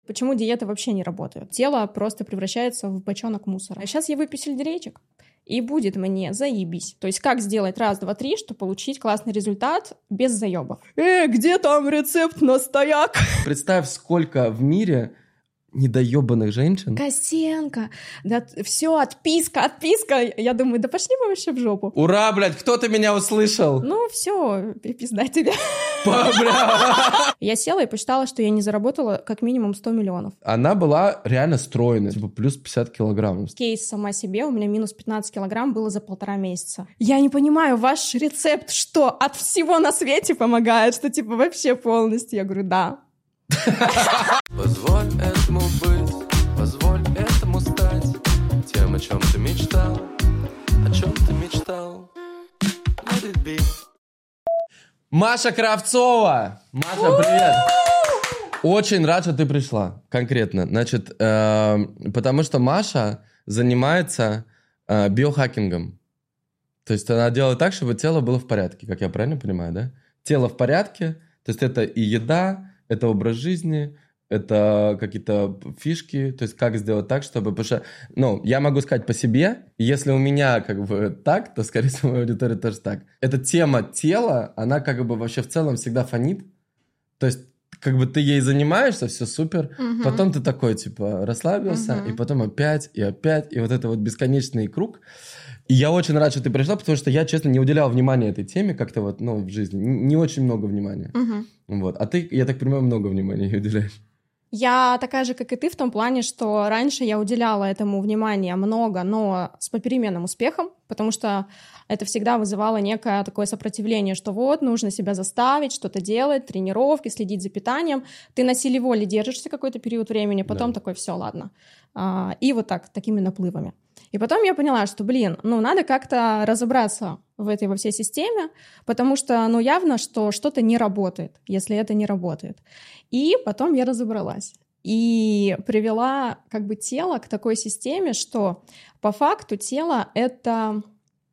Почему диеты вообще не работают? Тело просто превращается в бочонок мусора. А сейчас я выпью сельдерейчик, и будет мне заебись. То есть как сделать раз, два, три, чтобы получить классный результат без заебов. Где там рецепт на стояк? Представь, сколько в мире недоебанных женщин. Костенко, да все, отписка. Я думаю, да пошли вы вообще в жопу. Ура, блядь, кто-то меня услышал. Ну все, пизда тебе. Я села и посчитала, что я не заработала как минимум 100 миллионов. Она была реально стройная, типа плюс 50 килограммов. Кейс сама себе, у меня минус 15 килограмм было за 1,5 месяца. Я не понимаю, ваш рецепт что, от всего на свете помогает? Что типа вообще полностью? Я говорю, да. Позволь этому быть, позволь этому стать тем, о чем ты мечтал, о чем ты мечтал. Let it be. Маша Кравцова! Маша, привет! Очень рад, что ты пришла, конкретно. Значит, потому что Маша занимается биохакингом. То есть она делает так, чтобы тело было в порядке, как я правильно понимаю, да? Тело в порядке, то есть это и еда, это образ жизни, это какие-то фишки, то есть как сделать так, чтобы... Потому что, ну, я могу сказать по себе, если у меня как бы так, то, скорее всего, в моей аудитории тоже так. Эта тема тела, она как бы вообще в целом всегда фонит. То есть как бы ты ей занимаешься, все супер, потом ты такой, типа, расслабился, и потом опять, и вот это вот бесконечный круг. И я очень рад, что ты пришла, потому что я, честно, не уделял внимания этой теме как-то вот, ну, в жизни. Не очень много внимания. Вот. А ты, я так понимаю, много внимания ей уделяешь. Я такая же, как и ты, в том плане, что раньше я уделяла этому внимания много, но с попеременным успехом, потому что это всегда вызывало некое такое сопротивление, что вот, нужно себя заставить, что-то делать, тренировки, следить за питанием. Ты на силе воли держишься какой-то период времени, потом такой, все, ладно. И вот так, такими наплывами. И потом я поняла, что, ну, надо как-то разобраться в этой во всей системе, потому что, ну, явно, что что-то не работает, если это не работает. И потом я разобралась и привела как бы тело к такой системе, что по факту тело — это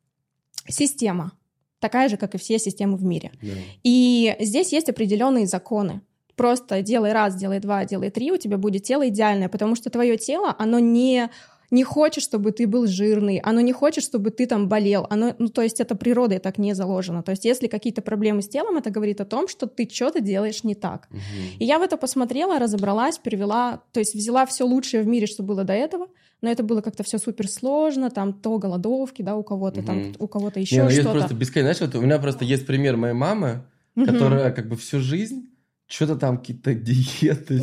система, такая же, как и все системы в мире. И здесь есть определенные законы. Просто делай раз, делай два, делай три, у тебя будет тело идеальное, потому что твое тело, оно не хочет, чтобы ты был жирный, оно не хочет, чтобы ты там болел, ну, то есть это природой так не заложено. То есть если какие-то проблемы с телом, это говорит о том, что ты что-то делаешь не так. И я в это посмотрела, разобралась, перевела, то есть взяла все лучшее в мире, что было до этого, но это было как-то все супер сложно, там то голодовки, да, у кого-то там, у кого-то еще что-то. Есть просто бесконечно, знаешь, вот у меня просто есть пример моей мамы, которая как бы всю жизнь что-то там какие-то диеты,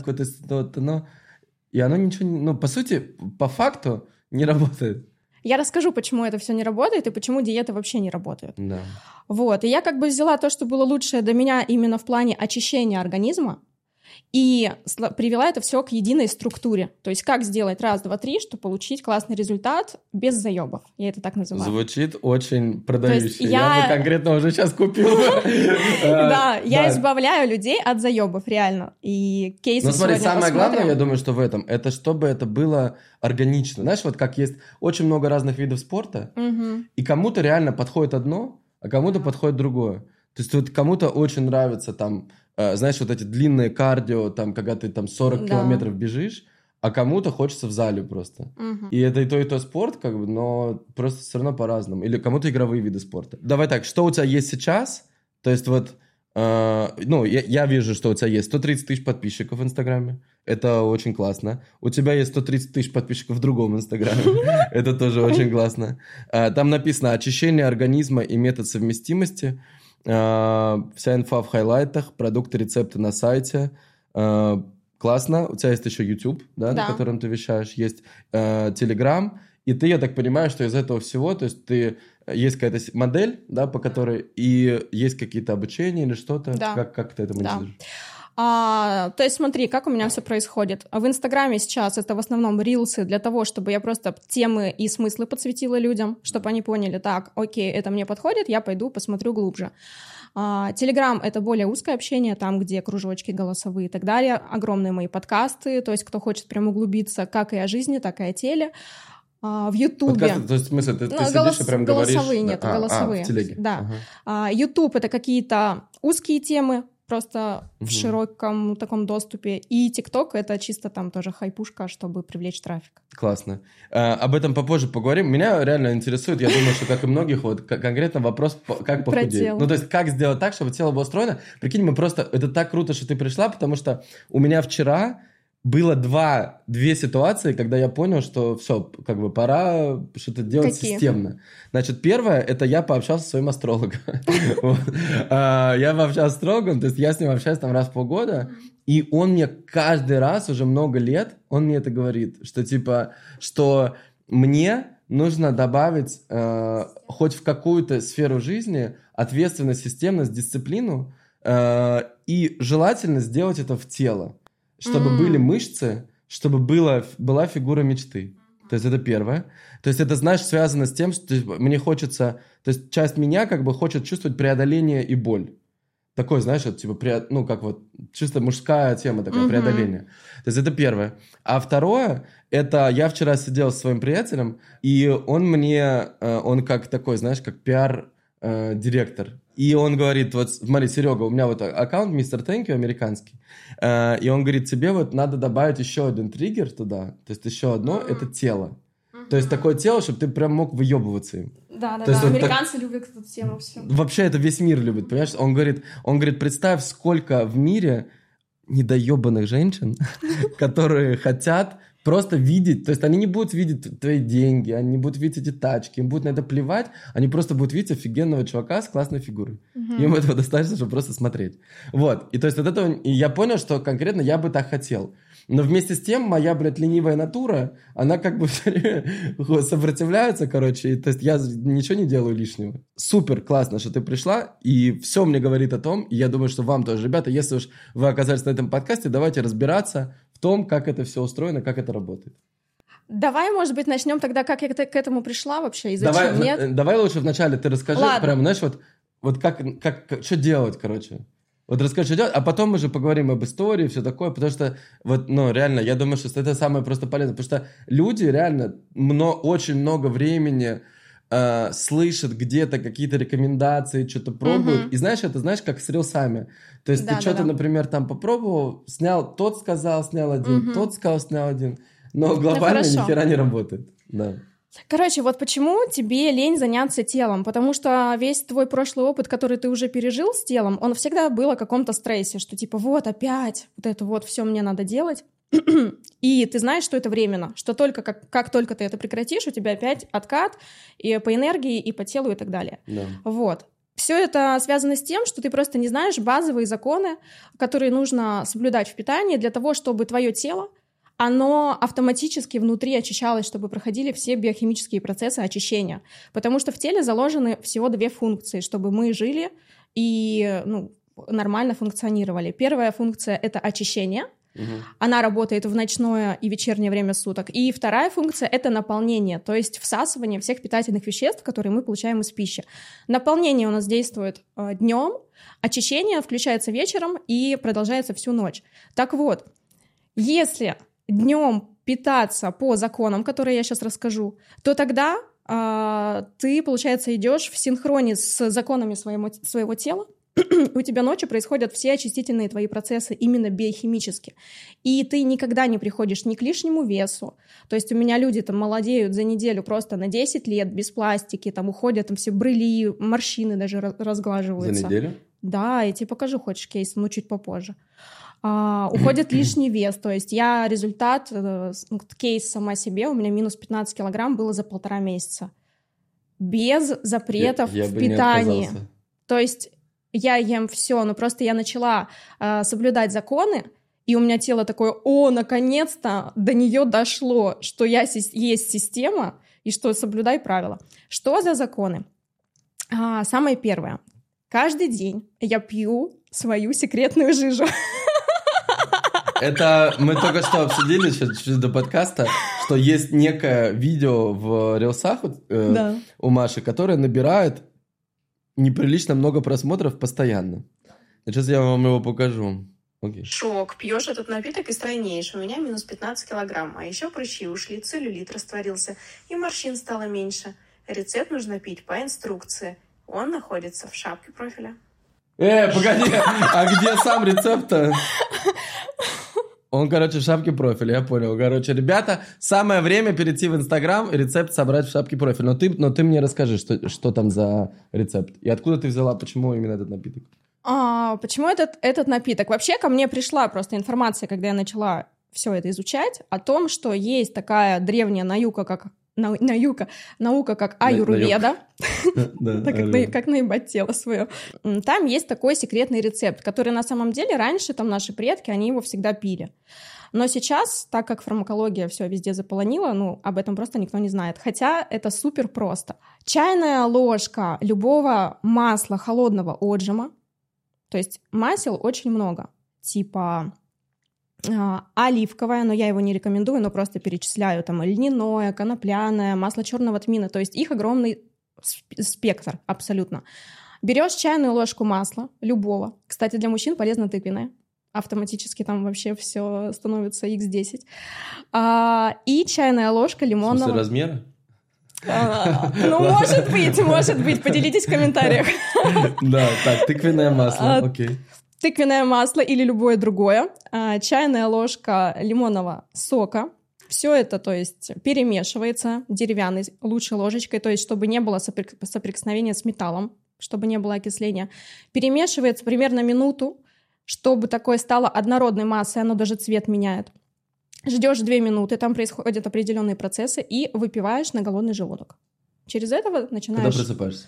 и оно ничего не... Ну, по сути, по факту не работает. Я расскажу, почему это все не работает и почему диеты вообще не работают. Да. Вот, и я как бы взяла то, что было лучшее до меня именно в плане очищения организма, и привела это все к единой структуре. То есть как сделать раз, два, три, чтобы получить классный результат без заебов. Я это так называю. Звучит очень продающе. Я бы конкретно уже сейчас купил. Да, я избавляю людей от заебов, реально. И кейсы сегодня посмотрим. Но смотри, самое главное, я думаю, что в этом, это чтобы это было органично. Знаешь, вот как есть очень много разных видов спорта, и кому-то реально подходит одно, а кому-то подходит другое. То есть вот кому-то очень нравится там, знаешь, вот эти длинные кардио, там, когда ты там 40 километров бежишь, а кому-то хочется в зале просто. И это и то спорт, как бы, но просто все равно по-разному. Или кому-то игровые виды спорта. Давай так, что у тебя есть сейчас? То есть вот, ну, я вижу, что у тебя есть 130 тысяч подписчиков в Инстаграме. Это очень классно. У тебя есть 130 тысяч подписчиков в другом Инстаграме. Это тоже очень классно. Там написано «Очищение организма и метод совместимости». Вся инфа в хайлайтах, продукты, рецепты на сайте. Классно. У тебя есть еще YouTube, да, на котором ты вещаешь. Есть Telegram. И ты, я так понимаю, что из этого всего, то есть есть какая-то модель, да, по которой и есть какие-то обучения или что-то. Как ты это монетизируешь? То есть смотри, как у меня все происходит. В Инстаграме сейчас это в основном рилсы для того, чтобы я просто темы и смыслы подсветила людям, чтобы они поняли, так, окей, это мне подходит, я пойду посмотрю глубже. Телеграм — это более узкое общение, там, где кружочки голосовые и так далее, огромные мои подкасты, то есть кто хочет прям углубиться как и о жизни, так и о теле. В Ютубе... Подкасты, то есть, в смысле, ты сидишь и прям говоришь... Голосовые, нет, голосовые. В телеге. Да. Ютуб — это какие-то узкие темы, просто в широком таком доступе. И ТикТок — это чисто там тоже хайпушка, чтобы привлечь трафик. Классно. Об этом попозже поговорим. Меня реально интересует, я думаю, что, как и многих, вот конкретно вопрос, как похудеть. Ну, то есть, как сделать так, чтобы тело было устроено. Прикинь, мы просто... Это так круто, что ты пришла, потому что у меня вчера было две ситуации, когда я понял, что все, как бы пора что-то делать системно. Значит, первое, это я пообщался со своим астрологом. Я пообщался с астрологом, то есть я с ним общаюсь там раз в полгода, и он мне каждый раз, уже много лет, он мне это говорит, что типа, что мне нужно добавить хоть в какую-то сферу жизни ответственность, системность, дисциплину, и желательно сделать это в тело. Чтобы были мышцы, чтобы была фигура мечты. То есть это первое. То есть это, знаешь, связано с тем, что мне хочется... То есть часть меня как бы хочет чувствовать преодоление и боль. Такой, знаешь, вот, типа, ну, как вот чисто мужская тема такая, преодоление. То есть это первое. А второе, это я вчера сидел с своим приятелем, и он как такой, знаешь, как пиар-директор. И он говорит, вот смотри, Серега, у меня вот аккаунт Mr. Thank You американский, и он говорит, тебе вот надо добавить еще один триггер туда, то есть еще одно, это тело. То есть такое тело, чтобы ты прям мог выебываться им. Да, американцы любят эту тему все. Вообще это весь мир любит, понимаешь? Он говорит, представь, сколько в мире недоебанных женщин, которые хотят просто видеть, то есть они не будут видеть твои деньги, они не будут видеть эти тачки, им будет на это плевать, они просто будут видеть офигенного чувака с классной фигурой. Им этого достаточно, чтобы просто смотреть. Вот, и то есть от этого и я понял, что конкретно я бы так хотел. Но вместе с тем моя, блядь, ленивая натура, она как бы все время сопротивляется, короче, и, то есть я ничего не делаю лишнего. Супер, классно, что ты пришла, и все мне говорит о том, и я думаю, что вам тоже, ребята, если уж вы оказались на этом подкасте, давайте разбираться в том, как это все устроено, как это работает. Давай, может быть, начнем тогда, как я к этому пришла вообще, и зачем нет? Давай лучше вначале ты расскажи, прям, знаешь, вот как что делать, короче. Вот расскажи, что делать, а потом мы же поговорим об истории, все такое, потому что, вот, ну, реально, я думаю, что это самое просто полезное, потому что люди реально очень много времени слышат где-то какие-то рекомендации, что-то пробуют, и знаешь, это, знаешь, как с рилсами. То есть ты что-то, например, там попробовал, снял, тот сказал, снял один, тот сказал, снял один, но глобально ни хера не работает. Да. Короче, вот почему тебе лень заняться телом? Потому что весь твой прошлый опыт, который ты уже пережил с телом, он всегда был о каком-то стрессе, что типа вот опять вот это вот все мне надо делать. И ты знаешь, что это временно, что только как только ты это прекратишь, у тебя опять откат и по энергии, и по телу, и так далее. Да. Вот. Все это связано с тем, что ты просто не знаешь базовые законы, которые нужно соблюдать в питании для того, чтобы твое тело, оно автоматически внутри очищалось, чтобы проходили все биохимические процессы очищения. Потому что в теле заложены всего 2 функции, чтобы мы жили и нормально функционировали. Первая функция — это очищение. Она работает в ночное и вечернее время суток. И вторая функция — это наполнение, то есть всасывание всех питательных веществ, которые мы получаем из пищи. Наполнение у нас действует днем, очищение включается вечером и продолжается всю ночь. Так вот, если днем питаться по законам, которые я сейчас расскажу, то тогда ты, получается, идешь в синхроне с законами своего тела, у тебя ночью происходят все очистительные твои процессы именно биохимически. И ты никогда не приходишь ни к лишнему весу. То есть у меня люди там молодеют за неделю просто на 10 лет без пластики, там уходят, там все брыли, морщины даже разглаживаются. За неделю? Да, я тебе покажу, хочешь кейс, но чуть попозже. Уходит лишний вес, то есть я результат, кейс сама себе, у меня минус 15 килограмм было за 1,5 месяца. Без запретов я в бы питании. Не отказался. То есть я ем все, но просто я начала соблюдать законы, и у меня тело такое: о, наконец-то до нее дошло, что есть система, и что соблюдай правила. Что за законы? Самое первое. Каждый день я пью свою секретную жижу. Это мы только что обсудили сейчас до подкаста, что есть некое видео в рилсах у Маши, которое набирает неприлично много просмотров постоянно. Сейчас я вам его покажу. Okay. Шок. Пьешь этот напиток и стройнеешь. У меня минус 15 килограмм. А еще прыщи ушли, целлюлит растворился, и морщин стало меньше. Рецепт нужно пить по инструкции. Он находится в шапке профиля. Погоди, а где сам рецепт-то? Он, короче, в шапке профиля, я понял. Короче, ребята, самое время перейти в Инстаграм и рецепт собрать в шапке профиля. Но ты мне расскажи, что там за рецепт. И откуда ты взяла, почему именно этот напиток? Почему этот напиток? Вообще ко мне пришла просто информация, когда я начала все это изучать, о том, что есть такая древняя наука, как аюрведа, как наебать тело свое. Там есть такой секретный рецепт, который на самом деле раньше там наши предки, они его всегда пили. Но сейчас, так как фармакология все везде заполонила, об этом просто никто не знает. Хотя это супер просто. Чайная ложка любого масла холодного отжима, то есть масел очень много, типа оливковое, но я его не рекомендую, но просто перечисляю, там льняное, конопляное, масло черного тмина, то есть их огромный спектр абсолютно. Берешь чайную ложку масла любого, кстати, для мужчин полезно тыквенное, автоматически там вообще все становится x10, и чайная ложка лимонного... В смысле размера? Может быть, поделитесь в комментариях. Да, так, тыквенное масло, окей. Тыквенное масло или любое другое, чайная ложка лимонного сока. Все это, то есть, перемешивается деревянной лучше ложечкой, то есть, чтобы не было соприкосновения с металлом, чтобы не было окисления. Перемешивается примерно минуту, чтобы такое стало однородной массой, оно даже цвет меняет. Ждешь 2 минуты, там происходят определенные процессы, и выпиваешь на голодный желудок. Через это начинаешь... Когда просыпаешься?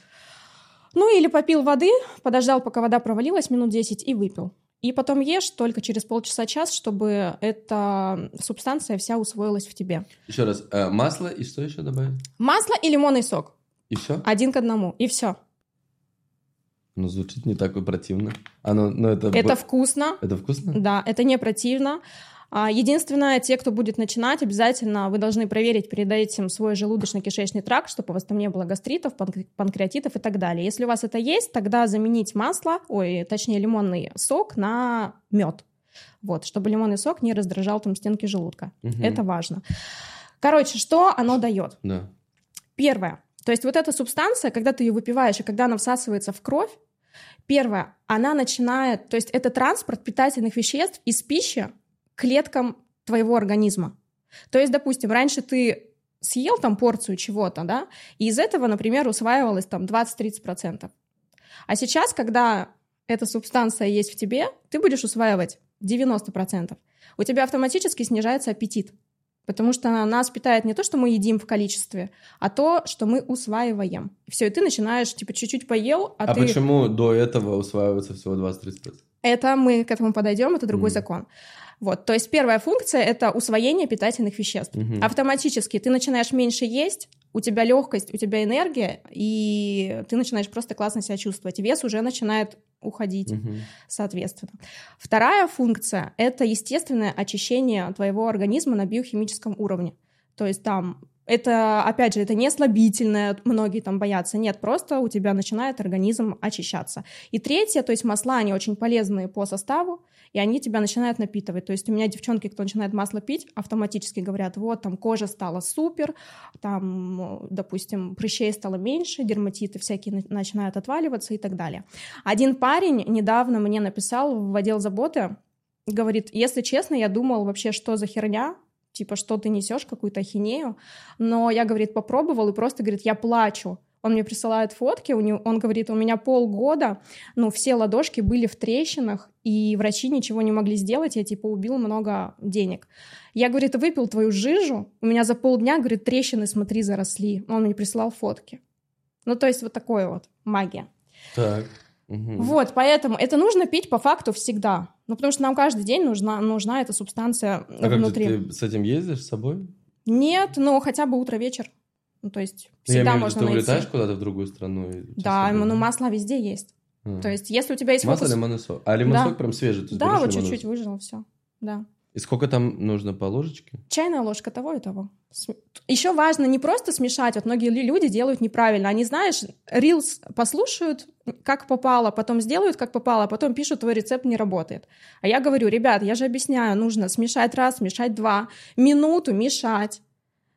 Или попил воды, подождал, пока вода провалилась, минут 10, и выпил. И потом ешь только через полчаса-час, чтобы эта субстанция вся усвоилась в тебе. Еще раз, масло и что еще добавить? Масло и лимонный сок. И все? 1 к 1, и все. Звучит не так и противно. Это вкусно. Это вкусно? Да, это не противно. Единственное, те, кто будет начинать, обязательно вы должны проверить перед этим свой желудочно-кишечный тракт, чтобы у вас там не было гастритов, панкреатитов и так далее. Если у вас это есть, тогда заменить лимонный сок на мед. Чтобы лимонный сок не раздражал там стенки желудка. Угу. Это важно. Короче, что оно дает? Да. Первое. То есть эта субстанция, когда ты ее выпиваешь и когда она всасывается в кровь, первое, она начинает... То есть это транспорт питательных веществ из пищи к клеткам твоего организма. То есть, допустим, раньше ты съел там порцию чего-то, да, и из этого, например, усваивалось там 20-30%. А сейчас, когда эта субстанция есть в тебе, ты будешь усваивать 90%. У тебя автоматически снижается аппетит, потому что нас питает не то, что мы едим в количестве, а то, что мы усваиваем. И все, и ты начинаешь, чуть-чуть поел, а ты... почему до этого усваивается всего 20-30%? Это мы к этому подойдем, это другой закон. То есть первая функция — это усвоение питательных веществ. Автоматически ты начинаешь меньше есть, у тебя легкость, у тебя энергия, и ты начинаешь просто классно себя чувствовать. Вес уже начинает уходить, соответственно. Вторая функция — это естественное очищение твоего организма на биохимическом уровне. То есть там это, опять же, это не слабительное, многие там боятся. Нет, просто у тебя начинает организм очищаться. И третье, то есть масла, они очень полезные по составу, и они тебя начинают напитывать. То есть у меня девчонки, кто начинает масло пить, автоматически говорят, там кожа стала супер, там, допустим, прыщей стало меньше, дерматиты всякие начинают отваливаться и так далее. Один парень недавно мне написал в отдел заботы, говорит, если честно, я думал вообще, что за херня, что ты несешь, какую-то ахинею, но я, говорит, попробовал и просто, говорит, я плачу. Он мне присылает фотки, он говорит, у меня полгода, все ладошки были в трещинах, и врачи ничего не могли сделать, я, убил много денег. Я, говорит, выпил твою жижу, у меня за полдня, говорит, трещины, смотри, заросли. Он мне присылал фотки. То есть такое магия. Так. Угу. Поэтому это нужно пить по факту всегда. Потому что нам каждый день нужна эта субстанция внутри. А как ты с этим ездишь с собой? Нет, хотя бы утро-вечер. То есть всегда можно найти. Ты улетаешь куда-то в другую страну? Да, масла везде есть. То есть если у тебя есть масло, лимонный сок. А лимонный сок прям свежий? Да, чуть-чуть выжил, все. Да. И сколько там нужно по ложечке? Чайная ложка того и того. Еще важно не просто смешать. Многие люди делают неправильно. Они, знаешь, рилс послушают, как попало, потом сделают, как попало, а потом пишут, твой рецепт не работает. А я говорю, ребят, я же объясняю, нужно смешать раз, смешать два, минуту мешать.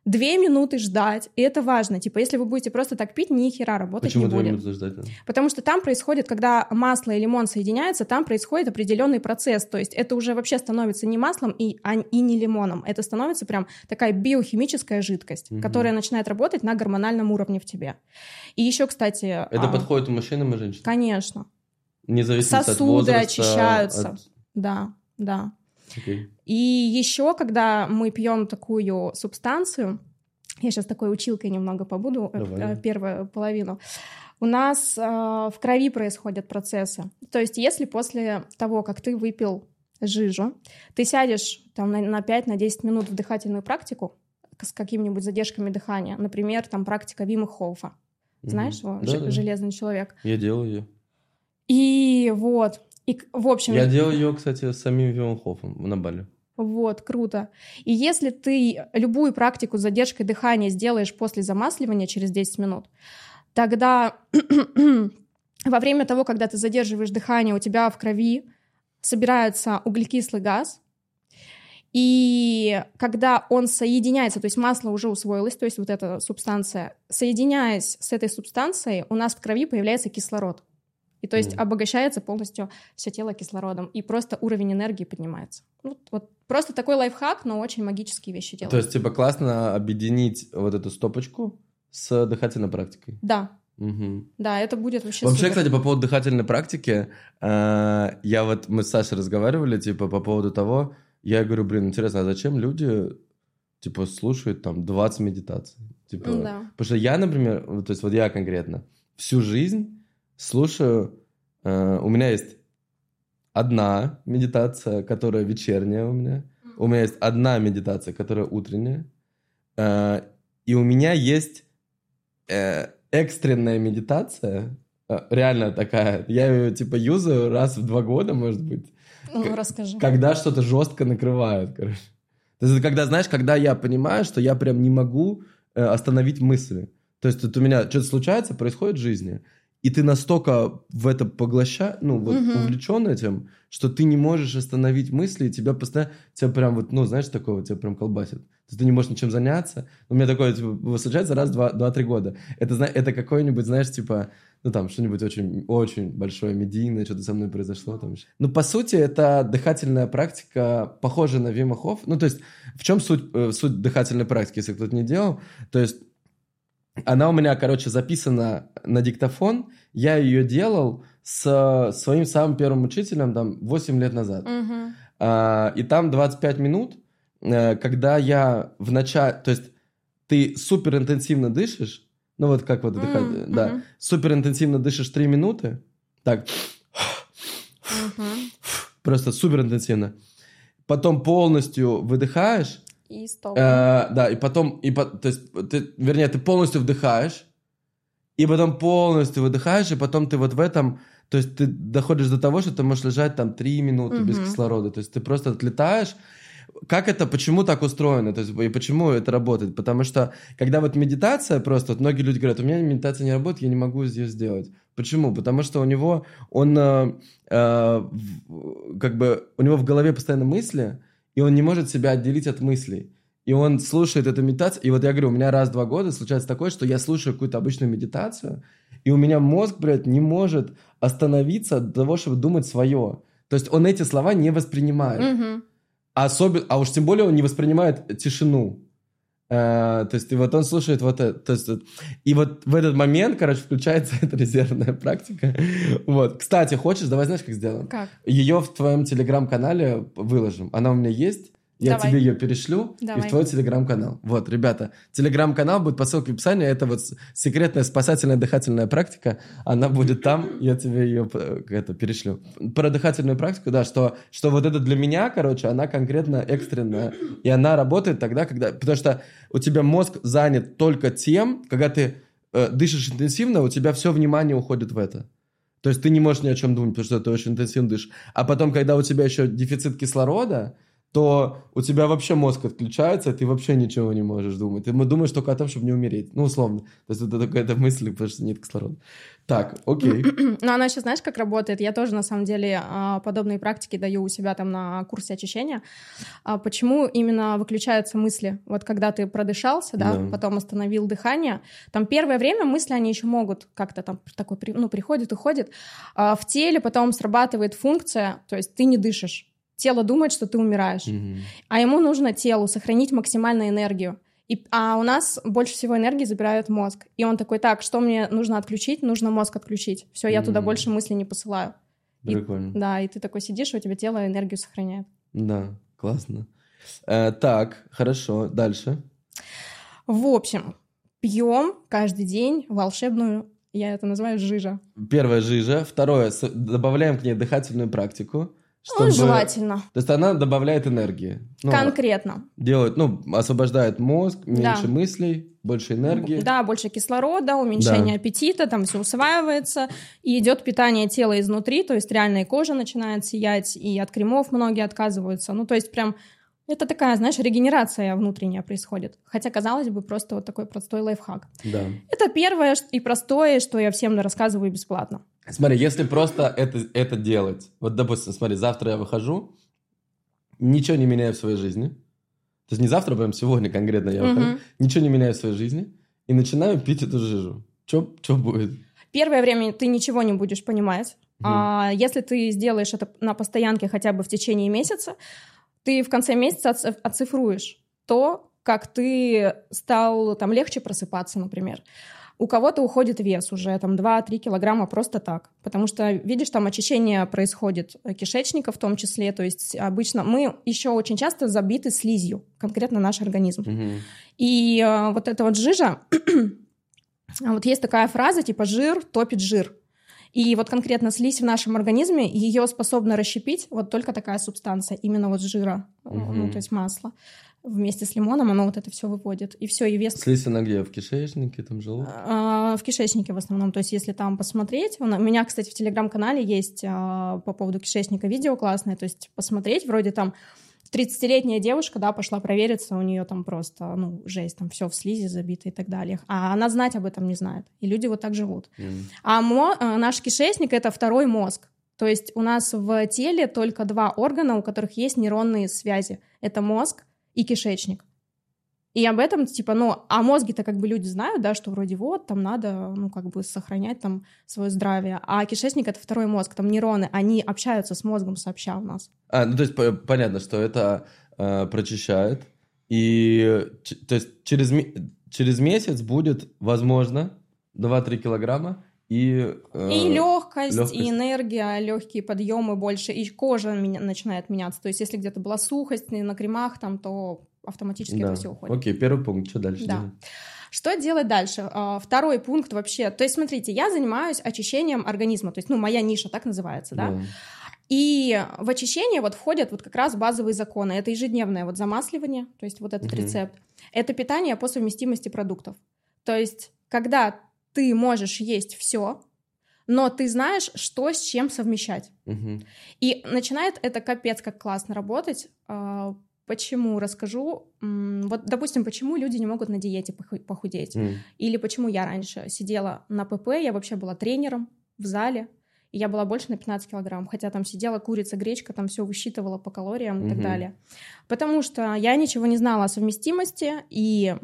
2 минуты ждать, и это важно. Типа, если вы будете просто так пить, ни хера работать Почему не будет. 2 минуты ждать надо? Потому что там происходит, когда масло и лимон соединяются, там происходит определенный процесс. То есть это уже вообще становится не маслом и не лимоном. Это становится прям такая биохимическая жидкость, которая начинает работать на гормональном уровне в тебе. И еще, кстати... Это подходит у мужчин и женщин? Конечно. Независимо от Сосуды возраста, очищаются. Да. Okay. И еще, когда мы пьем такую субстанцию, я сейчас такой училкой немного побуду, первую половину, у нас в крови происходят процессы. То есть если после того, как ты выпил жижу, ты сядешь там, на 5-10 минут в дыхательную практику с какими-нибудь задержками дыхания, например, там практика Вима Хофа. Знаешь его? Да. Железный человек. Я делаю ее. И вот... И, в общем, я делал ее, кстати, с самим Вимом Хофом на Бали. Вот, круто. И если ты любую практику с задержкой дыхания сделаешь после замасливания через 10 минут, тогда во время того, когда ты задерживаешь дыхание, у тебя в крови собирается углекислый газ, и когда он соединяется, то есть масло уже усвоилось, то есть вот эта субстанция, соединяясь с этой субстанцией, у нас в крови появляется кислород. И то есть обогащается полностью все тело кислородом, и просто уровень энергии поднимается. Вот просто такой лайфхак, но очень магические вещи делают. То есть, типа, классно объединить вот эту стопочку с дыхательной практикой? Да. Угу. Да, это будет вообще Вообще, супер. кстати, по поводу дыхательной практики, мы с Сашей разговаривали, типа, по поводу того, я говорю, интересно, а зачем люди, типа, слушают там 20 медитаций? Типа, да. Потому что я, например, то есть вот я конкретно всю жизнь слушаю, у меня есть одна медитация, которая вечерняя у меня есть одна медитация, которая утренняя, и у меня есть экстренная медитация, реально такая, я ее типа юзаю раз в 2 года, может быть. Расскажи. Когда что-то жестко накрывает, короче. То есть, когда, знаешь, когда я понимаю, что я прям не могу остановить мысли. То есть, у меня что-то случается, происходит в жизни, и ты настолько в это поглощаешь, увлечен этим, что ты не можешь остановить мысли, и тебя постоянно, тебя прям вот, знаешь, такое, тебя прям колбасит. То есть ты не можешь ничем заняться. У меня такое типа, случается раз в 2-3 года. Это какой-нибудь, знаешь, типа, там, что-нибудь очень, очень большое, медийное, что-то со мной произошло. Там. По сути, это дыхательная практика, похожая на Вима Хоф. То есть, в чем суть дыхательной практики, если кто-то не делал? То есть, она у меня, записана на диктофон. Я ее делал с своим самым первым учителем там 8 лет назад. И там 25 минут, когда я в начале... То есть ты суперинтенсивно дышишь, как дыхать, да, суперинтенсивно дышишь 3 минуты, так, просто суперинтенсивно. Потом полностью выдыхаешь, и стоп. Да, и потом, то есть, ты полностью вдыхаешь, и потом полностью выдыхаешь, и потом ты вот в этом, то есть ты доходишь до того, что ты можешь лежать там 3 минуты без кислорода, то есть ты просто отлетаешь. Почему так устроено, то есть, и почему это работает? Потому что, когда медитация просто, многие люди говорят, у меня медитация не работает, я не могу ее сделать. Почему? Потому что у него, у него в голове постоянно мысли, и он не может себя отделить от мыслей. И он слушает эту медитацию. И я говорю, у меня раз в 2 года случается такое, что я слушаю какую-то обычную медитацию, и у меня мозг, не может остановиться до того, чтобы думать свое. То есть он эти слова не воспринимает. А уж тем более он не воспринимает тишину. То есть он слушает это. То есть, и в этот момент, включается эта резервная практика. Кстати, хочешь, давай знаешь, как сделаем? Как? Ее в твоем телеграм-канале выложим. Она у меня есть. Я тебе ее перешлю и в твой телеграм-канал. Ребята, телеграм-канал будет по ссылке в описании. Это секретная спасательная дыхательная практика. Она будет там, я тебе ее перешлю. Про дыхательную практику, да, что это для меня, она конкретно экстренная. И она работает тогда, потому что у тебя мозг занят только тем, когда ты дышишь интенсивно, у тебя все внимание уходит в это. То есть ты не можешь ни о чем думать, потому что ты очень интенсивно дышишь. А потом, когда у тебя еще дефицит кислорода, то у тебя вообще мозг отключается, и ты вообще ничего не можешь думать. Ты думаешь только о том, чтобы не умереть. Ну, условно. То есть это какая-то мысль, потому что нет кислорода. Так, окей. Ну, она еще, знаешь, как работает? Я тоже, на самом деле, подобные практики даю у себя там на курсе очищения. Почему именно выключаются мысли? Вот когда ты продышался, да, потом остановил дыхание, там первое время мысли, они еще могут как-то там такой, ну, приходят, уходят. В теле потом срабатывает функция, то есть ты не дышишь. Тело думает, что ты умираешь, а ему нужно телу сохранить максимальную энергию. А у нас больше всего энергии забирает мозг. И он такой, так, что мне нужно отключить? Нужно мозг отключить. Все, я туда больше мыслей не посылаю. Прикольно. Да, и ты такой сидишь, и у тебя тело энергию сохраняет. Да, классно. Так, хорошо, дальше. В общем, пьем каждый день волшебную, я это называю, жижа. Первое — жижа. Второе — добавляем к ней дыхательную практику. Чтобы... желательно. То есть она добавляет энергии. Ну, конкретно. Делает, освобождает мозг, меньше мыслей, больше энергии. Да, больше кислорода, уменьшение аппетита, там все усваивается, и идет питание тела изнутри, то есть реально и кожа начинает сиять, и от кремов многие отказываются. Ну, то есть прям это такая, знаешь, регенерация внутренняя происходит. Хотя, казалось бы, просто вот такой простой лайфхак. Да. Это первое и простое, что я всем рассказываю бесплатно. Смотри, если просто это делать, вот, допустим, смотри, завтра я выхожу, ничего не меняю в своей жизни, то есть не завтра, прям сегодня конкретно я выхожу, ничего не меняю в своей жизни, и начинаю пить эту жижу. Что будет? Первое время ты ничего не будешь понимать. Если ты сделаешь это на постоянке хотя бы в течение месяца, ты в конце месяца оцифруешь то, как ты стал там легче просыпаться, например. У кого-то уходит вес уже там 2-3 килограмма просто так, потому что, видишь, там очищение происходит кишечника в том числе, то есть обычно мы еще очень часто забиты слизью, конкретно наш организм. И вот эта вот жижа, вот есть такая фраза типа «жир топит жир». И вот конкретно слизь в нашем организме, ее способна расщепить вот только такая субстанция, именно вот жира, ну, то есть масло. Вместе с лимоном оно вот это все выводит. И все, и вес... Слизь она где? В кишечнике, там желудок? В кишечнике в основном. То есть если там посмотреть... У меня, кстати, в телеграм-канале есть по поводу кишечника видео классное. То есть посмотреть, вроде там 30-летняя девушка, да, пошла провериться, у нее там просто, ну, жесть, там все в слизи забито и так далее. А она знать об этом не знает. И люди вот так живут. А наш кишечник — это второй мозг. То есть у нас в теле только 2 органа, у которых есть нейронные связи. Это мозг и кишечник. И об этом, типа, а мозги-то как бы люди знают, да, что вроде вот, там надо, ну, как бы сохранять там свое здравие. А кишечник — это второй мозг, там нейроны, они общаются с мозгом сообща у нас. Ну, то есть понятно, что это прочищает. И, то есть через месяц будет, возможно, 2-3 килограмма. И легкость, и энергия, легкие подъемы больше, и кожа начинает меняться. То есть если где-то была сухость на кремах, там, то автоматически это все уходит. Окей, первый пункт. Что дальше делать? Что делать дальше? Второй пункт вообще. То есть смотрите, я занимаюсь очищением организма. То есть, моя ниша так называется, да? И в очищение вот входят вот как раз базовые законы. Это ежедневное вот замасливание, то есть вот этот рецепт. Это питание по совместимости продуктов. То есть когда ты можешь есть все, но ты знаешь, что с чем совмещать. И начинает это капец как классно работать. Почему? Расскажу. Вот, допустим, почему люди не могут на диете похудеть. Или почему я раньше сидела на ПП, я вообще была тренером в зале, и я была больше на 15 килограмм, хотя там сидела курица, гречка, там все высчитывала по калориям и так далее. Потому что я ничего не знала о совместимости, и...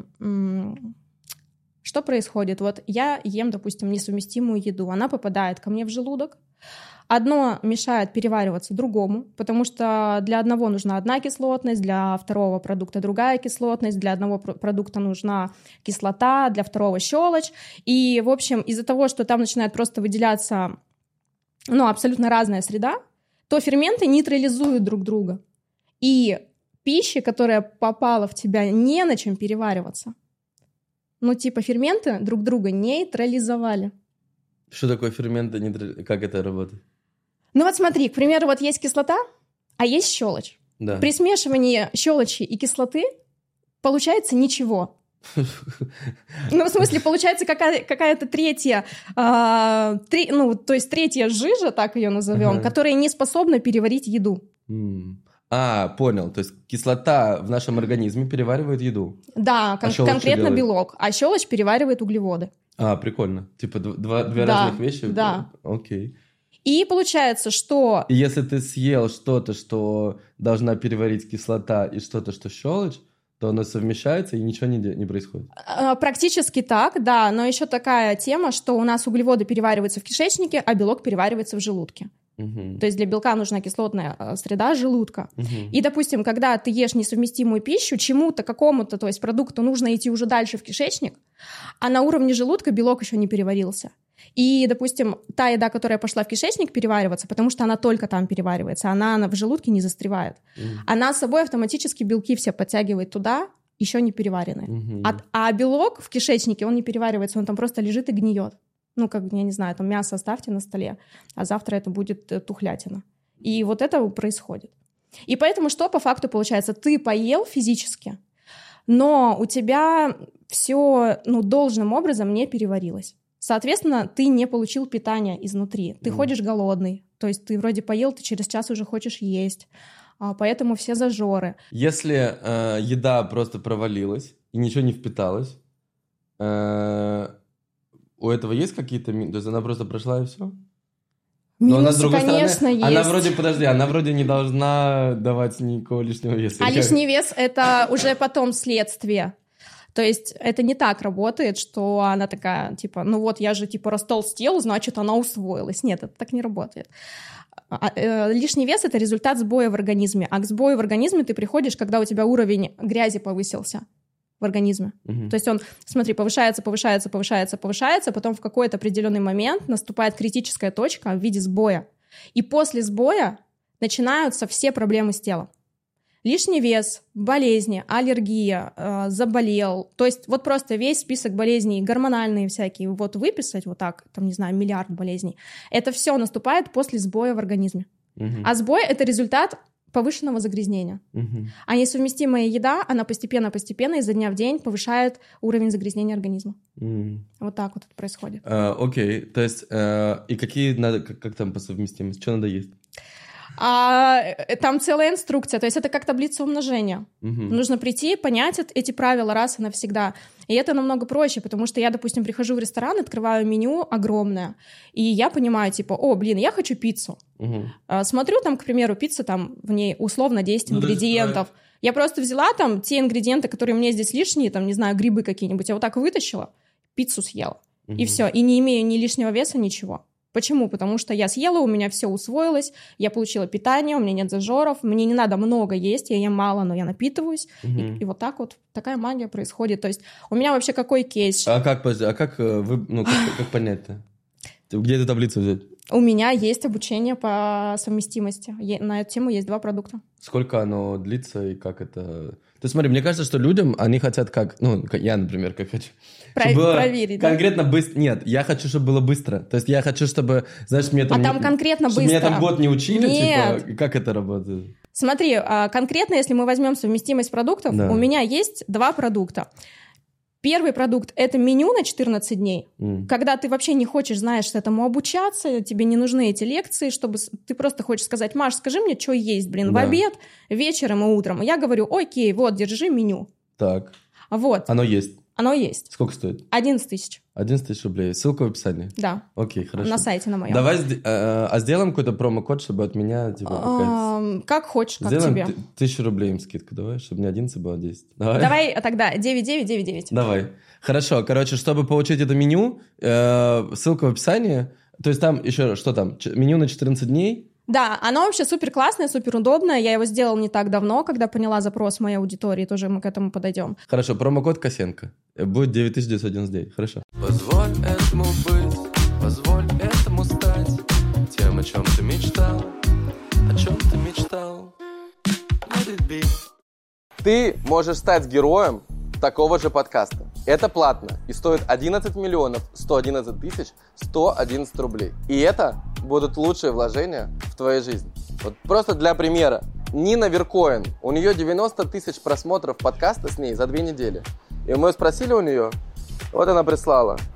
Что происходит? Вот я ем, допустим, несовместимую еду, она попадает ко мне в желудок, одно мешает перевариваться другому, потому что для одного нужна одна кислотность, для второго продукта другая кислотность, для одного продукта нужна кислота, для второго щелочь, и, в общем, из-за того, что там начинает просто выделяться, абсолютно разная среда, то ферменты нейтрализуют друг друга, и пища, которая попала в тебя, не на чем перевариваться. Ферменты друг друга нейтрализовали. Что такое ферменты? Как это работает? Вот смотри, к примеру, вот есть кислота, а есть щелочь. Да. При смешивании щелочи и кислоты получается ничего. В смысле, получается какая-то третья, то есть третья жижа, так ее назовем, которая не способна переварить еду. Понял. То есть кислота в нашем организме переваривает еду. Да, конкретно белок. А щелочь переваривает углеводы. Прикольно. Типа две разных вещи? Да. Окей. И получается, что... Если ты съел что-то, что должна переварить кислота, и что-то, что щелочь, то оно совмещается, и ничего не происходит. Практически так, да. Но еще такая тема, что у нас углеводы перевариваются в кишечнике, а белок переваривается в желудке. То есть для белка нужна кислотная среда желудка. И, допустим, когда ты ешь несовместимую пищу, чему-то, какому-то, то есть продукту нужно идти уже дальше в кишечник, а на уровне желудка белок еще не переварился. И, допустим, та еда, которая пошла в кишечник перевариваться, потому что она только там переваривается, она в желудке не застревает. Она с собой автоматически белки все подтягивает туда, еще не переваренные. А белок в кишечнике, он не переваривается, он там просто лежит и гниет. Ну, как, я не знаю, там мясо оставьте на столе, а завтра это будет тухлятина. И вот это происходит. И поэтому что по факту получается? Ты поел физически, но у тебя все, должным образом не переварилось. Соответственно, ты не получил питания изнутри. Ты ходишь голодный. То есть ты вроде поел, ты через час уже хочешь есть. Поэтому все зажоры. Если еда просто провалилась и ничего не впиталось, у этого есть какие-то... То есть она просто прошла и все? Минусы, конечно, есть. Она вроде не должна давать никакого лишнего веса. Лишний вес — это уже потом следствие. То есть это не так работает, что она такая, типа, я же, растолстела, значит, она усвоилась. Нет, это так не работает. Лишний вес — это результат сбоя в организме. А к сбою в организме ты приходишь, когда у тебя уровень грязи повысился в организме. То есть он, смотри, повышается, потом в какой-то определенный момент наступает критическая точка в виде сбоя. И после сбоя начинаются все проблемы с телом. Лишний вес, болезни, аллергия, заболел. То есть вот просто весь список болезней, гормональные всякие, вот выписать вот так, там, не знаю, миллиард болезней. Это все наступает после сбоя в организме. А сбой — это результат повышенного загрязнения. А несовместимая еда, она постепенно изо дня в день повышает уровень загрязнения организма. Вот так вот это происходит. Окей, то есть и какие надо, как там по совместимости, что надо есть? Там целая инструкция, то есть это как таблица умножения. Нужно прийти, понять эти правила раз и навсегда. И это намного проще, потому что я, допустим, прихожу в ресторан, открываю меню огромное, и я понимаю, я хочу пиццу. Смотрю, там, к примеру, пицца, там в ней условно 10 ингредиентов. Я просто взяла там те ингредиенты, которые мне здесь лишние, там, не знаю, грибы какие-нибудь, я вот так вытащила, пиццу съела. И все, и не имею ни лишнего веса, ничего. Почему? Потому что я съела, у меня все усвоилось, я получила питание, у меня нет зажоров, мне не надо много есть, я ем мало, но я напитываюсь. И вот так вот такая магия происходит. То есть у меня вообще какой кейс? Как понять-то? Где эту таблицу взять? У меня есть обучение по совместимости. На эту тему есть 2 продукта. Сколько оно длится и как это... То есть смотри, мне кажется, что людям, они хотят как... я, например, как хочу. Проверить, да? Конкретно быстро... Нет, я хочу, чтобы было быстро. То есть я хочу, чтобы... Знаешь, мне там... там конкретно быстро. Меня там год не учили, Нет. как это работает? Смотри, конкретно, если мы возьмем совместимость продуктов, у меня есть 2 продукта. Первый продукт — это меню на 14 дней, когда ты вообще не хочешь, знаешь, этому обучаться, тебе не нужны эти лекции, чтобы ты просто хочешь сказать: Маш, скажи мне, что есть, в обед, вечером и утром. Я говорю: окей, вот, держи меню. Так. Вот. Оно есть? Оно есть. Сколько стоит? 11 тысяч. 11 тысяч рублей. Ссылка в описании? Да. Окей, хорошо. На сайте на моем. Давай сделаем какой-то промокод, чтобы от меня... как хочешь, как сделаем тебе. 1000 рублей им скидку, давай, чтобы не 11 было, а 10. Давай тогда 9999. Давай. Хорошо, чтобы получить это меню, ссылка в описании. То есть там еще, что там, меню на 14 дней? Да, оно вообще супер классное, супер удобное. Я его сделала не так давно, когда поняла запрос моей аудитории, тоже мы к этому подойдем. Хорошо, промокод Косенко. Будет 9999, хорошо. Позволь этому быть, позволь этому стать тем, о чем ты мечтал, о чем ты мечтал. Let it be. Ты можешь стать героем такого же подкаста. Это платно и стоит 11 миллионов 111 тысяч 111 рублей. И это будут лучшие вложения в твою жизнь. Вот просто для примера. Нина Веркоин, у нее 90 тысяч просмотров подкаста с ней за 2 недели. И мы спросили у нее, вот она прислала.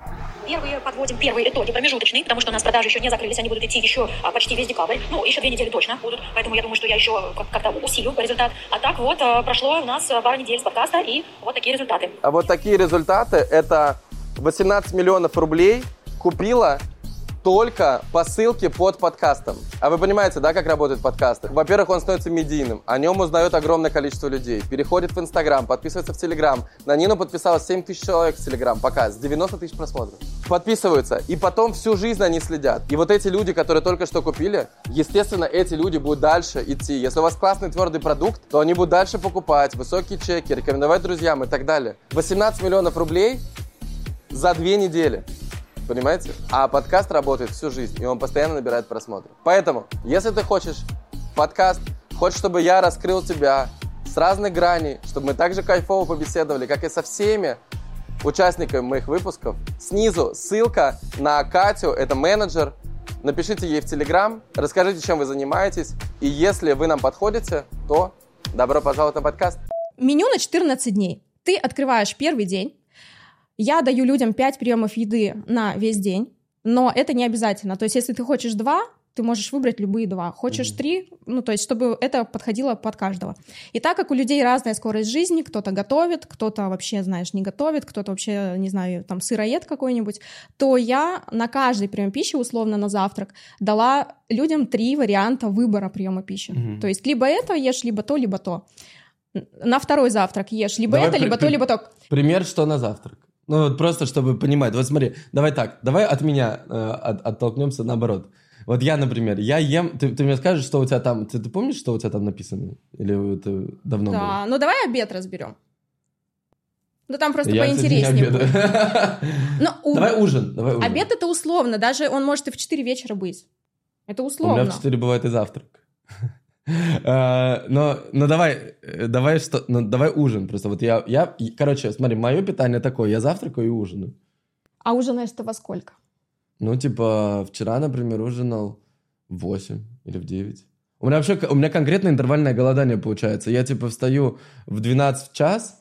Подводим первые итоги промежуточные, потому что у нас продажи еще не закрылись, они будут идти еще почти весь декабрь. Еще 2 недели точно будут, поэтому я думаю, что я еще как-то усилю результат. А так вот, прошло у нас пару недель с подкаста, и вот такие результаты. А вот такие результаты, это 18 миллионов рублей купила только по ссылке под подкастом. А вы понимаете, да, как работают подкасты? Во-первых, он становится медийным, о нем узнает огромное количество людей, переходит в Инстаграм, подписывается в Телеграм. На Нину подписалось 7 тысяч человек в Телеграм, пока, с 90 тысяч просмотров. Подписываются, и потом всю жизнь они следят. И вот эти люди, которые только что купили, естественно, эти люди будут дальше идти. Если у вас классный твердый продукт, то они будут дальше покупать, высокие чеки, рекомендовать друзьям и так далее. 18 миллионов рублей за 2 недели. Понимаете? А подкаст работает всю жизнь, и он постоянно набирает просмотры. Поэтому, если ты хочешь подкаст, хочешь, чтобы я раскрыл тебя с разных граней, чтобы мы так же кайфово побеседовали, как и со всеми участниками моих выпусков, снизу ссылка на Катю, это менеджер. Напишите ей в Телеграм, расскажите, чем вы занимаетесь, и если вы нам подходите, то добро пожаловать на подкаст. Меню на 14 дней. Ты открываешь первый день. Я даю людям 5 приемов еды на весь день, но это не обязательно. То есть, если ты хочешь 2, ты можешь выбрать любые 2. Хочешь 3, то есть, чтобы это подходило под каждого. И так как у людей разная скорость жизни, кто-то готовит, кто-то вообще, знаешь, не готовит, кто-то вообще, не знаю, там, сыроед какой-нибудь, то я на каждый прием пищи, условно, на завтрак, дала людям 3 варианта выбора приема пищи. То есть, либо это ешь, либо то, либо то. На второй завтрак ешь либо это, либо то, либо то. Пример, что на завтрак. Ну, вот просто, чтобы понимать. Вот смотри, давай так, давай от меня оттолкнемся наоборот. Вот я, например, я ем... Ты мне скажешь, что у тебя там... Ты помнишь, что у тебя там написано? Или это давно было? Да, ну давай обед разберем. Ну там просто поинтереснее будет. Давай ужин. Обед это условно, даже он может и в 4 вечера быть. Это условно. У меня в 4 бывает и завтрак. Но давай ужин. Просто вот короче, смотри, мое питание такое, я завтракаю и ужинаю. А ужинаешь ты во сколько? Ну, типа, вчера, например, ужинал в 8 или в 9. У меня конкретно интервальное голодание получается. Я, типа, встаю в 12 в час,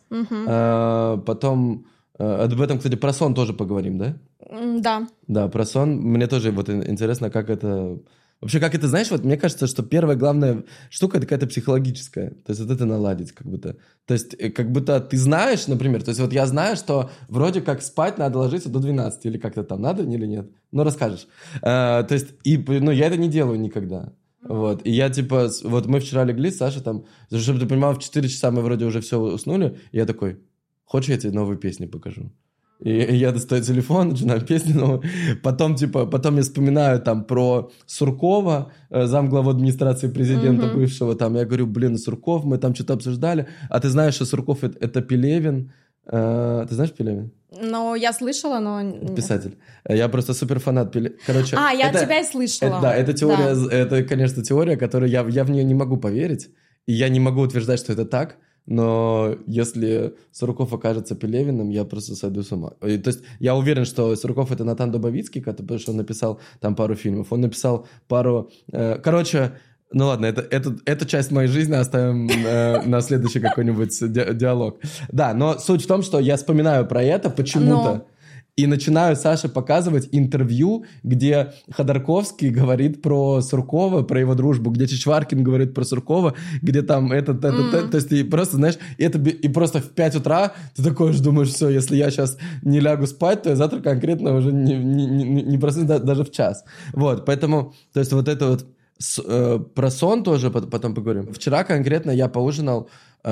потом... Об этом, кстати, про сон тоже поговорим, да? Да. Да, про сон. Мне тоже вот интересно, как это... Вообще, как это, знаешь, вот мне кажется, что первая главная штука это какая-то психологическая. То есть вот это наладить как будто. То есть как будто ты знаешь, например, то есть вот я знаю, что вроде как спать надо ложиться до 12 или как-то там надо или нет. Ну, расскажешь. То есть, я это не делаю никогда. Вот. И я типа, вот мы вчера легли с Сашей там, чтобы ты понимал, в 4 часа мы вроде уже все уснули, и я такой, хочешь, я тебе новые песни покажу? И я достаю телефон, начинаю песни новые. Потом я вспоминаю там про Суркова, замглаву администрации президента бывшего. Там я говорю, Сурков, мы там что-то обсуждали. А ты знаешь, что Сурков это Пелевин? Ты знаешь Пелевин? Ну, я слышала, но... Писатель. Я просто суперфанат Пелевина. Короче, я от тебя и слышала. Это теория, это, конечно, теория, которую я в нее не могу поверить. И я не могу утверждать, что это так. Но если Сурков окажется Пелевиным, я просто сойду с ума. То есть я уверен, что Сурков это Натан Дубовицкий, потому что он написал там пару фильмов. Он написал пару... Короче, ну ладно, эту часть моей жизни оставим на следующий какой-нибудь диалог. Да, но суть в том, что я вспоминаю про это почему-то. И начинаю Саше показывать интервью, где Ходорковский говорит про Суркова, про его дружбу, где Чичваркин говорит про Суркова, где там то есть и просто, знаешь, и просто в 5 утра ты такой же думаешь, все, если я сейчас не лягу спать, то я завтра конкретно уже не проснусь даже в час. Вот, поэтому, то есть вот это вот про сон тоже потом поговорим. Вчера конкретно я поужинал,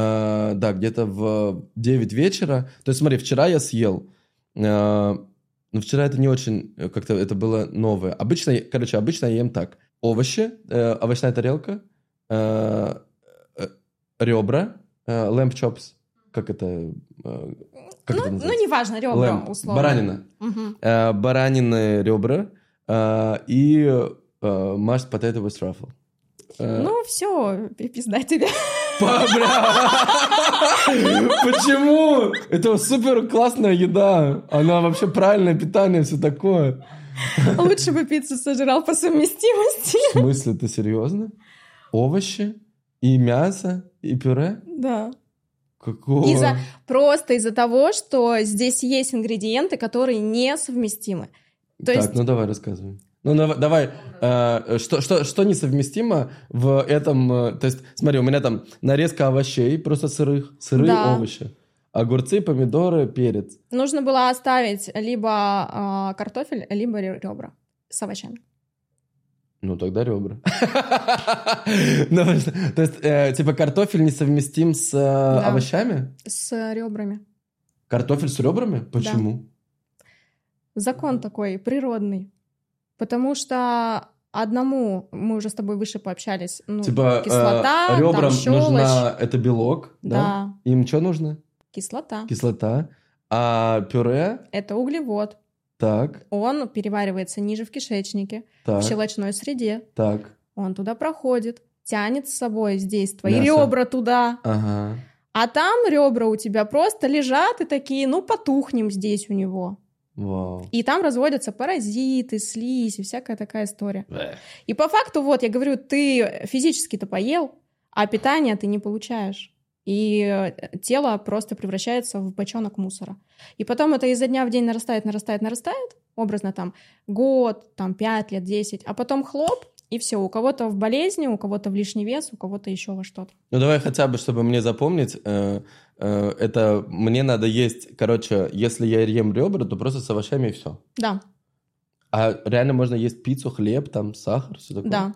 где-то в 9 вечера. То есть смотри, вчера я съел. Но вчера это не очень, как-то это было новое. Обычно я ем так. Овощи, овощная тарелка, ребра, lamb chops, как это называется? Ну, неважно, ребра, условно. Баранина. Баранины, ребра и mashed potato with truffle. Ну, все, пизда тебе. Почему? Это супер классная еда. Она вообще правильное питание, все такое. Лучше бы пиццу сожрал по совместимости. В смысле, ты серьезно? Овощи и мясо и пюре? Да. Какого? Просто из-за того, что здесь есть ингредиенты, которые несовместимы. Так, ну давай рассказывай. Ну давай, что несовместимо в этом... То есть, смотри, у меня там нарезка овощей, просто сырые овощи. Огурцы, помидоры, перец. Нужно было оставить либо картофель, либо ребра с овощами. Ну, тогда ребра. То есть, типа, картофель несовместим с овощами? С ребрами. Картофель с ребрами? Почему? Закон такой, природный. Потому что одному, мы уже с тобой выше пообщались, типа, кислота, ребрам там щелочь. нужна, это белок, да? Им что нужно? Кислота. А пюре? Это углевод. Так. Он переваривается ниже в кишечнике, в щелочной среде. Так. Он туда проходит, тянет с собой здесь твои ребра туда. Ага. А там ребра у тебя просто лежат и такие, ну, потухнем здесь у него. Вау. И там разводятся паразиты, слизь и всякая такая история. И по факту, вот, я говорю, ты физически-то поел, а питания ты не получаешь. И тело просто превращается в бочонок мусора. И потом это изо дня в день нарастает, образно там год, там 5 лет, 10, а потом хлоп, и все, у кого-то в болезни, у кого-то в лишний вес, у кого-то еще во что-то. Ну давай хотя бы, чтобы мне запомнить, это мне надо есть, короче, если я ем ребра, то просто с овощами и все. Да. А реально можно есть пиццу, хлеб, там, сахар, все такое? Да.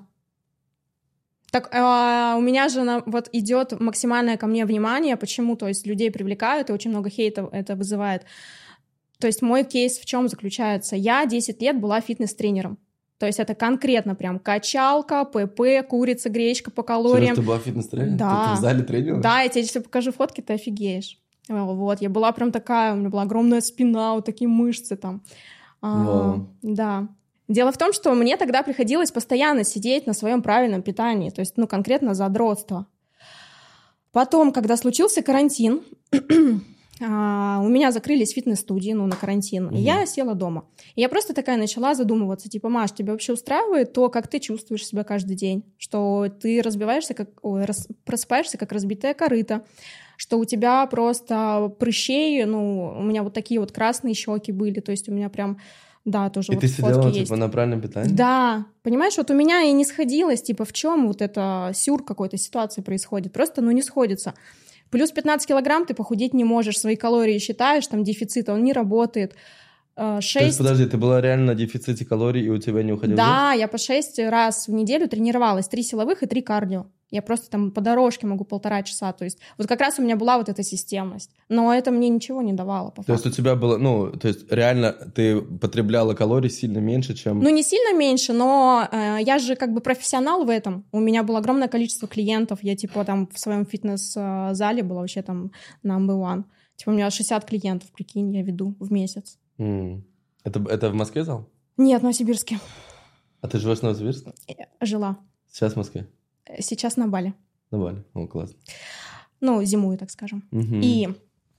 Так у меня же вот идет максимальное ко мне внимание, почему, то есть людей привлекают, и очень много хейта это вызывает. То есть мой кейс в чем заключается? Я 10 лет была фитнес-тренером. То есть это конкретно прям качалка, ПП, курица, гречка по калориям. Серьезно, ты была фитнес-тренером? Да. Ты в зале тренила? Да, я тебе если покажу фотки, ты офигеешь. Вот, я была прям такая, у меня была огромная спина, вот такие мышцы там. Да. Дело в том, что мне тогда приходилось постоянно сидеть на своем правильном питании, то есть, ну, конкретно задротство. Потом, когда случился карантин, у меня закрылись фитнес-студии, ну, на карантин, и я села дома. И я просто такая начала задумываться, типа, Маш, тебя вообще устраивает то, как ты чувствуешь себя каждый день? Что ты просыпаешься, как разбитая корыто, что у тебя просто прыщей, ну, у меня вот такие вот красные щеки были, то есть у меня прям... Да, тоже и вот ты сидела, есть. типа, на правильном питании? Да, понимаешь, вот у меня и не сходилось, типа, в чем вот это сюр какой-то ситуации происходит, просто, ну, не сходится. Плюс 15 килограмм ты похудеть не можешь, свои калории считаешь, там дефицит, он не работает. 6... То есть, подожди, ты была реально на дефиците калорий, и у тебя не уходил? Да, я по 6 раз в неделю тренировалась, 3 силовых и 3 кардио. Я просто там по дорожке могу 1,5 часа, то есть вот как раз у меня была вот эта системность, но это мне ничего не давало, по факту. То есть у тебя было, ну, то есть реально ты потребляла калорий сильно меньше, чем... Ну, не сильно меньше, но я же как бы профессионал в этом, у меня было огромное количество клиентов, я типа там в своем фитнес-зале была вообще там number one, типа у меня 60 клиентов, прикинь, я веду в месяц. Это в Москве зал? Нет, в Новосибирске. А ты живешь в Новосибирске? Жила. Сейчас в Москве? Сейчас на Бали. На Бали, о, классно. Ну, зимую, так скажем. И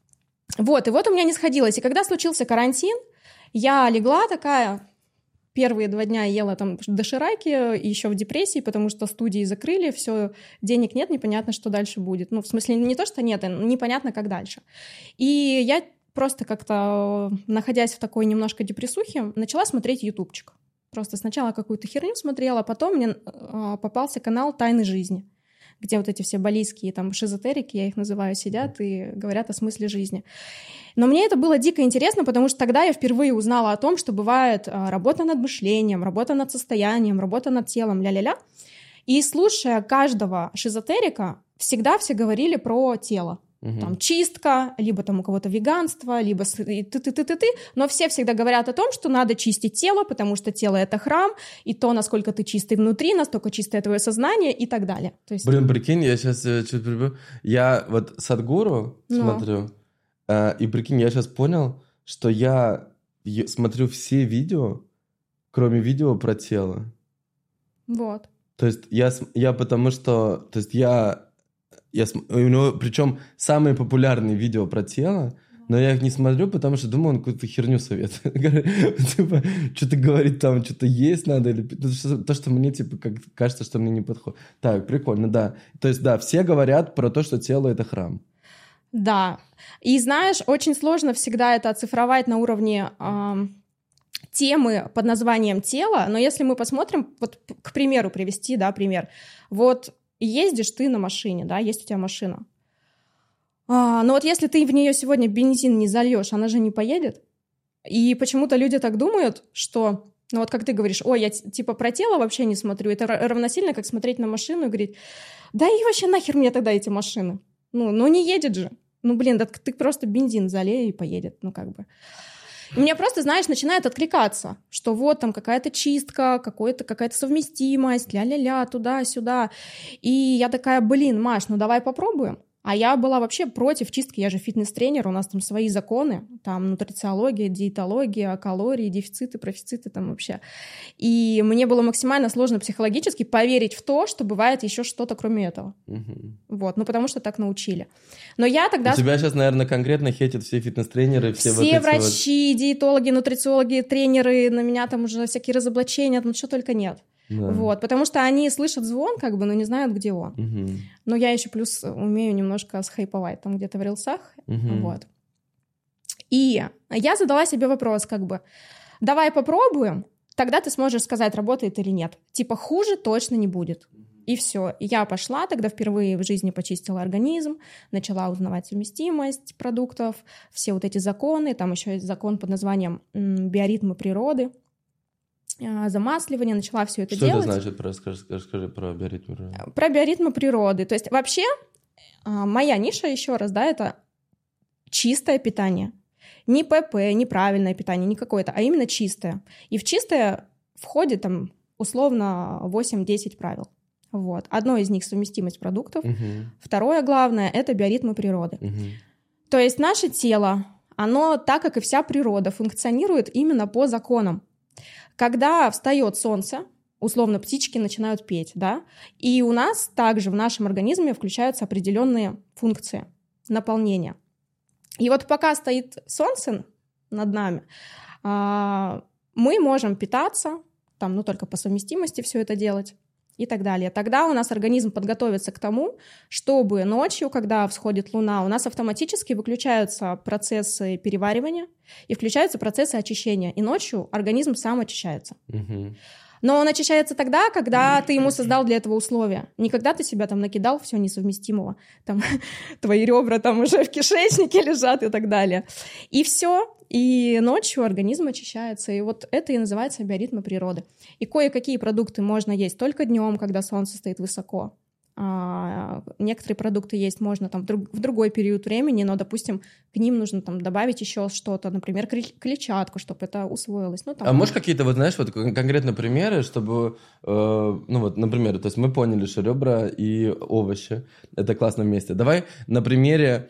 вот у меня не сходилось. И когда случился карантин, я легла такая, первые 2 дня ела там дошираки, еще в депрессии, потому что студии закрыли, все, денег нет, непонятно, что дальше будет. Ну, в смысле, не то, что нет, непонятно, как дальше. И я просто как-то, находясь в такой немножко депрессухе, начала смотреть ютубчик. Просто сначала какую-то херню смотрела, а потом мне попался канал «Тайны жизни», где вот эти все балийские там шизотерики, я их называю, сидят и говорят о смысле жизни. Но мне это было дико интересно, потому что тогда я впервые узнала о том, что бывает работа над мышлением, работа над состоянием, работа над телом, ля-ля-ля. И слушая каждого шизотерика, всегда все говорили про тело. Там чистка, либо там у кого-то веганство, либо ты, но все всегда говорят о том, что надо чистить тело, потому что тело — это храм, и то, насколько ты чистый внутри, настолько чистое твое сознание и так далее. То есть... Блин, прикинь, я сейчас чуть прибью. Я вот Садгуру смотрю, и прикинь, я сейчас понял, что я смотрю все видео, кроме видео про тело. Вот. То есть я потому что... То есть у него, причем самые популярные видео про тело, но я их не смотрю, потому что думаю, он какую-то херню советует. Типа, что-то говорит там, что-то есть надо, или то, что мне, типа, кажется, что мне не подходит. Так, прикольно, да. То есть, да, все говорят про то, что тело — это храм. Да. И знаешь, очень сложно всегда это оцифровать на уровне темы под названием «тело», но если мы посмотрим, вот к примеру привести, да, пример. Вот ездишь ты на машине, да, есть у тебя машина. Но вот если ты в нее сегодня бензин не зальешь, она же не поедет. И почему-то люди так думают, что, ну вот как ты говоришь, ой, я типа про тело вообще не смотрю. Это равносильно, как смотреть на машину и говорить, да и вообще нахер мне тогда эти машины? Ну не едет же. Ну блин, да ты просто бензин залей и поедет, ну как бы. И мне просто, знаешь, начинает откликаться, что вот там какая-то чистка, какая-то совместимость, ля-ля-ля, туда-сюда. И я такая, блин, Маш, ну давай попробуем. А я была вообще против чистки, я же фитнес-тренер, у нас там свои законы, там нутрициология, диетология, калории, дефициты, профициты там вообще. И мне было максимально сложно психологически поверить в то, что бывает еще что-то кроме этого. Вот, ну потому что так научили. Но я тогда... У тебя сейчас, наверное, конкретно хейтят все фитнес-тренеры, все вот эти врачи, диетологи, нутрициологи, тренеры, на меня там уже всякие разоблачения, там что только нет. Да. Вот, потому что они слышат звон, как бы, но не знают, где он. Но я еще плюс умею немножко схайповать там где-то в рилсах. Вот. И я задала себе вопрос, как бы, давай попробуем, тогда ты сможешь сказать, работает или нет. Типа хуже точно не будет. И все. Я пошла, тогда впервые в жизни почистила организм, начала узнавать совместимость продуктов, все вот эти законы, там еще есть закон под названием «Биоритмы природы», замасливание, начала все это делать. Что это значит? Расскажи про биоритмы природы. Про биоритмы природы. То есть вообще моя ниша, еще раз, да, это чистое питание. Не ПП, не правильное питание, не какое-то, а именно чистое. И в чистое входит там условно 8-10 правил. Вот. Одно из них — совместимость продуктов. Второе главное — это биоритмы природы. То есть наше тело, оно, так как и вся природа, функционирует именно по законам. Когда встает солнце, условно, птички начинают петь, да, и у нас также в нашем организме включаются определенные функции наполнения. И вот пока стоит солнце над нами, мы можем питаться, там, ну, только по совместимости все это делать и так далее. Тогда у нас организм подготовится к тому, чтобы ночью, когда всходит луна, у нас автоматически выключаются процессы переваривания и включаются процессы очищения. И ночью организм сам очищается. Но он очищается тогда, когда ты ему создал для этого условия. Не когда ты себя там накидал всего несовместимого. Там твои ребра там уже в кишечнике лежат и так далее. И все. И ночью организм очищается. И вот это и называется биоритмы природы. И кое-какие продукты можно есть только днем, когда солнце стоит высоко. Некоторые продукты есть можно там в другой период времени, но, допустим, к ним нужно там добавить еще что-то, например, клетчатку, чтобы это усвоилось. Ну, там, можешь какие-то, вот знаешь, вот конкретно примеры, чтобы, ну вот, например, то есть мы поняли, что ребра и овощи — это классно вместе. Давай на примере,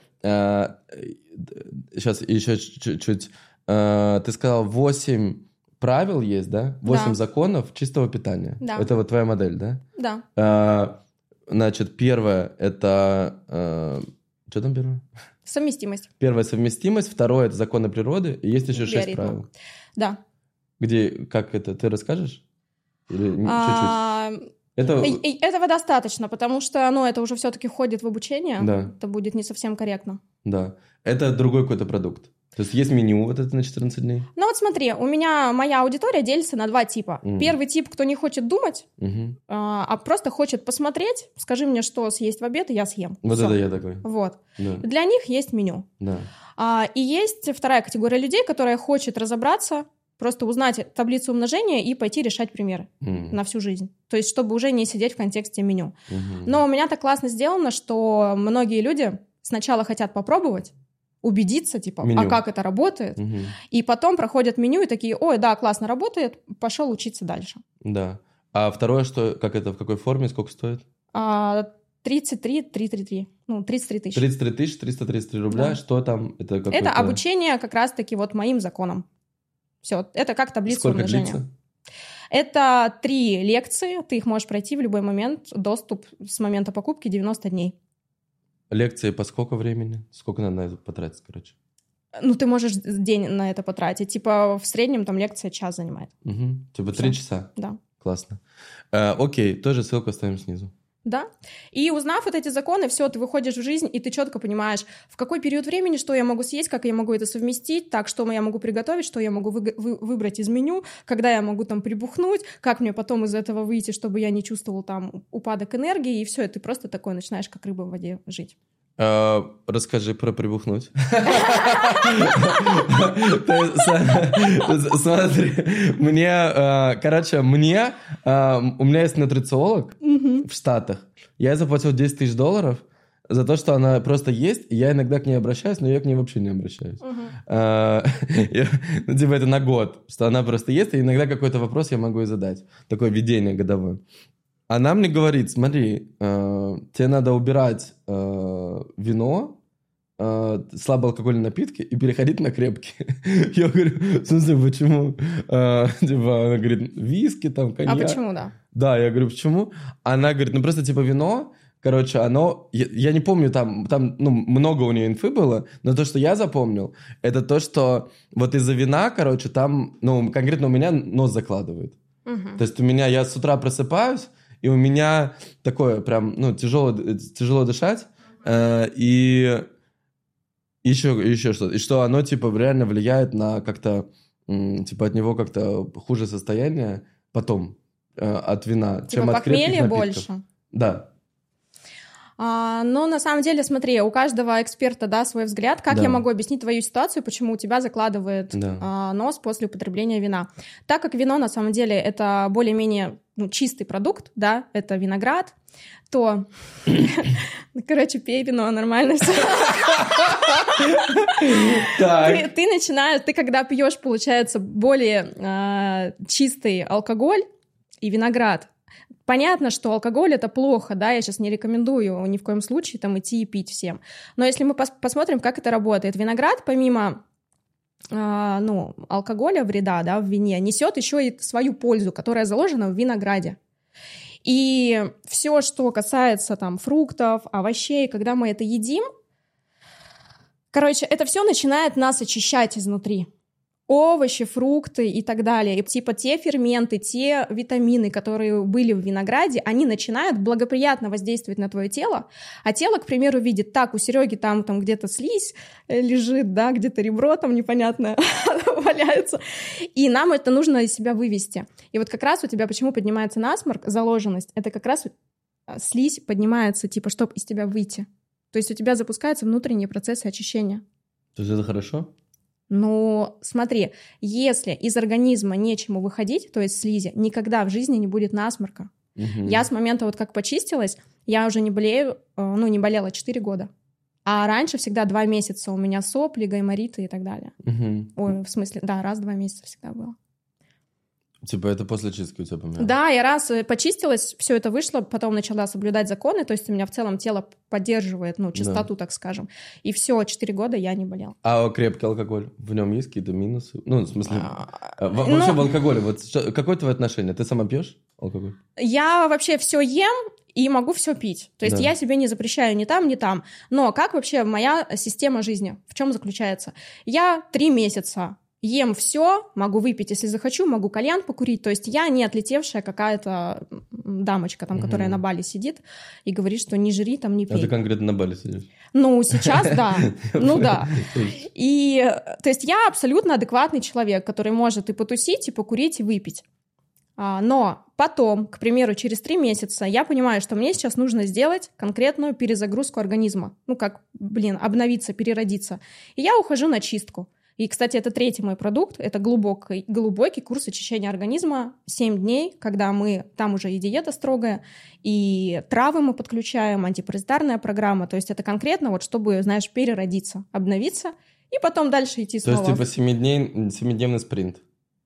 сейчас еще чуть-чуть, ты сказал, 8 правил есть, да? 8 законов чистого питания. Да. Это вот твоя модель, да? Да. Значит, первое — это... что там первое? Совместимость. Первое — совместимость, второе — это законы природы, и есть еще 6 правил. Да. Где, как это, ты расскажешь? Или чуть-чуть? Этого достаточно, потому что, ну, это уже все-таки входит в обучение. Да. Это будет не совсем корректно. Да. Это другой какой-то продукт. То есть есть меню вот это на 14 дней? Ну вот смотри, у меня моя аудитория делится на 2 типа. Первый тип, кто не хочет думать, а просто хочет посмотреть, скажи мне, что съесть в обед, и я съем. Вот Всё. это я такой. Вот. Да. Для них есть меню. Да. И есть вторая категория людей, которая хочет разобраться, просто узнать таблицу умножения и пойти решать примеры на всю жизнь. То есть чтобы уже не сидеть в контексте меню. Но у меня так классно сделано, что многие люди сначала хотят попробовать, убедиться, типа, меню. А как это работает, и потом проходят меню и такие, ой, да, классно работает, пошел учиться дальше. Да. А второе, что, как это, в какой форме, сколько стоит? 33 тысячи. 33 тысячи, 333 рубля, да. Что там? Это обучение как раз-таки вот моим законам. Все, это как таблица сколько умножения. Длится? Это 3 лекции, ты их можешь пройти в любой момент, доступ с момента покупки 90 дней. Лекции по сколько времени? Сколько надо на это потратить, короче? Ну, ты можешь день на это потратить. Типа, в среднем там лекция час занимает. Типа 3 часа? Да. Классно. Окей, тоже ссылку оставим снизу. Да. И узнав вот эти законы, все, ты выходишь в жизнь, и ты четко понимаешь, в какой период времени, что я могу съесть, как я могу это совместить, так, что я могу приготовить, что я могу выбрать из меню, когда я могу там прибухнуть, как мне потом из этого выйти, чтобы я не чувствовал там упадок энергии, и все, и ты просто такой начинаешь, как рыба в воде, жить. Расскажи про прибухнуть. Смотри, у меня есть нутрициолог в Штатах. Я ей заплатил $10 000 за то, что она просто есть, и я иногда к ней обращаюсь, но я к ней вообще не обращаюсь. Типа это на год, что она просто есть, и иногда какой-то вопрос я могу ей задать. Такое видение годовое. Она мне говорит, смотри, тебе надо убирать вино, слабоалкогольные напитки и переходить на крепкие. Я говорю, в смысле, почему? Типа, она говорит, виски, там, коньяк. А почему, да? Да, я говорю, почему? Она говорит, ну просто типа вино, короче, оно... Я не помню, там много у нее инфы было, но то, что я запомнил, это то, что вот из-за вина, короче, там, конкретно у меня нос закладывает. То есть я с утра просыпаюсь, и у меня такое прям, тяжело дышать, и еще что-то. И что оно, типа, реально влияет на как-то, типа, от него как-то хуже состояние потом от вина, типа чем от крепких напитков. больше? Да. Но на самом деле, смотри, у каждого эксперта, да, свой взгляд. Как я могу объяснить твою ситуацию, почему у тебя закладывает нос после употребления вина? Так как вино, на самом деле, это более-менее чистый продукт, да, это виноград, то, короче, пей вино, нормально все. Ты когда пьешь, получается, более чистый алкоголь и виноград. Понятно, что алкоголь — это плохо, да, я сейчас не рекомендую ни в коем случае там идти и пить всем. Но если мы посмотрим, как это работает, виноград, помимо алкоголя, вреда, да, в вине, несет еще и свою пользу, которая заложена в винограде. И все, что касается там фруктов, овощей, когда мы это едим, короче, это все начинает нас очищать изнутри. Овощи, фрукты и так далее. И типа те ферменты, те витамины, которые были в винограде, они начинают благоприятно воздействовать на твое тело, а тело, к примеру, видит, так, у Сереги там где-то слизь лежит, да, где-то ребро там непонятно валяется, и нам это нужно из себя вывести. И вот как раз у тебя почему поднимается насморк, заложенность, это как раз слизь поднимается, типа, чтобы из тебя выйти. То есть у тебя запускаются внутренние процессы очищения. То есть это хорошо? Ну, смотри, если из организма нечему выходить, то есть слизи, никогда в жизни не будет насморка. Я с момента вот как почистилась, я уже не болею, не болела 4 года. А раньше всегда 2 месяца у меня сопли, гаймориты и так далее. Ой, в смысле, да, раз в 2 месяца всегда было. Типа это после чистки у тебя поменялось? Да, я раз почистилась, все это вышло, потом начала соблюдать законы, то есть у меня в целом тело поддерживает, чистоту, так скажем. И все, 4 года я не болела. А крепкий алкоголь, в нем есть какие-то минусы? В смысле, вообще в алкоголе, вот какое твое отношение? Ты сама пьешь алкоголь? Я вообще все ем и могу все пить. То есть я себе не запрещаю ни там, ни там. Но как вообще моя система жизни? В чем заключается? Я 3 месяца ем все, могу выпить, если захочу, могу кальян покурить. То есть я не отлетевшая какая-то дамочка, там, которая на Бали сидит и говорит, что не жри, там, не пей. А ты конкретно на Бали сидишь? Сейчас да. Да. И, то есть я абсолютно адекватный человек, который может и потусить, и покурить, и выпить. Но потом, к примеру, через 3 месяца я понимаю, что мне сейчас нужно сделать конкретную перезагрузку организма. Обновиться, переродиться. И я ухожу на чистку. И, кстати, это 3-й мой продукт, это глубокий курс очищения организма, 7 дней, когда там уже и диета строгая, и травы мы подключаем, антипаразитарная программа, то есть это конкретно чтобы, знаешь, переродиться, обновиться, и потом дальше идти снова. То есть типа 7-дневный спринт?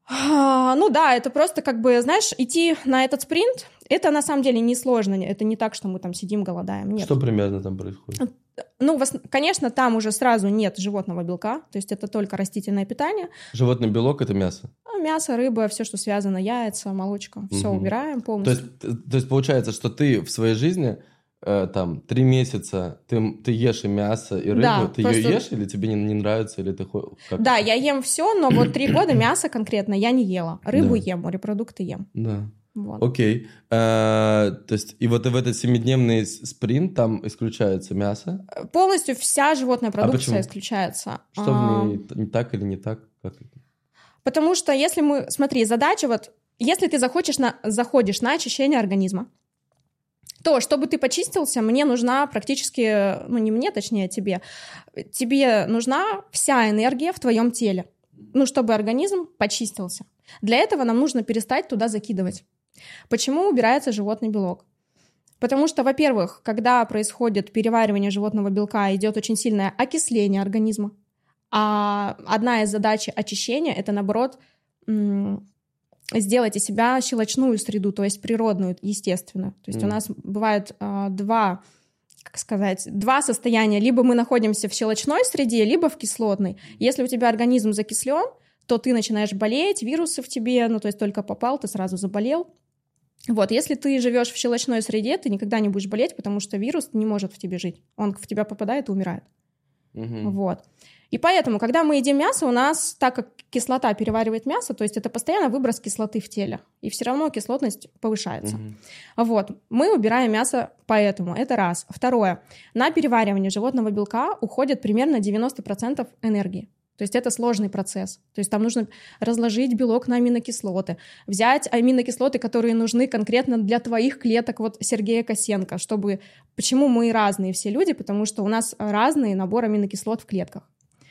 Да, это просто знаешь, идти на этот спринт, это на самом деле несложно, это не так, что мы там сидим, голодаем, нет. Что примерно там происходит? Конечно, там уже сразу нет животного белка, то есть это только растительное питание. Животный белок — это мясо? Мясо, рыба, все, что связано, яйца, молочка, все убираем полностью. То есть получается, что ты в своей жизни 3 месяца ты ешь и мясо, и рыбу, да, ты ее ешь, или тебе не нравится, или ты как? Да, я ем все, но 3 года мясо конкретно я не ела. Рыбу ем, морепродукты ем. Да. Вот. Окей. То есть и вот в этот 7-дневный спринт там исключается мясо? Полностью вся животная продукция почему? исключается. Что в ней не так или не так? Как это? Потому что если мы... Смотри, задача вот... Если ты заходишь на очищение организма, то, чтобы ты почистился, мне нужна практически... Ну, не мне, точнее, тебе. Тебе нужна вся энергия в твоем теле. Ну, чтобы организм почистился. Для этого нам нужно перестать туда закидывать. Почему убирается животный белок? Потому что, во-первых, когда происходит переваривание животного белка, идет очень сильное окисление организма. А одна из задач очищения — это, наоборот, сделать из себя щелочную среду, то есть природную, естественную. То есть у нас бывает два состояния. Либо мы находимся в щелочной среде, либо в кислотной. Если у тебя организм закислен, то ты начинаешь болеть, вирусы в тебе, ну, то есть только попал, ты сразу заболел. Вот, если ты живешь в щелочной среде, ты никогда не будешь болеть, потому что вирус не может в тебе жить. Он в тебя попадает и умирает. Вот. И поэтому, когда мы едим мясо, у нас, так как кислота переваривает мясо, то есть это постоянно выброс кислоты в теле, и все равно кислотность повышается. Вот. Мы убираем мясо поэтому. Это раз. Второе. На переваривание животного белка уходит примерно 90% энергии. То есть это сложный процесс. То есть там нужно разложить белок на аминокислоты, взять аминокислоты, которые нужны конкретно для твоих клеток, вот Сергея Косенко, чтобы... Почему мы разные все люди? Потому что у нас разный набор аминокислот в клетках.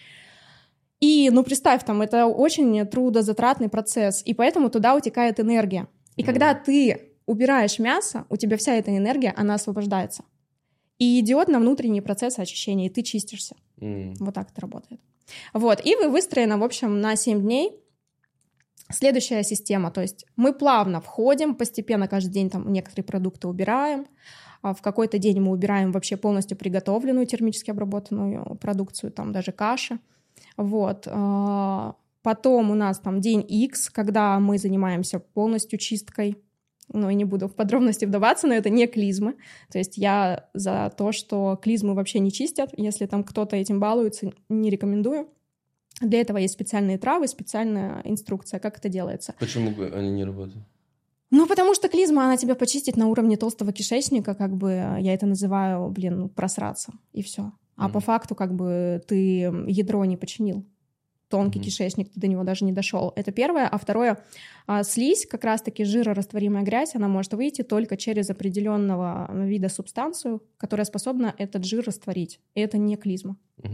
И, ну, представь, там, это очень трудозатратный процесс, и поэтому туда утекает энергия. И когда ты убираешь мясо, у тебя вся эта энергия, она освобождается. И идет на внутренний процесс очищения, и ты чистишься. Вот так это работает. Вот, и выстроена, в общем, на 7 дней следующая система, то есть мы плавно входим, постепенно каждый день там некоторые продукты убираем, в какой-то день мы убираем вообще полностью приготовленную термически обработанную продукцию, там даже каши, вот. Потом у нас там день X, когда мы занимаемся полностью чисткой, ну, и не буду в подробности вдаваться, но это не клизмы. То есть я за то, что клизмы вообще не чистят. Если там кто-то этим балуется, не рекомендую. Для этого есть специальные травы, специальная инструкция, как это делается. Почему они не работают? Ну, потому что клизма, она тебя почистит на уровне толстого кишечника, как бы я это называю, просраться, и все. А по факту, как бы, ты ядро не починил. Тонкий кишечник, ты до него даже не дошел. Это первое. А второе, слизь, как раз-таки жирорастворимая грязь, она может выйти только через определенного вида субстанцию, которая способна этот жир растворить. И это не клизма.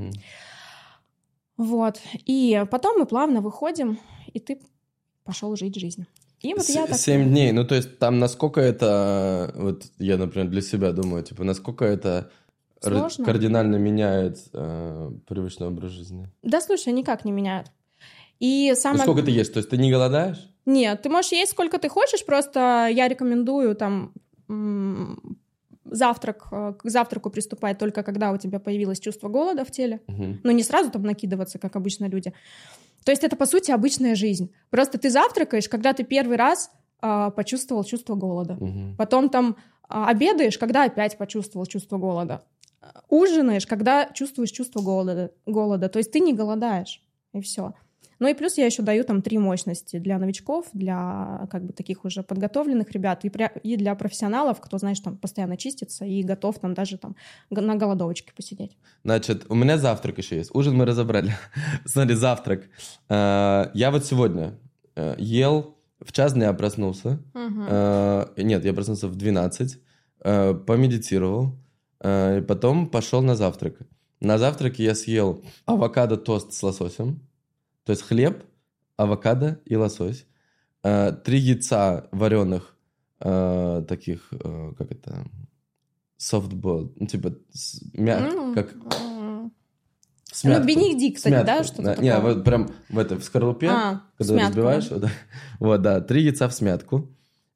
Вот. И потом мы плавно выходим, и ты пошел жить жизнью. И вот я так... 7 дней. Ну, то есть там насколько это... Вот я, например, для себя думаю, типа, насколько это... Сложно. Кардинально меняет привычный образ жизни? Да, слушай, никак не меняют. И самое... Сколько ты ешь? То есть ты не голодаешь? Нет, ты можешь есть сколько ты хочешь, просто я рекомендую там к завтраку приступать только когда у тебя появилось чувство голода в теле. Но не сразу там накидываться, как обычно люди. То есть это, по сути, обычная жизнь. Просто ты завтракаешь, когда ты первый раз почувствовал чувство голода. Потом там обедаешь, когда опять почувствовал чувство голода. Ужинаешь, когда чувствуешь чувство голода. То есть ты не голодаешь, и все. Ну и плюс я еще даю там 3 мощности для новичков, для как бы таких уже подготовленных ребят и для профессионалов, кто, знаешь, там постоянно чистится и готов там даже там на голодовочке посидеть. Значит, у меня завтрак еще есть. Ужин мы разобрали. Смотри, завтрак. Я вот сегодня ел, в час дня проснулся. Нет, я проснулся в 12, помедитировал, и потом пошел на завтрак. На завтраке я съел авокадо-тост с лососем, то есть хлеб, авокадо и лосось. 3 яйца вареных, таких, как это, softball, ну, типа, как... Ну, бенедикт, кстати, да, что-то такое? Не, вот прям в скорлупе, когда разбиваешь. Вот, да, 3 яйца в смятку.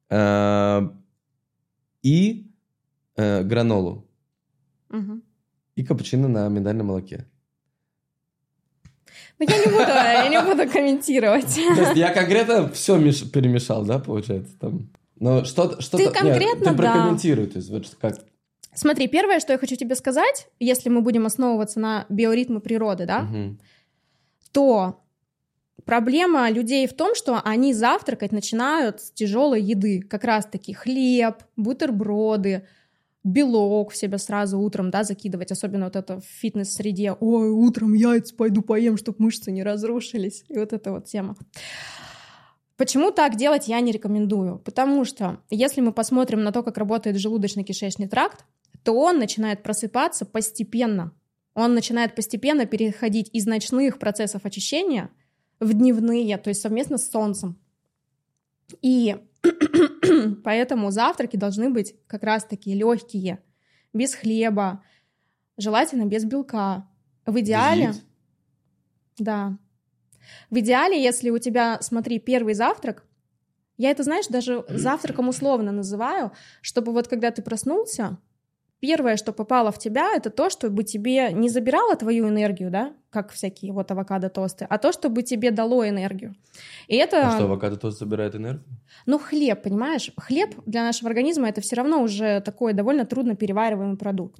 И гранолу. И капучино на миндальном молоке. Ну, я не буду комментировать. То есть я конкретно все перемешал, да, получается? Там. Но что-то... Ты конкретно, ты прокомментируй, то есть вот как... Смотри, первое, что я хочу тебе сказать, если мы будем основываться на биоритмы природы, да, то Проблема людей в том, что они завтракать начинают с тяжелой еды. Как раз-таки хлеб, бутерброды, белок в себя сразу утром, да, закидывать. Особенно вот это в фитнес-среде. Ой, утром яйца пойду поем, чтобы мышцы не разрушились. И вот эта вот тема. Почему так делать я не рекомендую? Потому что если мы посмотрим на то, как работает желудочно-кишечный тракт, то он начинает просыпаться постепенно. Он начинает постепенно переходить из ночных процессов очищения в дневные, то есть совместно с солнцем. И поэтому завтраки должны быть как раз-таки легкие, без хлеба, желательно без белка. В идеале... Без яиц? Да. В идеале, если у тебя, смотри, первый завтрак, я это, знаешь, даже завтраком условно называю, чтобы вот когда ты проснулся, первое, что попало в тебя, это то, чтобы тебе не забирало твою энергию, да, как всякие вот авокадо-тосты, а то, чтобы тебе дало энергию. И это... А что, авокадо-тост забирает энергию? Ну, хлеб, понимаешь? Хлеб для нашего организма — это все равно уже такой довольно трудно перевариваемый продукт.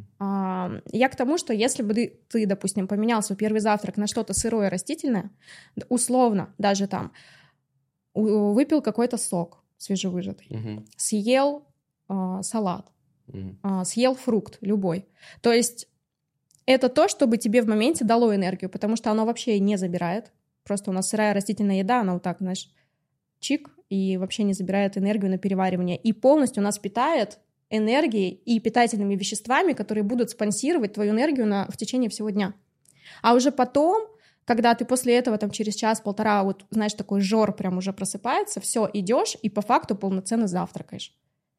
Я к тому, что если бы ты, допустим, поменял свой первый завтрак на что-то сырое растительное, условно, даже там, выпил какой-то сок свежевыжатый, съел салат, съел фрукт любой. То есть это то, чтобы тебе в моменте дало энергию, потому что оно вообще не забирает. Просто у нас сырая растительная еда, она вот так, знаешь, чик, и вообще не забирает энергию на переваривание. И полностью нас питает энергией и питательными веществами, которые будут спонсировать твою энергию в течение всего дня. А уже потом, когда ты после этого там через час-полтора, вот, знаешь, такой жор прям уже просыпается, все, идешь и по факту полноценно завтракаешь.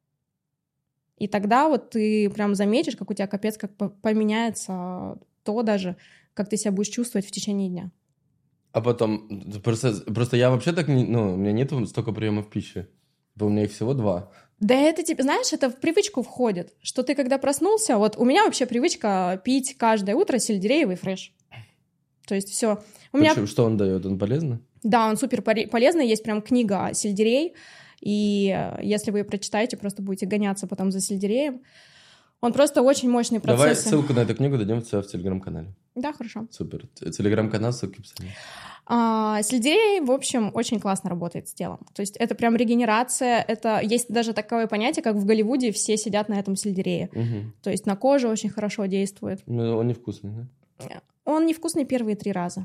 И тогда вот ты прям заметишь, как у тебя капец как поменяется то даже, как ты себя будешь чувствовать в течение дня. А потом, просто я вообще так, у меня нет столько приемов пищи. У меня их всего 2. Да это тебе, знаешь, это в привычку входит, что ты когда проснулся, вот у меня вообще привычка пить каждое утро сельдереевый фреш. То есть все. Что он дает? Он полезный? Да, он супер полезный, есть прям книга «Сельдерей», и если вы ее прочитаете, просто будете гоняться потом за сельдереем. Он просто очень мощный процесс. Давай ссылку на эту книгу дадим у тебя в Телеграм-канале. Да, хорошо. Супер. Телеграм-канал, ссылки в описании. Сельдерей, в общем, очень классно работает с телом. То есть это прям регенерация. Есть даже такое понятие, как в Голливуде все сидят на этом сельдерее. То есть на кожу очень хорошо действует. Ну, он невкусный, да? Он невкусный первые 3 раза.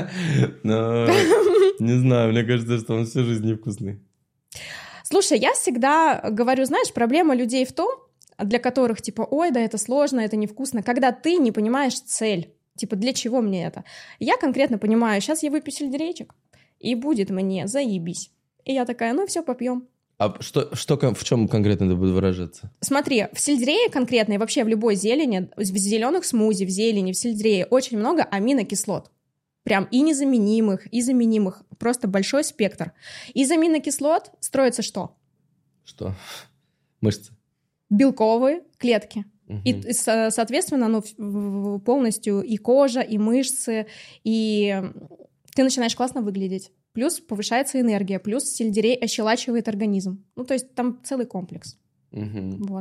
Не знаю, мне кажется, что он всю жизнь невкусный. Слушай, я всегда говорю, знаешь, проблема людей в том, для которых типа, ой, да это сложно, это невкусно, когда ты не понимаешь цель, типа, для чего мне это? Я конкретно понимаю, сейчас я выпью сельдерейчик, и будет мне заебись. И я такая, ну все, попьем. А в чем конкретно это будет выражаться? Смотри, в сельдерее конкретно, и вообще в любой зелени, в зеленых смузи, в зелени, в сельдерее очень много аминокислот. Прям и незаменимых, и заменимых. Просто большой спектр. Из аминокислот строится что? Что? Мышцы. Белковые клетки. И, соответственно, полностью и кожа, и мышцы, и ты начинаешь классно выглядеть. Плюс повышается энергия, плюс сельдерей ощелачивает организм. Ну, то есть там целый комплекс. Вот.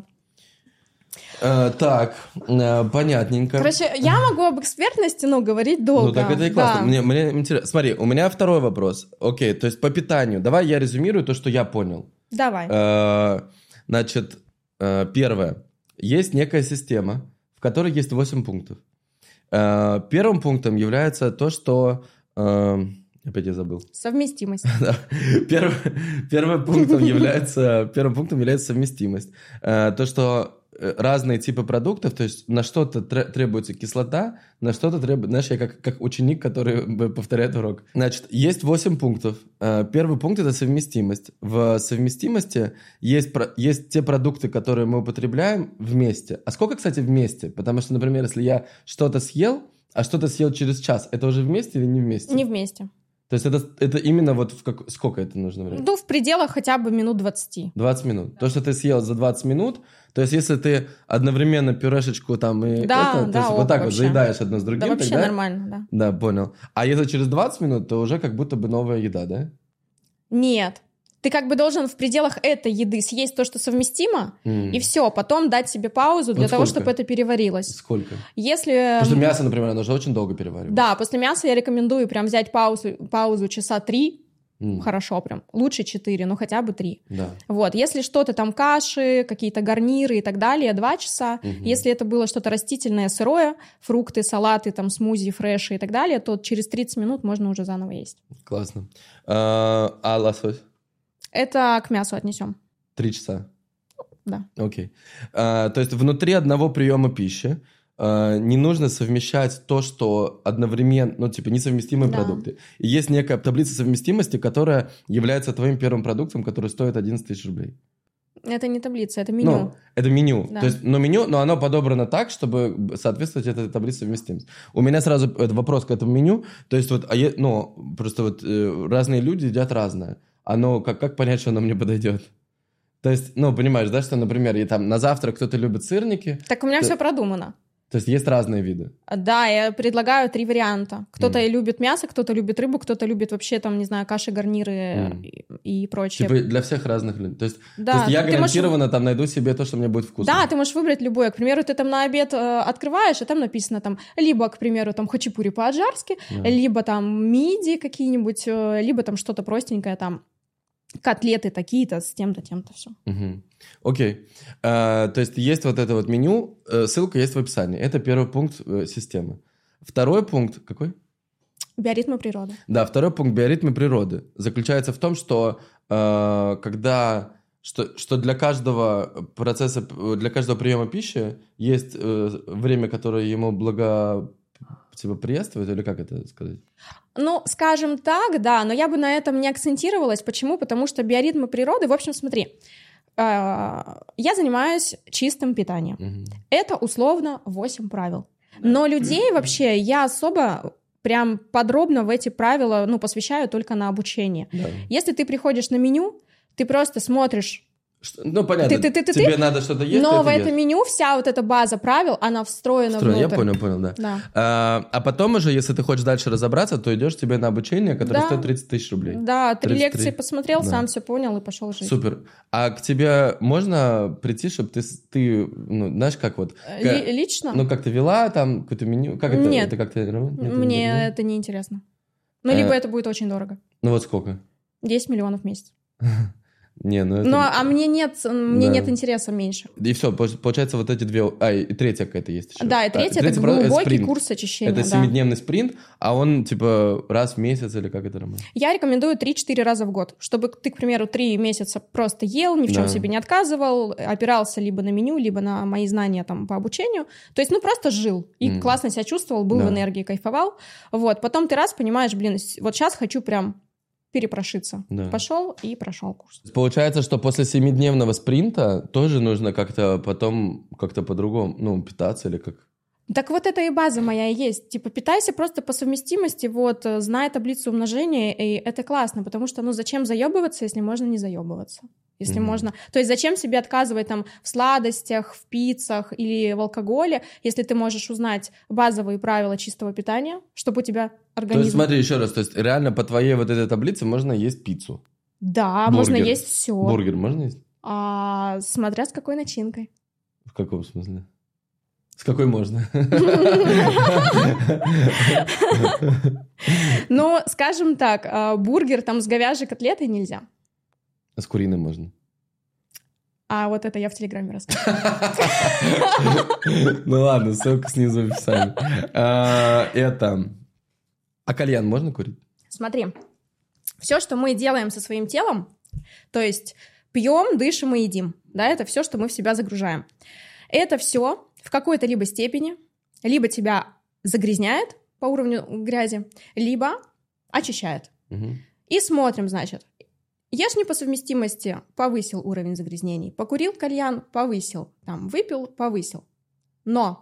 Так, понятненько. Короче, я могу об экспертности, говорить долго. Ну, так это и классно. Да. Мне интересно. Смотри, у меня второй вопрос. Окей, то есть по питанию. Давай я резюмирую то, что я понял. Давай. Значит, первое. Есть некая система, в которой есть 8 пунктов. Первым пунктом является то, что... Опять я забыл. Совместимость. Первым пунктом является совместимость. То, что разные типы продуктов, то есть на что-то требуется кислота, на что-то требуется... Знаешь, я как ученик, который повторяет урок. Значит, есть 8 пунктов. Первый пункт — это совместимость. В совместимости есть те продукты, которые мы употребляем вместе. А сколько, кстати, вместе? Потому что, например, если я что-то съел, а что-то съел через час, это уже вместе или не вместе? Не вместе. То есть это именно вот сколько это нужно времени? Ну, в пределах хотя бы минут 20. 20 минут. Да. То, что ты съел за 20 минут, то есть если ты одновременно пюрешечку там и то есть вот так вообще. Вот заедаешь одно с другим, да, вообще тогда... нормально, да. Да, понял. А если через 20 минут, то уже как будто бы новая еда, да? Нет. Ты как бы должен в пределах этой еды съесть то, что совместимо, и все, потом дать себе паузу для того, чтобы это переварилось. Сколько? Если... Потому что мясо, например, оно же очень долго переваривается. Да, после мяса я рекомендую прям взять паузу часа 3, хорошо прям, лучше 4, но хотя бы 3. Да. Вот, если что-то там каши, какие-то гарниры и так далее, 2 часа. Если это было что-то растительное, сырое, фрукты, салаты, там, смузи, фреши и так далее, то через 30 минут можно уже заново есть. Классно. А лосось? Это к мясу отнесем. 3 часа? Да. Окей. То есть внутри одного приема пищи не нужно совмещать то, что одновременно, ну, типа, несовместимые продукты. И есть некая таблица совместимости, которая является твоим первым продуктом, который стоит 11 тысяч рублей. Это не таблица, это меню. Ну, это меню. Да. То есть, меню, но оно подобрано так, чтобы соответствовать этой таблице совместимости. У меня сразу вопрос к этому меню. То есть, вот, просто вот разные люди едят разное. Оно, как понять, что оно мне подойдет? То есть, понимаешь, да, что, например, там на завтрак кто-то любит сырники. Так у меня все продумано. То есть есть разные виды? Да, я предлагаю 3 варианта. Кто-то любит мясо, кто-то любит рыбу, кто-то любит вообще, там, не знаю, каши, гарниры и прочее. Типа для всех разных людей. То есть Да, я гарантированно там найду себе то, что мне будет вкусно. Да, ты можешь выбрать любое. К примеру, ты там на обед открываешь, и там написано там либо, к примеру, там хачапури по-аджарски, либо там миди какие-нибудь, либо там что-то простенькое, там котлеты такие-то с тем-то, тем-то, все. Окей. То есть есть вот это вот меню, ссылка есть в описании. Это первый пункт системы. Второй пункт какой? Биоритмы природы. Да, второй пункт биоритмы природы заключается в том, что что для каждого процесса, для каждого приема пищи есть время, которое ему приветствует, или как это сказать? Ну, скажем так, да, но я бы на этом не акцентировалась. Почему? Потому что биоритмы природы, в общем, смотри, я занимаюсь чистым питанием. Это условно 8 правил. Но людей вообще я особо прям подробно в эти правила, посвящаю только на обучение. Да. Если ты приходишь на меню, ты просто смотришь. Понятно, тебе надо что-то есть. Но в это меню вся вот эта база правил, она встроена внутрь. Я понял, да. А потом уже, если ты хочешь дальше разобраться, то идешь тебе на обучение, которое стоит 30 тысяч рублей. Да, 3 лекции посмотрел, сам все понял и пошел жить. Супер. А к тебе можно прийти, чтобы ты знаешь, как вот... Лично? Как ты вела там какое-то меню? Как это? Нет, это как-то... мне это неинтересно. Либо это будет очень дорого. Вот сколько? 10 миллионов в месяц. Не, мне нет интереса меньше. И все, получается, вот эти 2... и третья какая-то есть еще. Да, и третья это глубокий курс очищения. Это 7-дневный спринт, а он типа раз в месяц или как это работает? Я рекомендую 3-4 раза в год, чтобы ты, к примеру, 3 месяца просто ел, ни в чем себе не отказывал, опирался либо на меню, либо на мои знания там по обучению. То есть, просто жил и классно себя чувствовал, был в энергии, кайфовал. Вот, потом ты раз понимаешь, вот сейчас хочу прям перепрошиться. Да. Пошел и прошел курс. Получается, что после 7-дневного спринта тоже нужно как-то потом по-другому, питаться или как? Так вот это и база моя и есть. Типа питайся просто по совместимости, знай таблицу умножения, и это классно, потому что, зачем заебываться, если можно не заебываться? Если можно... То есть зачем себе отказывать там в сладостях, в пиццах или в алкоголе, если ты можешь узнать базовые правила чистого питания, чтобы у тебя организм... То есть смотри еще раз, то есть реально по твоей вот этой таблице можно есть пиццу? Да, можно есть все. Бургер можно есть? Смотря с какой начинкой. В каком смысле? С какой можно? Скажем так, бургер там с говяжьей котлетой нельзя. А с куриной можно? А вот это я в Телеграме рассказываю. Ладно, ссылка снизу в описании. А кальян можно курить? Смотри, все, что мы делаем со своим телом, то есть пьем, дышим и едим, да, это все, что мы в себя загружаем. Это все в какой-то либо степени либо тебя загрязняет по уровню грязи, либо очищает. И смотрим, значит, ешь не по совместимости, повысил уровень загрязнений, покурил кальян, повысил, выпил, повысил. Но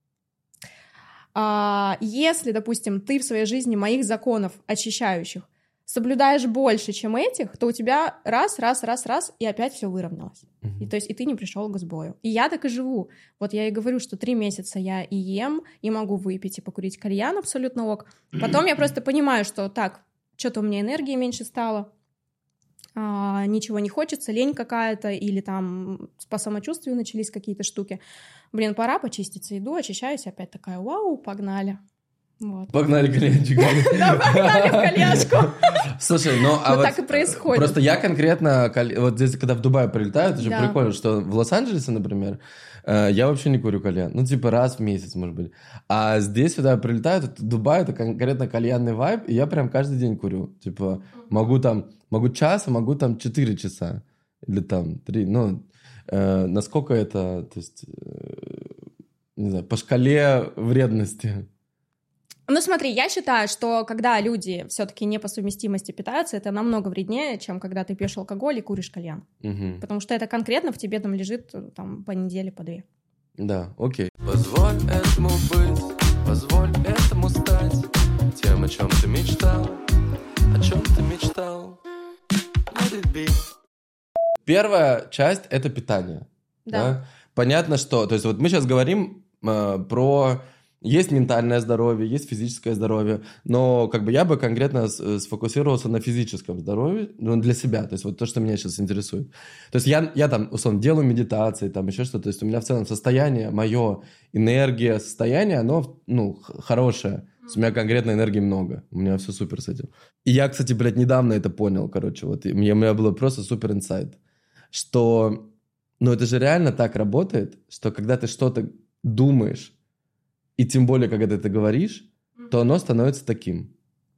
если, допустим, ты в своей жизни моих законов очищающих соблюдаешь больше, чем этих, то у тебя раз, и опять все выровнялось. И, то есть, и ты не пришел к сбою. И я так и живу. Вот я и говорю, что 3 месяца я и ем, и могу выпить, и покурить кальян абсолютно ок. Потом я просто понимаю, что так, что-то у меня энергии меньше стало, ничего не хочется, лень какая-то, или там по самочувствию начались какие-то штуки. Блин, пора почиститься. Иду, очищаюсь, опять такая, вау, погнали. Вот. Погнали кальянчик. Да, погнали в кальяшку. Слушай, ну а Вот вот так и происходит. просто я конкретно, вот здесь, когда в Дубай прилетаю, это же Да. прикольно, что в Лос-Анджелесе, например, я вообще не курю кальян. Ну, типа раз в месяц, может быть. А здесь, когда я прилетаю, то Дубай — это конкретно кальянный вайб, и я прям каждый день курю. Типа могу час, а могу там 4 часа. Или там 3. Ну, насколько это, то есть, не знаю, по шкале вредности. Ну, смотри, я считаю, что когда люди все-таки не по совместимости питаются, это намного вреднее, чем когда ты пьешь алкоголь и куришь кальян. Угу. Потому что это конкретно в тебе там лежит там, по неделе, по 2. Да, окей. Позволь этому быть, позволь этому стать тем, о чем ты мечтал, о чем ты мечтал. Let it be. Первая часть — это питание. Да. Понятно, что... То есть вот мы сейчас говорим про... Есть ментальное здоровье, есть физическое здоровье, но как бы я бы конкретно сфокусировался на физическом здоровье, ну, для себя, то есть вот то, что меня сейчас интересует. То есть я там, условно, делаю медитации, там еще что-то, то есть у меня в целом состояние, мое энергия, состояние, оно, ну, хорошее. То есть у меня конкретно энергии много, у меня все супер с этим. И я, кстати, недавно это понял, короче, вот, у меня было просто супер инсайт, что, ну, это же реально так работает, что когда ты что-то думаешь, и тем более, когда ты это говоришь, то оно становится таким.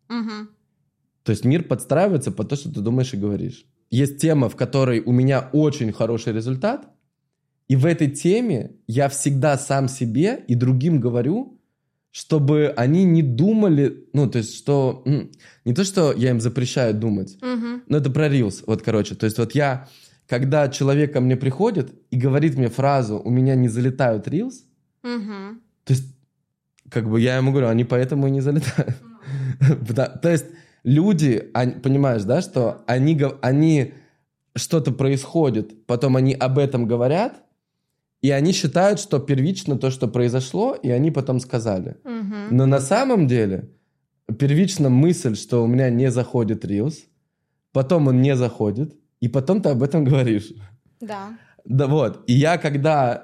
То есть мир подстраивается под то, что ты думаешь и говоришь. Есть тема, в которой у меня очень хороший результат, и в этой теме я всегда сам себе и другим говорю, чтобы они не думали, ну, то есть, что... Не то, что я им запрещаю думать, но это про Reels, вот, короче. То есть вот я, когда человек ко мне приходит и говорит мне фразу «у меня не залетают Reels», то есть как бы я ему говорю, они поэтому и не залетают. То есть люди, понимаешь, да, что они что-то происходит, потом они об этом говорят, и они считают, что первично то, что произошло, и они потом сказали. Но на самом деле первично мысль, что у меня не заходит Reels, потом он не заходит, и потом ты об этом говоришь. Да. Да, вот. И я, когда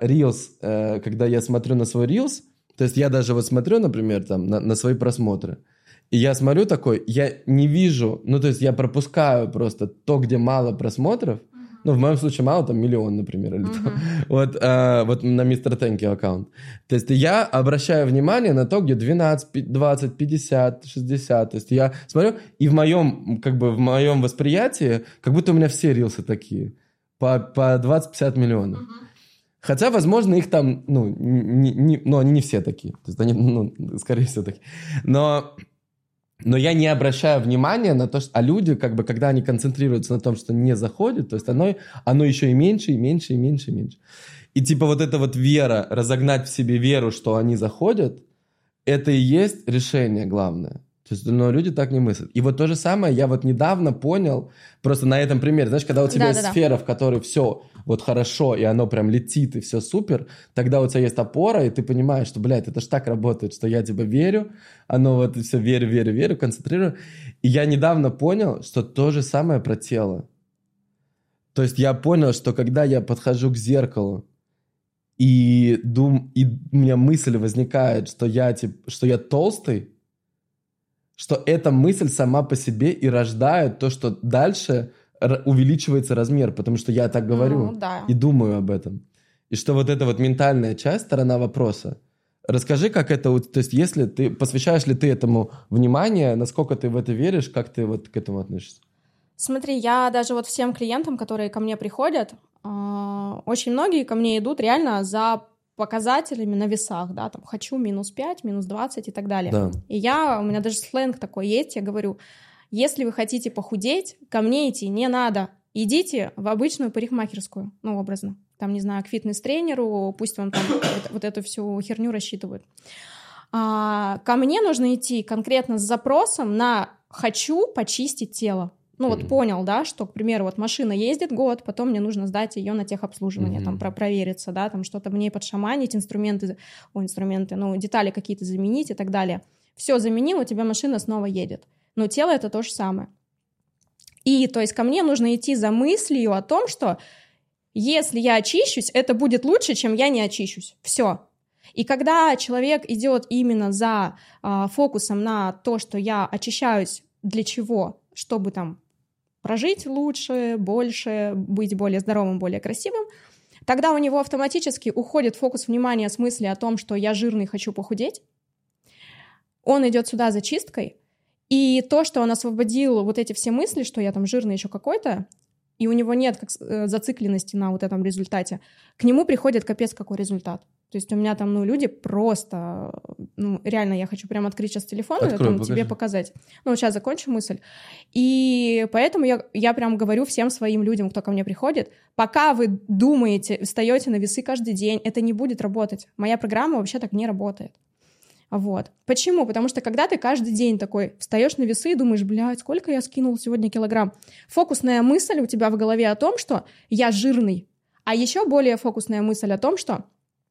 я смотрю на свой Reels, то есть я даже вот смотрю, например, там, на свои просмотры, и я смотрю такой, я не вижу, ну, то есть я пропускаю просто то, где мало просмотров, ну, в моем случае мало, там, 1 миллион, например, или там, вот на Mr. Thank You аккаунт. То есть я обращаю внимание на то, где 12, 20, 50, 60, то есть я смотрю, и в моем восприятии, как будто у меня все рилсы такие, по 20-50 миллионов. Хотя, возможно, их там, ну, они не все такие. То есть они, ну, скорее всего, такие. Но я не обращаю внимания на то, что... А люди, как бы, когда они концентрируются на том, что не заходит, то есть оно еще и меньше, и меньше, и меньше, и меньше. И типа вот эта вот вера, разогнать в себе веру, что они заходят, это и есть решение главное. То есть, но люди так не мыслят. И вот то же самое я вот недавно понял, просто на этом примере, знаешь, когда у тебя есть сфера, в которой все вот хорошо, и оно прям летит, и все супер, тогда у тебя есть опора, и ты понимаешь, что, блядь, это ж так работает, что я типа верю, оно вот все верю, концентрирую. И я недавно понял, что то же самое про тело. То есть я понял, что когда я подхожу к зеркалу, и у меня мысль возникает, что я толстый, что эта мысль сама по себе и рождает то, что дальше увеличивается размер, потому что я так говорю и думаю об этом. И что вот эта вот ментальная часть, сторона вопроса. Расскажи, как это... То есть если ты... Посвящаешь ли ты этому внимание, насколько ты в это веришь, как ты вот к этому относишься? Смотри, я даже вот всем клиентам, которые ко мне приходят, очень многие ко мне идут реально за показателями на весах, да, там, хочу -5, -20 и так далее. Да. И у меня даже сленг такой есть, я говорю, если вы хотите похудеть, ко мне идти не надо, идите в обычную парикмахерскую, ну, образно, там, не знаю, к фитнес-тренеру, пусть он там вот эту всю херню рассчитывает. Ко мне нужно идти конкретно с запросом на «хочу почистить тело». Ну, вот понял, да, что, к примеру, вот машина ездит год, потом мне нужно сдать ее на техобслуживание, там, провериться, да, там, что-то в ней подшаманить, детали какие-то заменить и так далее. Все заменил, у тебя машина снова едет. Но тело — это то же самое. И, то есть, ко мне нужно идти за мыслью о том, что если я очищусь, это будет лучше, чем я не очищусь. Все. И когда человек идет именно за фокусом на то, что я очищаюсь, для чего? Чтобы там прожить лучше, больше, быть более здоровым, более красивым, тогда у него автоматически уходит фокус внимания с мысли о том, что я жирный, хочу похудеть. Он идет сюда за чисткой, и то, что он освободил вот эти все мысли, что я там жирный еще какой-то, и у него нет зацикленности на вот этом результате, к нему приходит капец какой результат. То есть у меня там, люди просто... реально, я хочу прямо открыть сейчас телефон и тебе показать. Сейчас закончу мысль. И поэтому я прям говорю всем своим людям, кто ко мне приходит, пока вы думаете, встаете на весы каждый день, это не будет работать. Моя программа вообще так не работает. Вот. Почему? Потому что когда ты каждый день такой встаешь на весы и думаешь, блядь, сколько я скинул сегодня килограмм, фокусная мысль у тебя в голове о том, что я жирный, а еще более фокусная мысль о том, что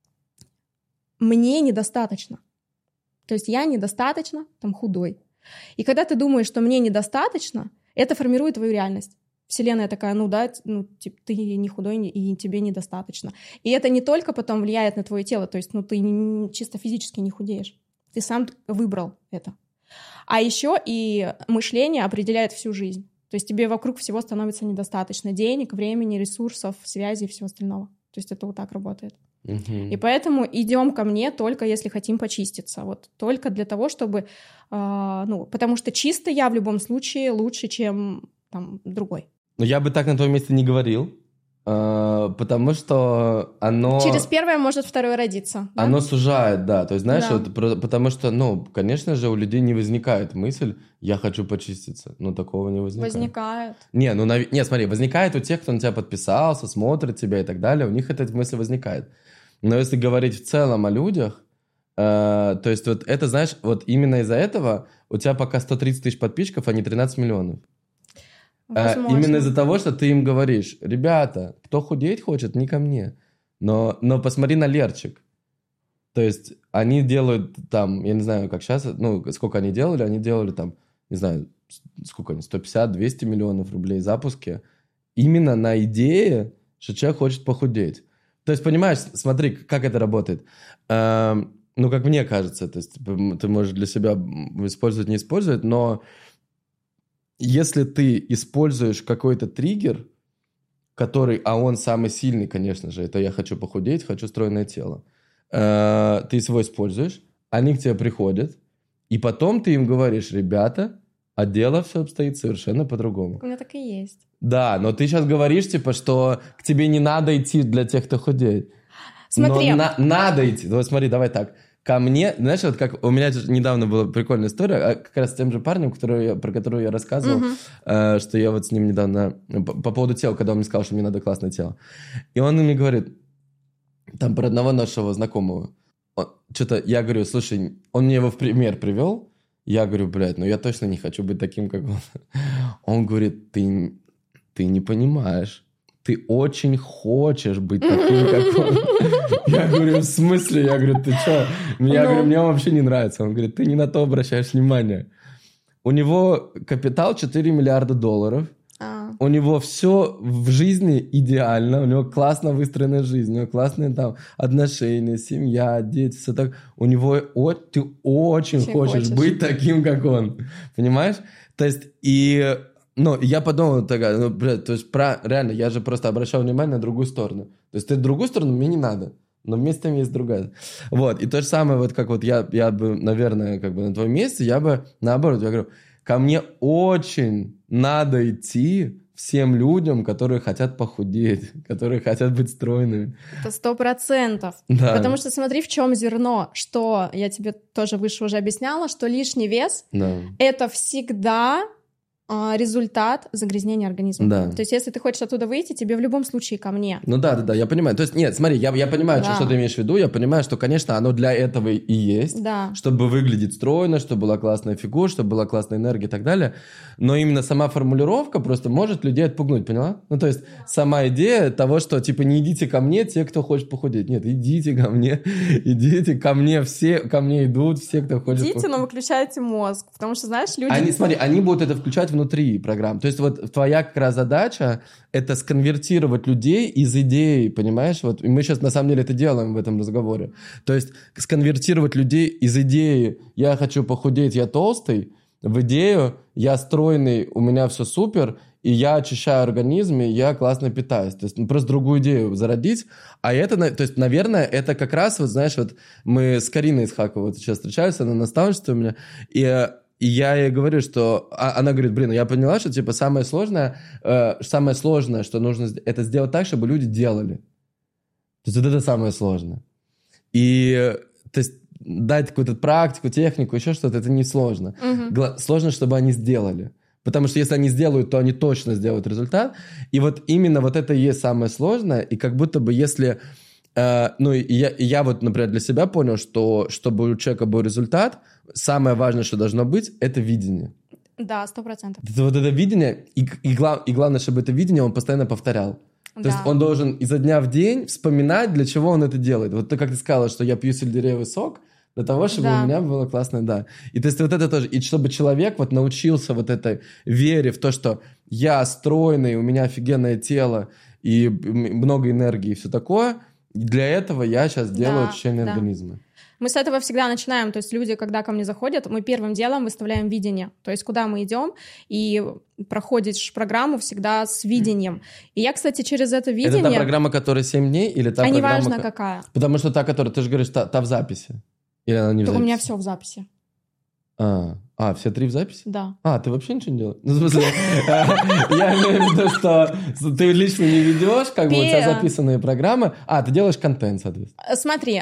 мне недостаточно. То есть я недостаточно там худой. И когда ты думаешь, что мне недостаточно, это формирует твою реальность. Вселенная такая, типа, ты не худой, и тебе недостаточно. И это не только потом влияет на твое тело, то есть, ты чисто физически не худеешь. Ты сам выбрал это. А еще и мышление определяет всю жизнь. То есть тебе вокруг всего становится недостаточно. Денег, времени, ресурсов, связей и всего остального. То есть это вот так работает. И поэтому идем ко мне только если хотим почиститься. Вот только для того, чтобы... потому что чисто я в любом случае лучше, чем там другой. Но я бы так на твоем месте не говорил. Потому что оно... Через первое может второе родиться. Да? Оно сужает, да. То есть, знаешь, да. вот, потому что, конечно же, у людей не возникает мысль «я хочу почиститься». Такого не возникает. Возникает. Не, смотри, возникает у тех, кто на тебя подписался, смотрит тебя и так далее, у них эта мысль возникает. Но если говорить в целом о людях, то есть вот это, знаешь, вот именно из-за этого у тебя пока 130 тысяч подписчиков, а не 13 миллионов. Именно из-за того, что ты им говоришь, ребята, кто худеть хочет, не ко мне, но посмотри на Лерчик. То есть они делают там, я не знаю, как сейчас, сколько они делали там, не знаю, сколько они, 150-200 миллионов рублей запуски, именно на идее, что человек хочет похудеть. То есть, понимаешь, смотри, как это работает. Как мне кажется, то есть ты можешь для себя использовать, не использовать, но если ты используешь какой-то триггер, а он самый сильный, конечно же, это я хочу похудеть, хочу стройное тело, ты его используешь, они к тебе приходят, и потом ты им говоришь, ребята, а дело все обстоит совершенно по-другому. У меня так и есть. Да, но ты сейчас говоришь, что к тебе не надо идти для тех, кто худеет. Смотри. Но надо идти. Вот смотри, давай так. Ко мне, знаешь, вот как у меня недавно была прикольная история, как раз с тем же парнем, про которого я рассказывал, что я вот с ним недавно, по поводу тела, когда он мне сказал, что мне надо классное тело. И он мне говорит, там, про одного нашего знакомого. Я говорю, слушай, он мне его в пример привел. Я говорю, я точно не хочу быть таким, как он. Он говорит, ты не понимаешь. Ты очень хочешь быть таким, как он. Я говорю, в смысле? Я говорю, ты что? Я говорю, мне он вообще не нравится. Он говорит, ты не на то обращаешь внимание. У него капитал $4 миллиарда. У него все в жизни идеально. У него классно выстроенная жизнь. У него классные там отношения, семья, дети, все так. У него ты очень хочешь быть таким, как он. Понимаешь? То есть, я подумал, то есть, реально, я же просто обращал внимание на другую сторону. То есть, другую сторону мне не надо, но вместе с тем есть другая. Вот, и то же самое, вот как вот я бы, наверное, как бы на твоем месте, я бы, наоборот, я говорю, ко мне очень надо идти всем людям, которые хотят похудеть, которые хотят быть стройными. Это 100%. Да. Потому что смотри, в чем зерно, что я тебе тоже выше уже объясняла, что лишний вес — это всегда результат загрязнения организма. Да. То есть, если ты хочешь оттуда выйти, тебе в любом случае ко мне. Да, я понимаю. То есть, нет, смотри, я понимаю, что ты имеешь в виду, я понимаю, что, конечно, оно для этого и есть, чтобы выглядеть стройно, чтобы была классная фигура, чтобы была классная энергия и так далее, но именно сама формулировка просто может людей отпугнуть, поняла? То есть, сама идея того, что, не идите ко мне те, кто хочет похудеть. Нет, идите ко мне идут все, кто хочет идите, но выключайте мозг, потому что, знаешь, люди... Они будут это включать внутри программ. То есть вот твоя как раз задача — это сконвертировать людей из идеи, понимаешь? Вот, и мы сейчас на самом деле это делаем в этом разговоре. То есть сконвертировать людей из идеи «я хочу похудеть, я толстый», в идею «я стройный, у меня все супер», и я очищаю организм, и я классно питаюсь. То есть просто другую идею зародить. А это, то есть, наверное, это как раз, вот знаешь, вот мы с Кариной Исхаковой вот сейчас встречались, она наставничество у меня, и я ей говорю, что... Она говорит, блин, я поняла, что типа самое сложное, что нужно это сделать так, чтобы люди делали. То есть вот это самое сложное. И то есть дать какую-то практику, технику, еще что-то, это не сложно. Сложно, чтобы они сделали. Потому что если они сделают, то они точно сделают результат. И вот именно вот это и есть самое сложное. И как будто бы если... я вот, например, для себя понял, что чтобы у человека был результат, самое важное, что должно быть, это видение. Да, 100%. Вот это видение, и главное, чтобы это видение он постоянно повторял. То есть он должен изо дня в день вспоминать, для чего он это делает. Вот ты как ты сказала, что я пью сельдереевый сок, для того, чтобы у меня было классно, да. И то есть вот это тоже, и чтобы человек вот научился вот этой вере в то, что я стройный, у меня офигенное тело и много энергии и все такое, для этого я сейчас делаю очищение организма. Мы с этого всегда начинаем, то есть люди, когда ко мне заходят, мы первым делом выставляем видение, то есть куда мы идем, и проходишь программу всегда с видением. И я, кстати, через это видение... Это та программа, которая 7 дней, или та программа... неважно какая. Потому что та, которая, ты же говоришь, та в записи. Или она не в записи? У меня все в записи. Все 3 в записи? Да. Ты вообще ничего не делаешь? Ну, в смысле, я имею в виду, что ты лично не ведешь, как бы у тебя записанные программы. Ты делаешь контент, соответственно. Смотри,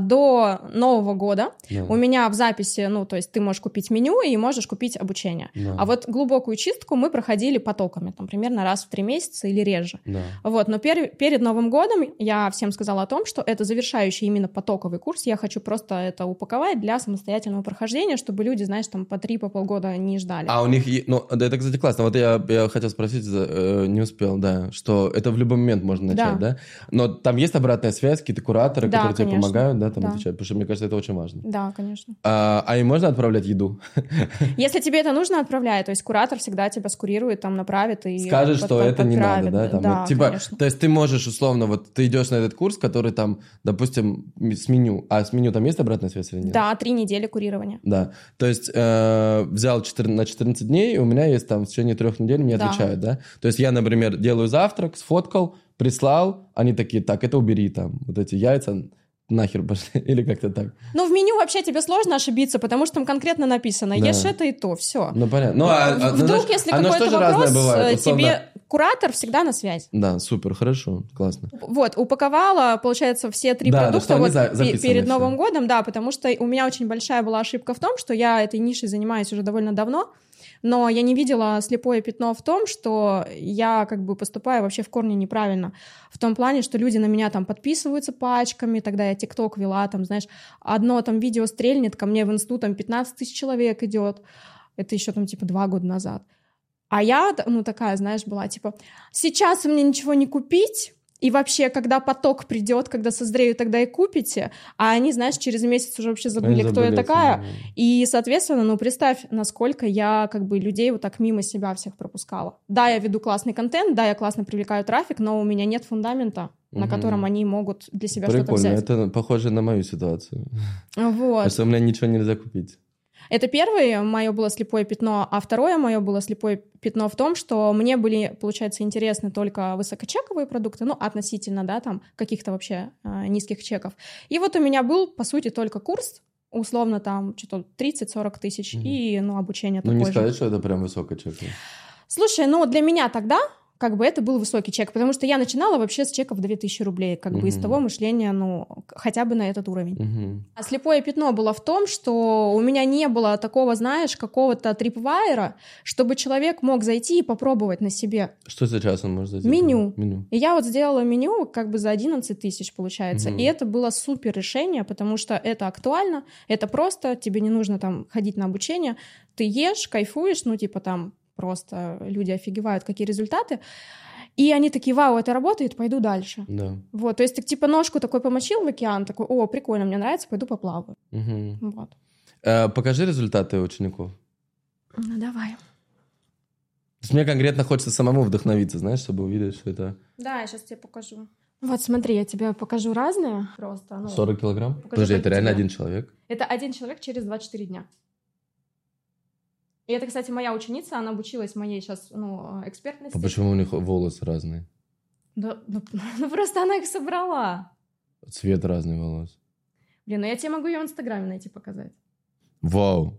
до Нового года у меня в записи, то есть ты можешь купить меню и можешь купить обучение. А вот глубокую чистку мы проходили потоками, там, примерно раз в 3 месяца или реже. Вот, но перед Новым годом я всем сказала о том, что это завершающий именно потоковый курс. Я хочу просто это упаковать для самостоятельного прохождения, чтобы люди, знаешь, там по 3, по полгода не ждали. У них... это, кстати, классно. Вот я хотел спросить, не успел, да, что это в любой момент можно начать, да? Но там есть обратная связь, какие-то кураторы, которые тебе помогают, да, там отвечать? Потому что, мне кажется, это очень важно. Да, конечно. Им можно отправлять еду? Если тебе это нужно, отправляй. То есть куратор всегда тебя скурирует, там направит и скажет, что это не надо, да? Там, да, конечно. То есть ты можешь, условно, вот ты идешь на этот курс, который там, допустим, с меню. А с меню там есть обратная связь или нет? Да, 3 недели курирования. Да. То есть взял на 14 дней, и у меня есть там в течение 3 недель мне отвечают, да? То есть я, например, делаю завтрак, сфоткал, прислал, они такие, так, это убери там, вот эти яйца нахер пошли, или как-то так. В меню вообще тебе сложно ошибиться, потому что там конкретно написано, ешь это и то, все. Понятно. Вдруг, если какой-то вопрос, бывает, тебе куратор всегда на связь. Да, супер, хорошо, классно. Вот, упаковала, получается, все 3 продукта перед Новым годом, да, потому что у меня очень большая была ошибка в том, что я этой нишей занимаюсь уже довольно давно, но я не видела слепое пятно в том, что я как бы поступаю вообще в корне неправильно. В том плане, что люди на меня там подписываются пачками, тогда я ТикТок вела, там, знаешь, одно там видео стрельнет, ко мне в инсту там 15 тысяч человек идет. Это еще там типа 2 года назад. А я, такая, знаешь, была типа, сейчас мне ничего не купить, и вообще, когда поток придет, когда созреют, тогда и купите. А они, знаешь, через месяц уже вообще забыли, кто я такая. И, соответственно, представь, насколько я как бы людей вот так мимо себя всех пропускала. Да, я веду классный контент, да, я классно привлекаю трафик, но у меня нет фундамента, на котором они могут для себя что-то взять. Прикольно, это похоже на мою ситуацию. Вот. Потому что у меня ничего нельзя купить. Это первое мое было слепое пятно, а второе мое было слепое пятно в том, что мне были, получается, интересны только высокочековые продукты, относительно, да, там, каких-то вообще низких чеков. И вот у меня был, по сути, только курс, условно, там, что-то 30-40 тысяч, и, обучение такое не же. сказать, что это прям высокочековый. Слушай, для меня тогда... как бы это был высокий чек, потому что я начинала вообще с чеков 2000 рублей, как бы из того мышления, хотя бы на этот уровень. А слепое пятно было в том, что у меня не было такого, знаешь, какого-то трипвайера, чтобы человек мог зайти и попробовать на себе. Что сейчас он может зайти? Меню. И я вот сделала меню как бы за 11 тысяч, получается, и это было супер решение, потому что это актуально, это просто, тебе не нужно там ходить на обучение, ты ешь, кайфуешь, там просто люди офигевают, какие результаты. И они такие, вау, это работает, пойду дальше. Да. Вот, то есть ты типа ножку такой помочил в океан, такой, о, прикольно, мне нравится, пойду поплаваю. Вот. Покажи результаты учеников. Давай. есть мне конкретно хочется самому вдохновиться, знаешь, чтобы увидеть, что это... Да, я сейчас тебе покажу. Вот смотри, я тебе покажу разные просто. Ну, 40 килограмм? покажу Подожди, это только реально тебе. один человек? Это один человек через 24 дня. И это, кстати, моя ученица, она обучилась моей сейчас, экспертности. А почему у них волосы разные? Да, ну просто она их собрала. Цвет разный волос. Блин, ну я тебе могу ее в Инстаграме найти, показать. Вау.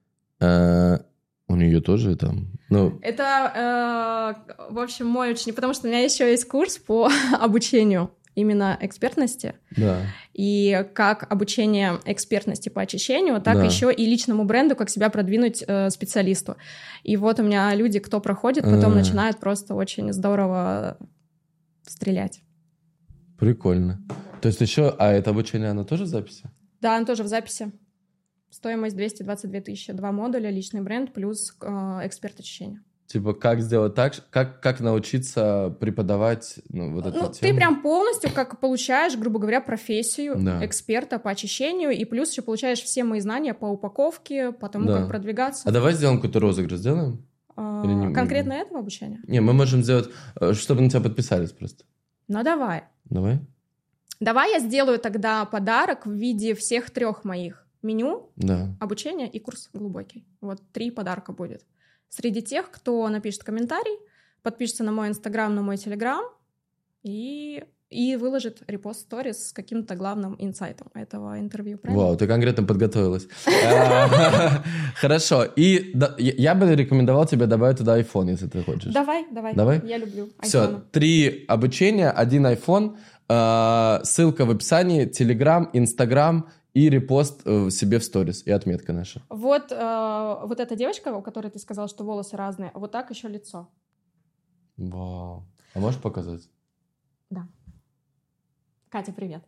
У нее тоже там... Ну, Это, в общем, мой ученик, потому что у меня еще есть курс по обучению именно экспертности. да. И как обучение экспертности по очищению, так Да. еще и личному бренду, как себя продвинуть специалисту. И вот у меня люди, кто проходит, потом начинают просто очень здорово стрелять. Прикольно. То есть еще... А это обучение, оно тоже в записи? Да, он тоже в записи. Стоимость 222 тысячи. 2 модуля, личный бренд плюс эксперт очищения. Типа, как сделать так, как научиться преподавать вот эту тему? Ты прям полностью как получаешь, грубо говоря, профессию Да. эксперта по очищению, и плюс еще получаешь все мои знания по упаковке, по тому, Да. как продвигаться. А давай сделаем какой-то розыгрыш, сделаем? Или не- Конкретно этого обучения? Не, мы можем сделать, чтобы на тебя подписались просто. Ну, давай. Давай? Давай я сделаю тогда подарок в виде всех 3 моих меню, Да. обучение и курс глубокий. Вот 3 подарка будет. Среди тех, кто напишет комментарий, подпишется на мой Инстаграм, на мой Телеграм и выложит репост сторис с каким-то главным инсайтом этого интервью. Правильно? Вау, ты конкретно подготовилась. Хорошо. И я бы рекомендовал тебе добавить туда iPhone, если ты хочешь. Давай. Давай? Я люблю Все, айфоны. 3 обучения, 1 iPhone, ссылка в описании, Telegram, Instagram и репост себе в сторис и отметка наша. Вот эта девочка, у которой ты сказал, что волосы разные, вот так еще лицо. Вау. А можешь показать? Да. Катя, привет.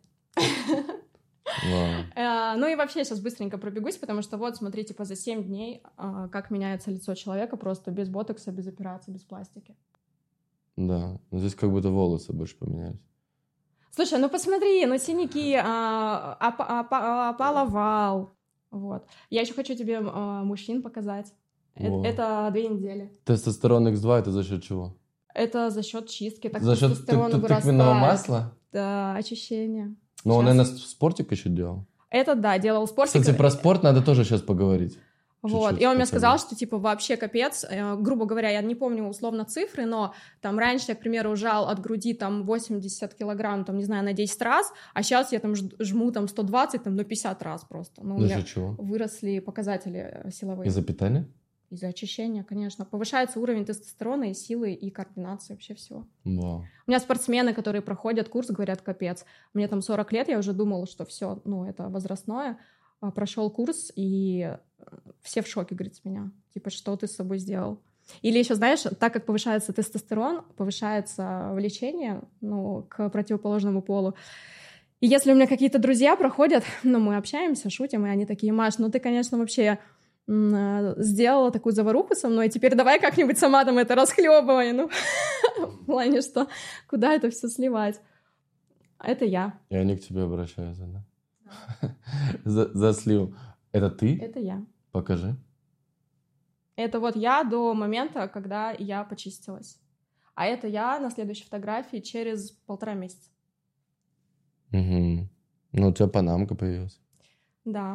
Вау. Ну и вообще сейчас быстренько пробегусь, потому что вот, смотри, типа за 7 дней как меняется лицо человека просто без ботокса, без операции, без пластики. Да, ну здесь как будто волосы больше поменялись. Слушай, ну посмотри, ну синяки, опал овал. Вот. Я еще хочу тебе мужчин показать. Во. Это 2 недели. Тестостерон X2 это за счет чего? Это за счет чистки, так За счет тестостерон тыквенного вырастает. масла? Да, очищение. Ну, он, Щас. наверное, спортик еще делал. Это да, делал спортик. Кстати, про спорт надо тоже сейчас поговорить. Вот, Чуть-чуть и он мне пацаны. сказал, что, типа, вообще капец, грубо говоря, я не помню условно цифры, но там раньше я, к примеру, жал от груди там 80 килограмм, там, не знаю, на 10 раз, а сейчас я там жму там 120, там, 50 раз просто. Ну, у За меня счет чего? выросли показатели силовые. Из-за питания? Из-за очищения, конечно. Повышается уровень тестостерона и силы, и координации, вообще всего. Вау. У меня спортсмены, которые проходят курс, говорят, капец, мне там 40 лет, я уже думала, что все, ну, это возрастное. Прошел курс, и все в шоке, говорит, с меня. Типа, что ты с собой сделал? Или еще, знаешь, так как повышается тестостерон, повышается влечение, ну, к противоположному полу. И если у меня какие-то друзья проходят, ну, мы общаемся, шутим, и они такие: Маш, ну, ты, конечно, вообще сделала такую заваруху со мной, теперь давай как-нибудь сама там это расхлебывай, ну, в плане, что куда это все сливать. Это я. И они к тебе обращаются, да? За сливом. Это ты? Это я. Покажи. Это вот я до момента, когда я почистилась. А это я на следующей фотографии через 1,5 месяца. Угу. Ну, у тебя панамка появилась. Да.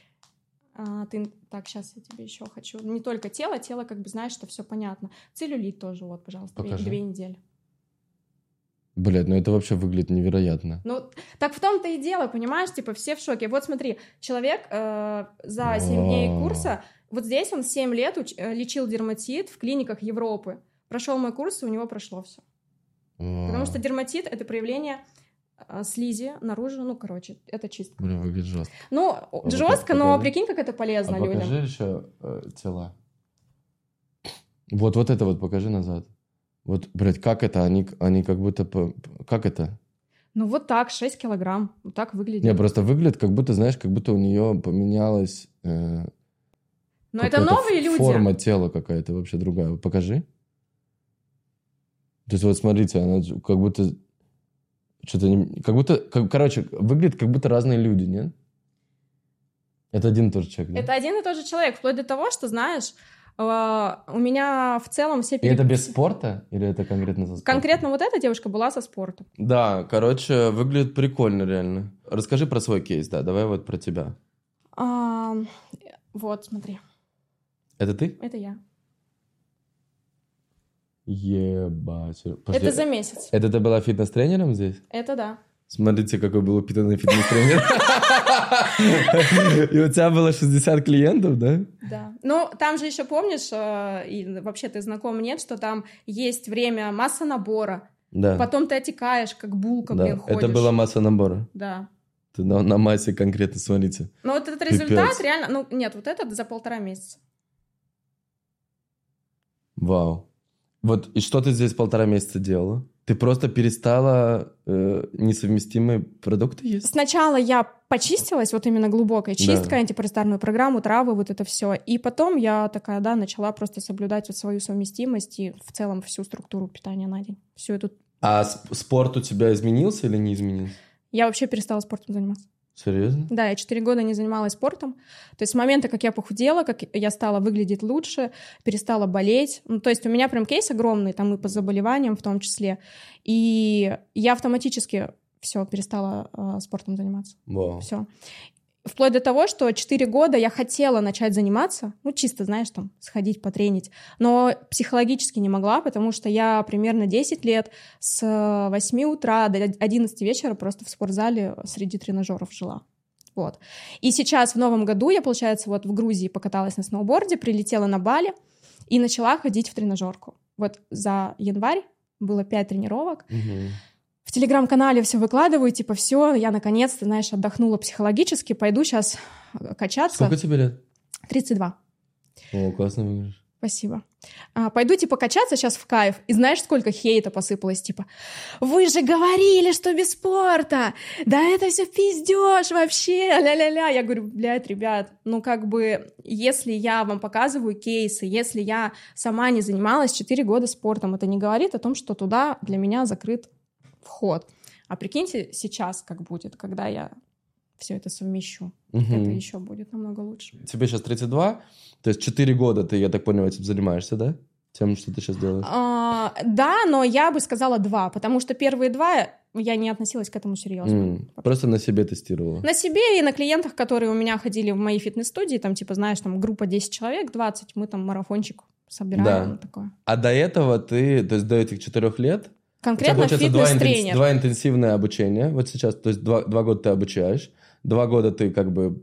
Так, сейчас я тебе еще хочу. Не только тело, как бы знаешь, что все понятно. Целлюлит тоже, вот, пожалуйста, 2 Покажи. недели. Блядь, ну это вообще выглядит невероятно. Ну, так в том-то и дело, понимаешь, типа все в шоке. Вот смотри, человек за 7 дней курса, вот здесь он 7 лет лечил дерматит в клиниках Европы. Прошел мой курс, и у него прошло все. Потому что дерматит — это проявление слизи наружу, ну, короче, это чистка. Блин, выглядит жестко. Ну, жестко, но прикинь, как это полезно людям. Покажи еще тела. Вот это вот покажи назад. Вот, блядь, как это? Они как будто... Как это? Ну, вот так, 6 килограмм. Вот так выглядит. Не, просто выглядит, как будто, знаешь, как будто у нее поменялась... Но это новые люди. Форма тела какая-то вообще другая. Покажи. То есть вот смотрите, она как будто... Что-то не... Как будто... Короче, выглядит, как будто разные люди, нет? Это один и тот же человек, да? Это один и тот же человек. Вплоть до того, что, знаешь... У меня в целом все... И это без спорта? Или это конкретно со спортом? Конкретно вот эта девушка была со спортом. Да, короче, выглядит прикольно реально. Расскажи про свой кейс, да, давай вот про тебя. Вот, смотри. Это ты? Это я. Ебать. Подожди, Это за месяц. Это ты была фитнес-тренером здесь? Это да. Смотрите, какой был упитанный фитнес-тренер. И у тебя было 60 клиентов, да? Да. Ну, там же еще, помнишь, и вообще ты знаком, нет, что там есть время масса набора. Да. Потом ты отекаешь, как булка, Да, блин, ходишь. это была масса набора. Да. Ты на массе конкретно, смотрите. Ну, вот этот результат Пипец. реально... Ну, нет, вот этот за 1,5 месяца. Вау. Вот, и что ты здесь 1,5 месяца делала? Ты просто перестала несовместимые продукты есть? Сначала я почистилась, вот именно глубокой чисткой, антипаразитарную программу, травы, вот это все. И потом я такая, да, начала просто соблюдать вот свою совместимость и в целом всю структуру питания на день. Всю эту... А спорт у тебя изменился или не изменился? Я вообще перестала спортом заниматься. Серьезно? Да, я 4 года не занималась спортом. То есть с момента, как я похудела, как я стала выглядеть лучше, перестала болеть. Ну, то есть у меня прям кейс огромный, там и по заболеваниям в том числе. И я автоматически все перестала спортом заниматься. Вау. Все. Вплоть до того, что 4 года я хотела начать заниматься, ну, чисто, знаешь, там, сходить, потренить, но психологически не могла, потому что я примерно 10 лет с 8 утра до 11 вечера просто в спортзале среди тренажеров жила. Вот. И сейчас в новом году я, получается, вот в Грузии покаталась на сноуборде, прилетела на Бали и начала ходить в тренажерку. Вот за январь было 5 тренировок. Угу. В телеграм-канале все выкладываю, типа, все, я наконец-то, знаешь, отдохнула психологически, пойду сейчас качаться. Сколько тебе лет? 32. О, классно выглядишь. Спасибо. Пойду, типа, качаться сейчас в кайф. И знаешь, сколько хейта посыпалось, типа, вы же говорили, что без спорта, да это все пиздёж вообще, ля-ля-ля. Я говорю, блядь, ребят, ну как бы, если я вам показываю кейсы, если я сама не занималась 4 года спортом, это не говорит о том, что туда для меня закрыт вход. А прикиньте сейчас, как будет, когда я все это совмещу. Это еще будет намного лучше. Тебе сейчас 32, то есть 4 года ты, я так понял, этим занимаешься, да? Тем, что ты сейчас делаешь? Да, но я бы сказала 2, потому что первые 2 я не относилась к этому серьезно. Просто на себе тестировала? На себе и на клиентах, которые у меня ходили в мои фитнес-студии, там, типа, знаешь, там группа 10 человек, 20, мы там марафончик собираем. Да. Такое. А до этого ты, то есть до этих 4 лет, конкретно фитнес-тренер. 2 интенсивное обучение. Вот сейчас, то есть 2 года ты обучаешь, 2 года ты как бы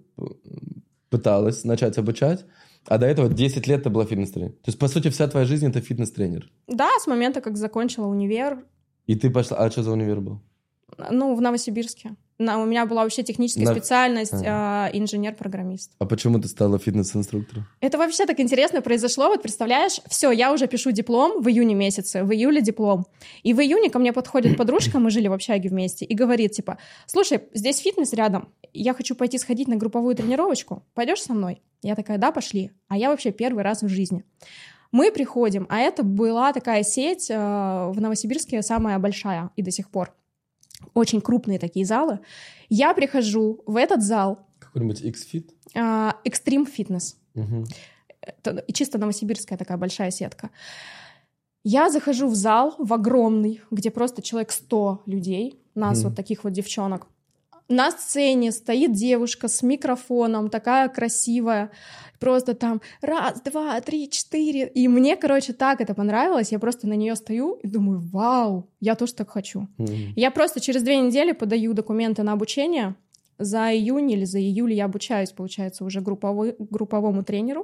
пыталась начать обучать, а до этого 10 лет ты была фитнес-тренер. То есть, по сути, вся твоя жизнь — это фитнес-тренер. Да, с момента, как закончила универ. И ты пошла... А что за универ был? Ну, в Новосибирске. У меня была вообще техническая специальность, инженер-программист. А почему ты стала фитнес-инструктором? Это вообще так интересно произошло. Вот представляешь, все, я уже пишу диплом в июне месяце, в июле диплом. И в июне ко мне подходит подружка, мы жили в общаге вместе, и говорит, типа, слушай, здесь фитнес рядом, я хочу пойти сходить на групповую тренировочку, пойдешь со мной? Я такая, да, пошли. А я вообще первый раз в жизни. Мы приходим, а это была такая сеть в Новосибирске, самая большая и до сих пор. Очень крупные такие залы. Я прихожу в этот зал. Какой-нибудь X-Fit? Extreme Fitness. Угу. Это чисто новосибирская такая большая сетка. Я захожу в зал, в огромный, где просто человек 100 людей, нас вот таких вот девчонок. На сцене стоит девушка с микрофоном, такая красивая, просто там 1, 2, 3, 4. И мне, короче, так это понравилось, я просто на нее стою и думаю, вау, я тоже так хочу. Я просто через 2 недели подаю документы на обучение. За июнь или за июль я обучаюсь, получается, уже групповому тренеру.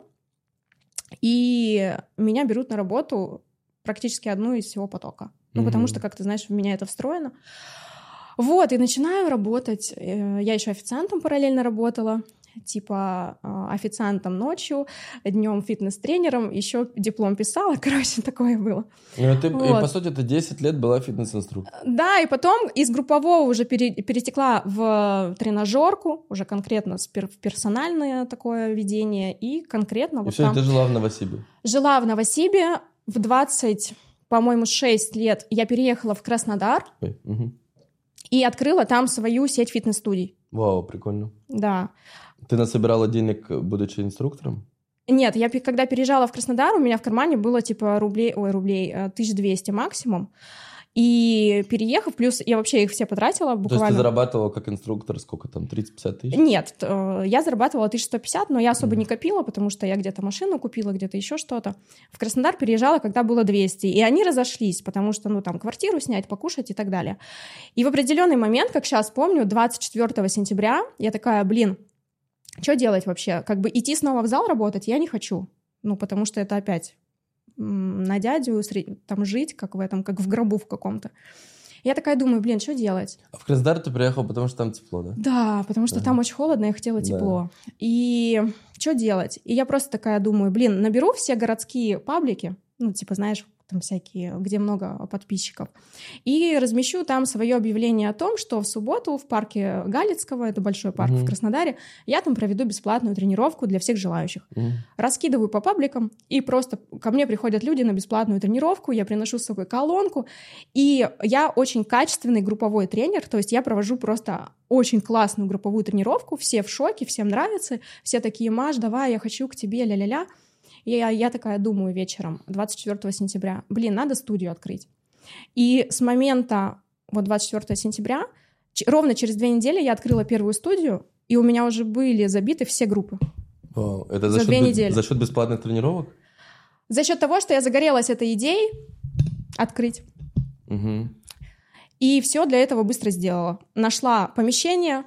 И меня берут на работу практически одну из всего потока. Ну, потому что, как ты знаешь, в меня это встроено. Вот, и начинаю работать. Я еще официантом параллельно работала, типа официантом ночью, днем фитнес-тренером, еще диплом писала, короче, такое было. Ну, ты, вот. И, по сути, ты 10 лет была фитнес-инструктором. Да, и потом из группового уже перетекла в тренажерку, уже конкретно в персональное такое ведение, и конкретно... И вот все, там... ты жила в Новосибе? Жила в Новосибе в 20, по-моему, 6 лет. Я переехала в Краснодар. И открыла там свою сеть фитнес-студий. Вау, прикольно. Да. Ты насобирала денег, будучи инструктором? Нет, я когда переезжала в Краснодар, у меня в кармане было типа рублей 1200 максимум. И переехав, плюс я вообще их все потратила буквально. То есть ты зарабатывала как инструктор сколько там, 30-50 тысяч? Нет, я зарабатывала 1150, но я особо не копила, потому что я где-то машину купила, где-то еще что-то. В Краснодар переезжала, когда было 200, и они разошлись, потому что, ну, там, квартиру снять, покушать и так далее. И в определенный момент, как сейчас помню, 24 сентября, я такая, блин, что делать вообще? Как бы идти снова в зал работать я не хочу, ну, потому что это опять... на дядю там жить, как в этом, как в гробу в каком-то. Я такая думаю, блин, что делать? А в Краснодар ты приехал, потому что там тепло, да? Да, потому что там очень холодно, я хотела тепло. Да. И что делать? И я просто такая думаю, блин, наберу все городские паблики, ну, типа, знаешь, там всякие, где много подписчиков, и размещу там свое объявление о том, что в субботу в парке Галицкого, это большой парк в Краснодаре, я там проведу бесплатную тренировку для всех желающих. Раскидываю по пабликам, и просто ко мне приходят люди на бесплатную тренировку, я приношу с собой колонку, и я очень качественный групповой тренер, то есть я провожу просто очень классную групповую тренировку, все в шоке, всем нравится, все такие, Маш, давай, я хочу к тебе, ля-ля-ля. И я такая думаю вечером, 24 сентября, блин, надо студию открыть. И с момента вот 24 сентября, ровно через 2 недели я открыла первую студию, и у меня уже были забиты все группы. Вау, это за 2 недели. За счет бесплатных тренировок? За счет того, что я загорелась этой идеей открыть. Угу. И все для этого быстро сделала. Нашла помещение,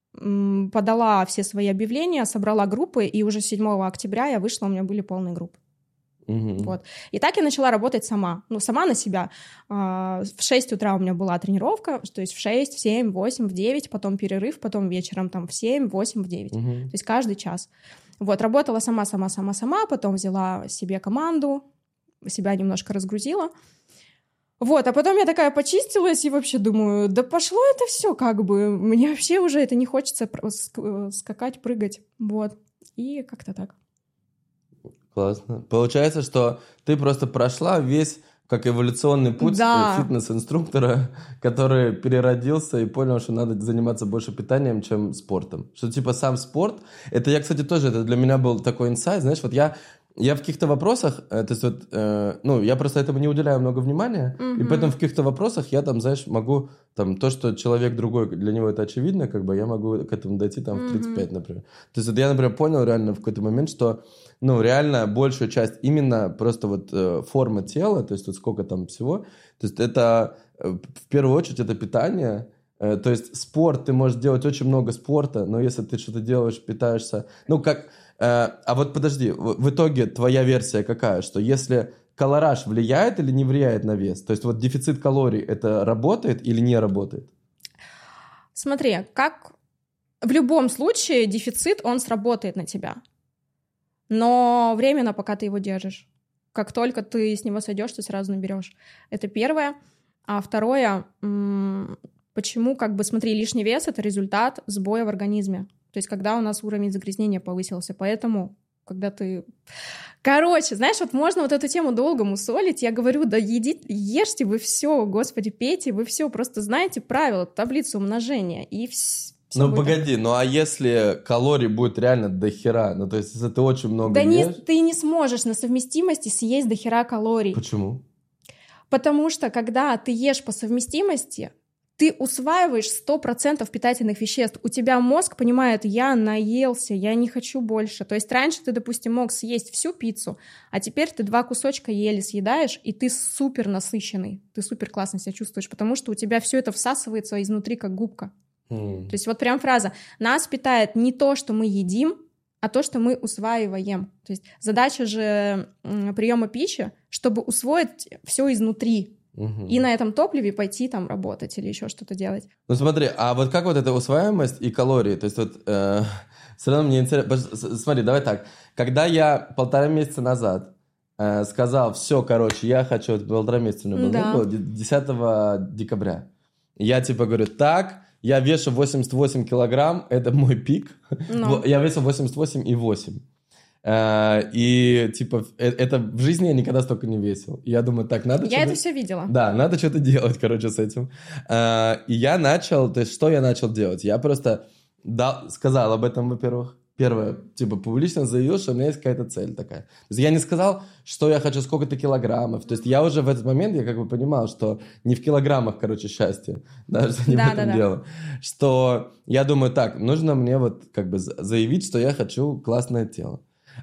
подала все свои объявления, собрала группы, и уже 7 октября я вышла, у меня были полные группы. Вот. И так я начала работать сама, ну, сама на себя. В 6 утра у меня была тренировка, то есть в 6, в 7, в 8, в 9, потом перерыв, потом вечером там в 7, в 8, в 9. То есть каждый час. Вот, работала сама, потом взяла себе команду, себя немножко разгрузила. Вот, а потом я такая почистилась и вообще думаю, да пошло это все как бы, мне вообще уже это не хочется скакать, прыгать, вот, и как-то так. Классно. Получается, что ты просто прошла весь как эволюционный путь фитнес-инструктора, который переродился и понял, что надо заниматься больше питанием, чем спортом. Что типа сам спорт, это я, кстати, тоже, это для меня был такой инсайт, знаешь, вот я в каких-то вопросах, то есть вот, ну, я просто этому не уделяю много внимания, и поэтому в каких-то вопросах я там, знаешь, могу, там, то, что человек другой, для него это очевидно, как бы я могу к этому дойти там в 35, например. То есть вот я, например, понял реально в какой-то момент, что, ну, реально большую часть именно просто вот формы тела, то есть вот сколько там всего, то есть это, в первую очередь, это питание. То есть спорт, ты можешь делать очень много спорта, но если ты что-то делаешь, питаешься, ну, как... А вот подожди, в итоге твоя версия какая? Что если колораж влияет или не влияет на вес? То есть вот дефицит калорий, это работает или не работает? Смотри, как в любом случае дефицит, он сработает на тебя. Но временно, пока ты его держишь. Как только ты с него сойдешь, ты сразу наберешь. Это первое. А второе, почему, как бы, смотри, лишний вес — это результат сбоя в организме. То есть когда у нас уровень загрязнения повысился. Поэтому, когда ты... Короче, знаешь, вот можно вот эту тему долго мусолить. Я говорю, да ешьте вы все, господи, пейте, вы все просто знаете правила, таблицу умножения, и все. Ну, погоди, ну а если калорий будет реально дохера? Ну, то есть, если ты очень много да ешь... ты не сможешь на совместимости съесть дохера калорий. Почему? Потому что, когда ты ешь по совместимости, ты усваиваешь 100% питательных веществ. У тебя мозг понимает, я наелся, я не хочу больше. То есть раньше ты, допустим, мог съесть всю пиццу, а теперь ты 2 кусочка еле съедаешь, и ты супер насыщенный, ты супер классно себя чувствуешь, потому что у тебя все это всасывается изнутри, как губка. То есть вот прям фраза «нас питает не то, что мы едим, а то, что мы усваиваем». То есть задача же приема пищи, чтобы усвоить все изнутри. И на этом топливе пойти там работать или еще что-то делать. Ну смотри, а вот как вот эта усваиваемость и калории? То есть вот все равно мне интересно... Смотри, давай так. Когда я 1,5 месяца назад сказал, все, короче, я хочу... 1,5 месяца у меня было, 10 декабря. Я типа говорю, так, я вешу 88 килограмм, это мой пик. Я весил 88,8. И, типа, это в жизни я никогда столько не весил. И я думаю, так, надо... Я это все видела. Да, надо что-то делать, короче, с этим. И я начал... То есть, что я начал делать? Я просто сказал об этом, во-первых. Первое, типа, публично заявил, что у меня есть какая-то цель такая. То есть я не сказал, что я хочу сколько-то килограммов. То есть я уже в этот момент, я как бы понимал, что не в килограммах, короче, счастье. Да, что не в этом дело. Что я думаю, так, нужно мне вот как бы заявить, что я хочу классное тело.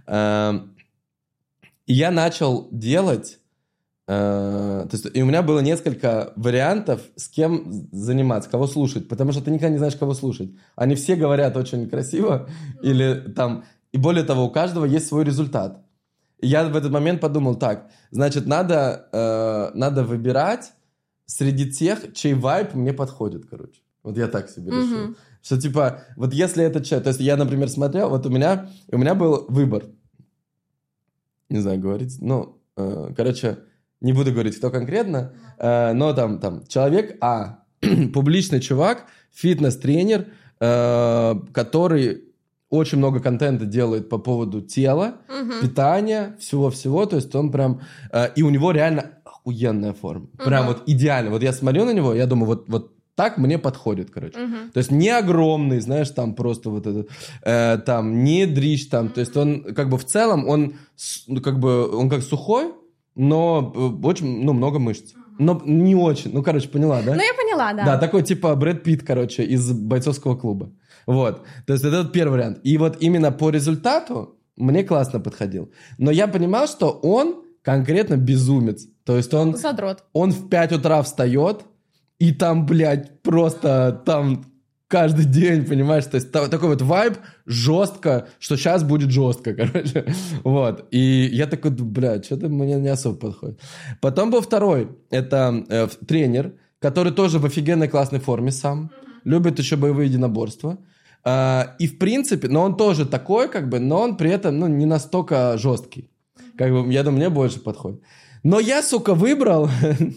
И я начал делать... То есть, и у меня было несколько вариантов, с кем заниматься, кого слушать, потому что ты никогда не знаешь, кого слушать. Они все говорят очень красиво, или там... И более того, у каждого есть свой результат. И я в этот момент подумал, так, значит, надо выбирать среди тех, чей вайб мне подходит, короче. Вот я так себе решил. Что типа, вот если это человек... То есть я, например, смотрел, вот у меня был выбор. Не знаю, говорить, короче... Не буду говорить, кто конкретно, но там человек А, публичный чувак, фитнес-тренер, который очень много контента делает по поводу тела, питания, всего-всего, то есть он прям... И у него реально охуенная форма, прям вот идеально. Вот я смотрю на него, я думаю, вот так мне подходит, короче. То есть не огромный, знаешь, там просто вот этот, там не дрищ, там, то есть он как бы в целом, он как сухой, но очень, много мышц. Но не очень. Короче, поняла, да? Я поняла, да. Да, такой типа Брэд Питт, короче, из бойцовского клуба. Вот. То есть это первый вариант. И вот именно по результату мне классно подходил. Но я понимал, что он конкретно безумец. То есть он... Задрот. Он в 5 утра встает, и там, блядь, просто там... Каждый день, понимаешь? То есть такой вот вайб жестко, что сейчас будет жестко, короче. Вот. И я такой, что-то мне не особо подходит. Потом был второй. Это тренер, который тоже в офигенной классной форме сам. Любит еще боевые единоборства. И в принципе, но он тоже такой, как бы, но он при этом, не настолько жесткий. Как бы, я думаю, мне больше подходит. Но я, сука, выбрал...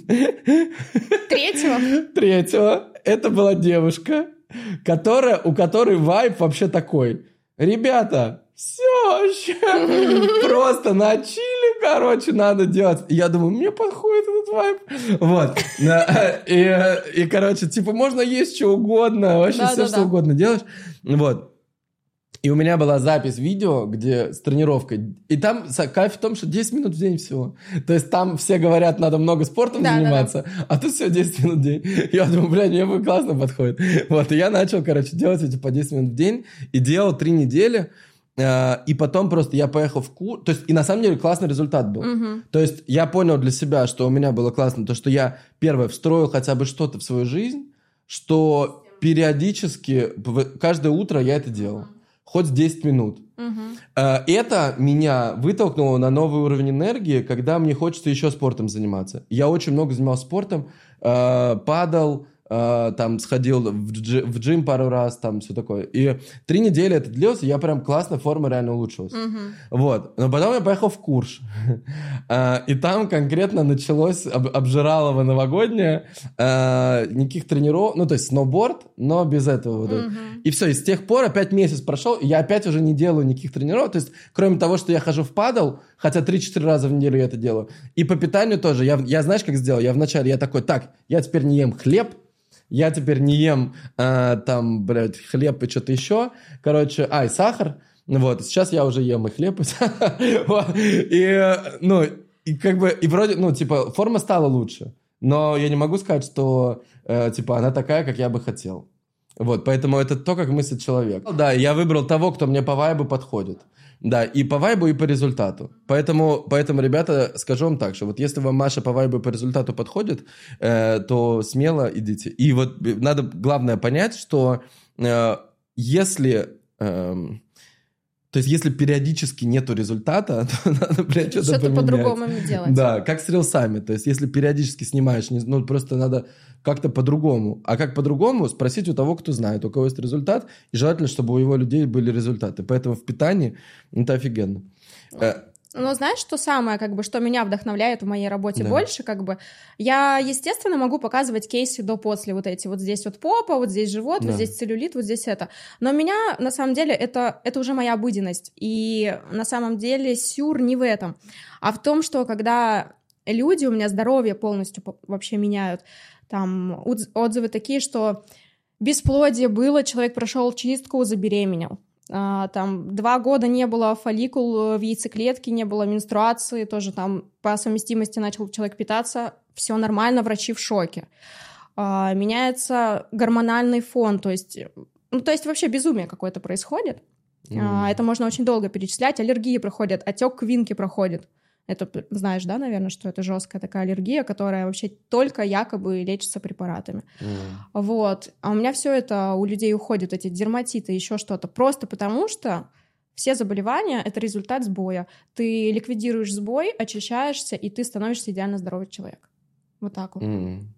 Третьего. Это была девушка, у которой вайб вообще такой. Ребята, все, просто на чили, короче, надо делать. И я думаю, мне подходит этот вайб. Вот. И, короче, типа, можно есть что угодно, вообще все, что угодно делаешь. Вот. И у меня была запись видео, где с тренировкой. И там кайф в том, что 10 минут в день всего. То есть там все говорят, надо много спортом заниматься, а тут всего 10 минут в день. Я думаю, мне будет классно подходит. Вот, и я начал, делать эти по 10 минут в день. И делал 3 недели. И потом просто я поехал в курс. То есть, и на самом деле классный результат был. То есть я понял для себя, что у меня было классно, то, что я, первое, встроил хотя бы что-то в свою жизнь, что периодически, каждое утро я это делал. Хоть 10 минут. Это меня вытолкнуло на новый уровень энергии, когда мне хочется еще спортом заниматься. Я очень много занимался спортом, падал, там сходил в джим пару раз, там все такое. И 3 недели это длилось, и я прям классно, форма реально улучшилась. Вот. Но потом я поехал в Курш. И там конкретно началось обжиралово новогоднее. Никаких тренировок, то есть сноуборд, но без этого. И все, и с тех пор опять месяц прошел, и я опять уже не делаю никаких тренировок. То есть, кроме того, что я хожу в падл, хотя 3-4 раза в неделю я это делаю. И по питанию тоже. Я знаешь, как сделал? Я вначале, я такой, я теперь не ем хлеб, я теперь не ем хлеб и что-то еще. Короче, и сахар. Вот, сейчас я уже ем и хлеб, и сахар. И вроде, форма стала лучше. Но я не могу сказать, что, она такая, как я бы хотел. Вот, поэтому это то, как мыслит человек. Да, я выбрал того, кто мне по вайбу подходит. Да, и по вайбу, и по результату. Поэтому, ребята, скажу вам так, что вот если вам Маша по вайбу и по результату подходит, то смело идите. И вот надо, главное, понять, что если периодически нету результата, то надо, что-то поменять. По-другому делать. Да, как с рилсами. То есть если периодически снимаешь, просто надо как-то по-другому. А как по-другому? Спросить у того, кто знает, у кого есть результат, и желательно, чтобы у его людей были результаты. Поэтому в питании это офигенно. Но знаешь, что самое, что меня вдохновляет в моей работе больше, я, естественно, могу показывать кейсы до-после, вот эти, вот здесь вот попа, вот здесь живот, вот здесь целлюлит, вот здесь это. Но меня, на самом деле, это уже моя обыденность, и на самом деле сюр не в этом, а в том, что когда люди у меня здоровье полностью вообще меняют, там отзывы такие, что бесплодие было, человек прошел чистку, забеременел. Там 2 года не было фолликул в яйцеклетке, не было менструации, тоже там по совместимости начал человек питаться, все нормально, врачи в шоке. Меняется гормональный фон, то есть вообще безумие какое-то происходит. Это можно очень долго перечислять. Аллергии проходят, отек квинки проходит. Это знаешь, да, наверное, что это жесткая такая аллергия, которая вообще только якобы лечится препаратами. Вот. А у меня все это у людей уходит, эти дерматиты, еще что-то. Просто потому что все заболевания — это результат сбоя. Ты ликвидируешь сбой, очищаешься, и ты становишься идеально здоровый человек. Вот так вот.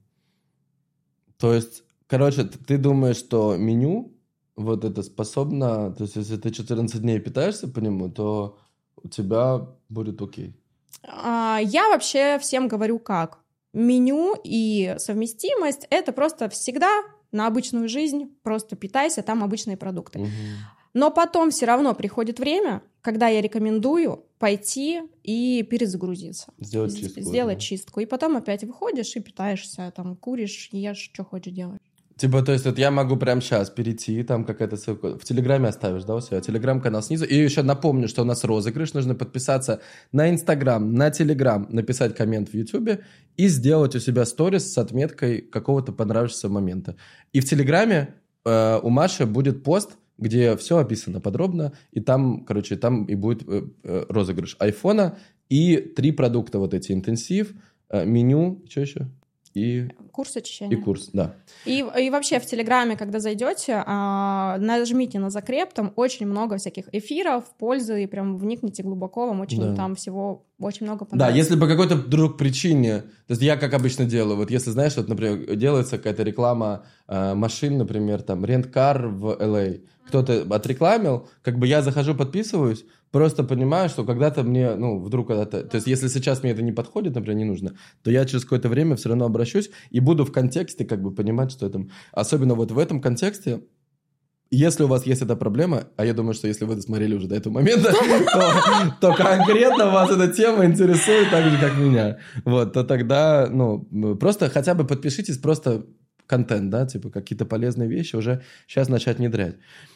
То есть, короче, ты думаешь, что меню вот это способно... То есть, если ты 14 дней питаешься по нему, то у тебя будет окей. Я вообще всем говорю как. Меню и совместимость — это просто всегда на обычную жизнь. Просто питайся, там обычные продукты. Но потом все равно приходит время, когда я рекомендую пойти и перезагрузиться. Сделать чистку. И потом опять выходишь и питаешься, там, куришь, ешь, что хочешь делать. Типа, то есть, вот я могу прямо сейчас перейти, там какая-то ссылка. В Телеграме оставишь, да, у себя? Телеграм-канал снизу. И еще напомню, что у нас розыгрыш. Нужно подписаться на Инстаграм, на Телеграм, написать коммент в Ютубе и сделать у себя сторис с отметкой какого-то понравившегося момента. И в Телеграме у Маши будет пост, где все описано подробно, и там, короче, там и будет розыгрыш айфона и 3 продукта вот эти: интенсив, меню, что еще? И курс очищения. И курс, да. И вообще в Телеграме, когда зайдете, нажмите на закреп, там очень много всяких эфиров, пользы, и прям вникните глубоко, вам очень там всего очень много понравится. Да, если по какой-то вдруг причине, то есть я как обычно делаю, вот если, знаешь, вот, например, делается какая-то реклама машин, например, там, рент-кар в LA, кто-то отрекламил, как бы я захожу, подписываюсь, просто понимаю, что когда-то мне, вдруг когда-то... То есть если сейчас мне это не подходит, например, не нужно, то я через какое-то время все равно обращусь и буду в контексте как бы понимать, что это... Особенно вот в этом контексте, если у вас есть эта проблема, а я думаю, что если вы досмотрели уже до этого момента, то конкретно вас эта тема интересует так же, как меня. Вот, то тогда, просто хотя бы подпишитесь, просто... контент, да, типа какие-то полезные вещи уже сейчас начать внедрять.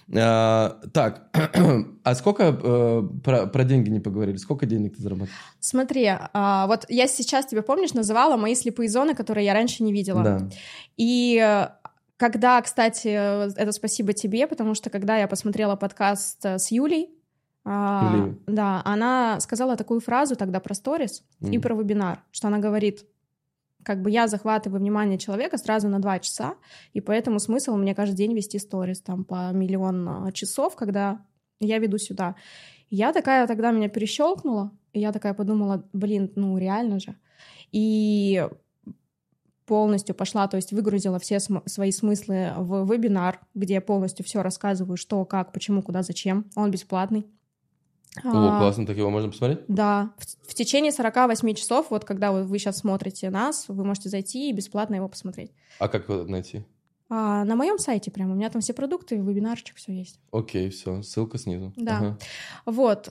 Так, а сколько, про деньги не поговорили, сколько денег ты зарабатываешь? Смотри, вот я сейчас, тебе помнишь, называла мои слепые зоны, которые я раньше не видела. Да. И когда, кстати, это спасибо тебе, потому что когда я посмотрела подкаст с Юлей, да, она сказала такую фразу тогда про сторис и про вебинар, что она говорит: как бы я захватываю внимание человека сразу на 2 часа, и поэтому смысл мне каждый день вести сторис там по 1 миллион часов, когда я веду сюда. Я такая, тогда меня перещелкнула, и я такая подумала, реально же. И полностью пошла, то есть выгрузила все свои смыслы в вебинар, где я полностью все рассказываю, что, как, почему, куда, зачем. Он бесплатный. О, классно, так его можно посмотреть? Да, в течение 48 часов, вот когда вы сейчас смотрите нас, вы можете зайти и бесплатно его посмотреть. А как его найти? На моем сайте прямо, у меня там все продукты, вебинарчик, все есть. Окей, все, ссылка снизу. Да, ага. Вот,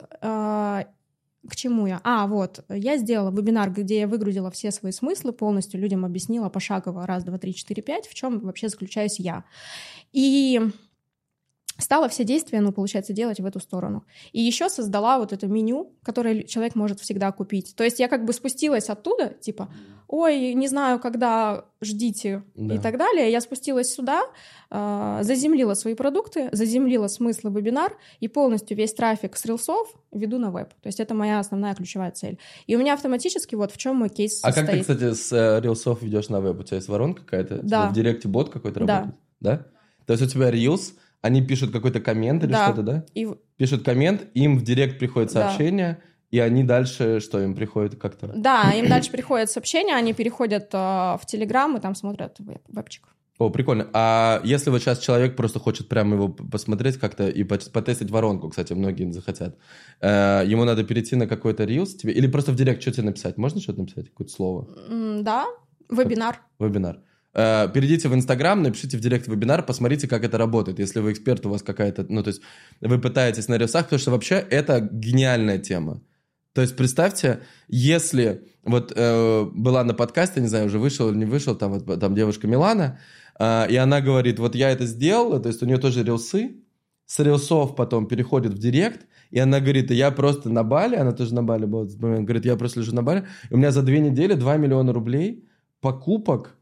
к чему я? Я сделала вебинар, где я выгрузила все свои смыслы, полностью людям объяснила пошагово 1, 2, 3, 4, 5, в чем вообще заключаюсь я. И... стала все действия, получается, делать в эту сторону. И еще создала вот это меню, которое человек может всегда купить. То есть я как бы спустилась оттуда, типа, ой, не знаю, когда, ждите, и так далее. Я спустилась сюда, заземлила свои продукты, заземлила смысл вебинар и полностью весь трафик с рилсов веду на веб. То есть это моя основная ключевая цель. И у меня автоматически вот в чем мой кейс состоит. А как ты, кстати, с рилсов ведешь на веб? У тебя есть воронка какая-то? Да. В директе бот какой-то работает? Да. То есть у тебя рилс, они пишут какой-то коммент или что-то, да? Пишут коммент, им в директ приходит сообщение, и они дальше, что им приходит как-то? Да, им дальше приходят сообщения, они переходят в Телеграм и там смотрят вебчик. О, прикольно. А если вот сейчас человек просто хочет прямо его посмотреть как-то и потестить воронку, кстати, многие захотят, ему надо перейти на какой-то рилс тебе, или просто в директ что тебе написать? Можно что-то написать, какое-то слово? Да, вебинар. Вебинар. Перейдите в Инстаграм, напишите в директ вебинар, посмотрите, как это работает. Если вы эксперт, у вас какая-то... то есть вы пытаетесь на рилсах, потому что вообще это гениальная тема. То есть представьте, если... Вот была на подкасте, не знаю, уже вышел или не вышел, там девушка Милана, и она говорит, вот я это сделала, то есть у нее тоже рилсы, с рилсов потом переходит в директ, и она говорит, я просто на Бали, она тоже на Бали была в этот момент, говорит, я просто лежу на Бали, и у меня за 2 недели 2 миллиона рублей покупок,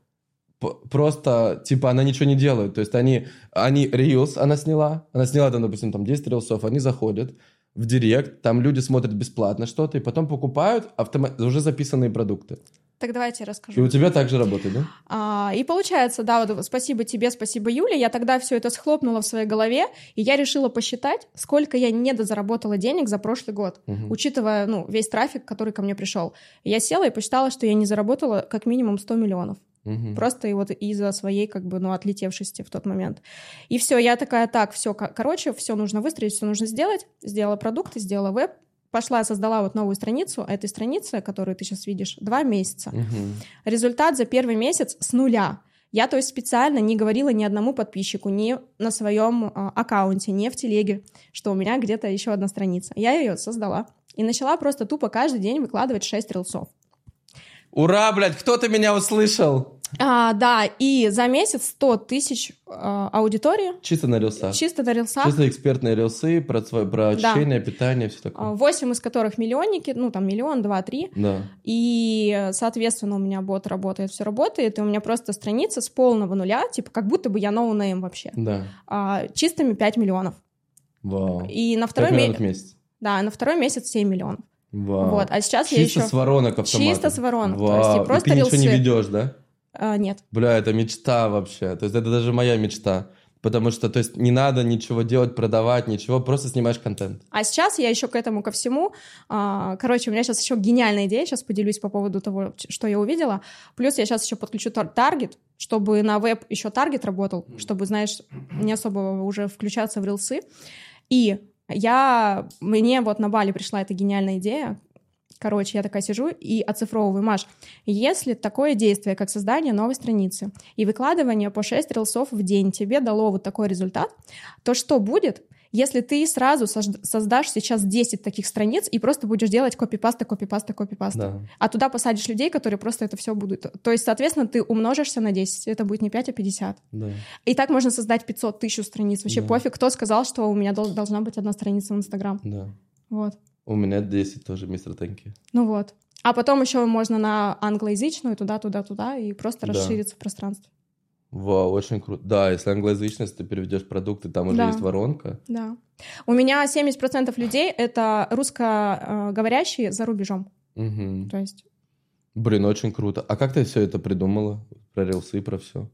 просто, типа, она ничего не делает. То есть они рилс она сняла там, допустим, там 10 рилсов, они заходят в директ, там люди смотрят бесплатно что-то, и потом покупают уже записанные продукты. Так давайте я расскажу. И у тебя так же работает, да? И получается, да, вот спасибо тебе, спасибо Юле, я тогда все это схлопнула в своей голове, и я решила посчитать, сколько я недозаработала денег за прошлый год, учитывая, весь трафик, который ко мне пришел. Я села и посчитала, что я не заработала как минимум 100 миллионов. Просто и вот из-за своей, отлетевшести в тот момент. И все, я такая, все, все нужно выстроить, все нужно сделать. Сделала продукты, сделала веб, пошла, создала вот новую страницу. Этой страницы, которую ты сейчас видишь, 2 месяца. Результат за первый месяц с нуля. Я, то есть, специально не говорила ни одному подписчику, ни на своем аккаунте, ни в телеге, что у меня где-то еще одна страница. Я ее создала и начала просто тупо каждый день выкладывать 6 рилсов. Ура, блядь, кто-то меня услышал! Да, и за месяц 100 тысяч аудитории. Чисто на рилсах. Чисто на рилсах. Чисто экспертные рилсы про ощущения, питание, все такое. 8 из которых миллионники, 1 миллион, 2, 3. Да. И, соответственно, у меня бот работает, все работает, и у меня просто страница с полного нуля, типа как будто бы я ноунейм вообще. Да. Чистыми 5 миллионов. Вау. И на второй 5 миллионов в месяц. Да, на второй месяц 7 миллионов. Вау. Вот, а сейчас чисто я еще... Чисто с воронок автомата. Чисто с воронок. Вау. То есть, просто и ты рилсы. Ничего не ведешь, да? Нет. Бля, это мечта вообще. То есть это даже моя мечта. Потому что, то есть, не надо ничего делать, продавать, ничего, просто снимаешь контент. А сейчас я еще к этому ко всему... у меня сейчас еще гениальная идея, сейчас поделюсь по поводу того, что я увидела. Плюс я сейчас еще подключу таргет, чтобы на веб еще таргет работал, чтобы, знаешь, не особо уже включаться в рилсы. И мне вот на Бали пришла эта гениальная идея. Я такая сижу и оцифровываю. Маш, если такое действие, как создание новой страницы и выкладывание по 6 рилсов в день тебе дало вот такой результат, то что будет, если ты сразу создашь сейчас 10 таких страниц и просто будешь делать копипаста, Да. а туда посадишь людей, которые просто это все будут. То есть, соответственно, ты умножишься на 10, это будет не 5, а 50. Да. И так можно создать 500, 1000 страниц. Вообще пофиг, кто сказал, что у меня должна быть одна страница в Инстаграм. Да. Вот. У меня 10 тоже, мистер Тенки. Вот. А потом еще можно на англоязычную, туда, и просто расшириться в пространстве. Вау, очень круто. Да, если англоязычность, ты переведешь продукты, там уже есть воронка. Да. У меня 70% людей — это русскоговорящие за рубежом. Угу. То есть... Блин, очень круто. А как ты все это придумала? Про рилсы, про все?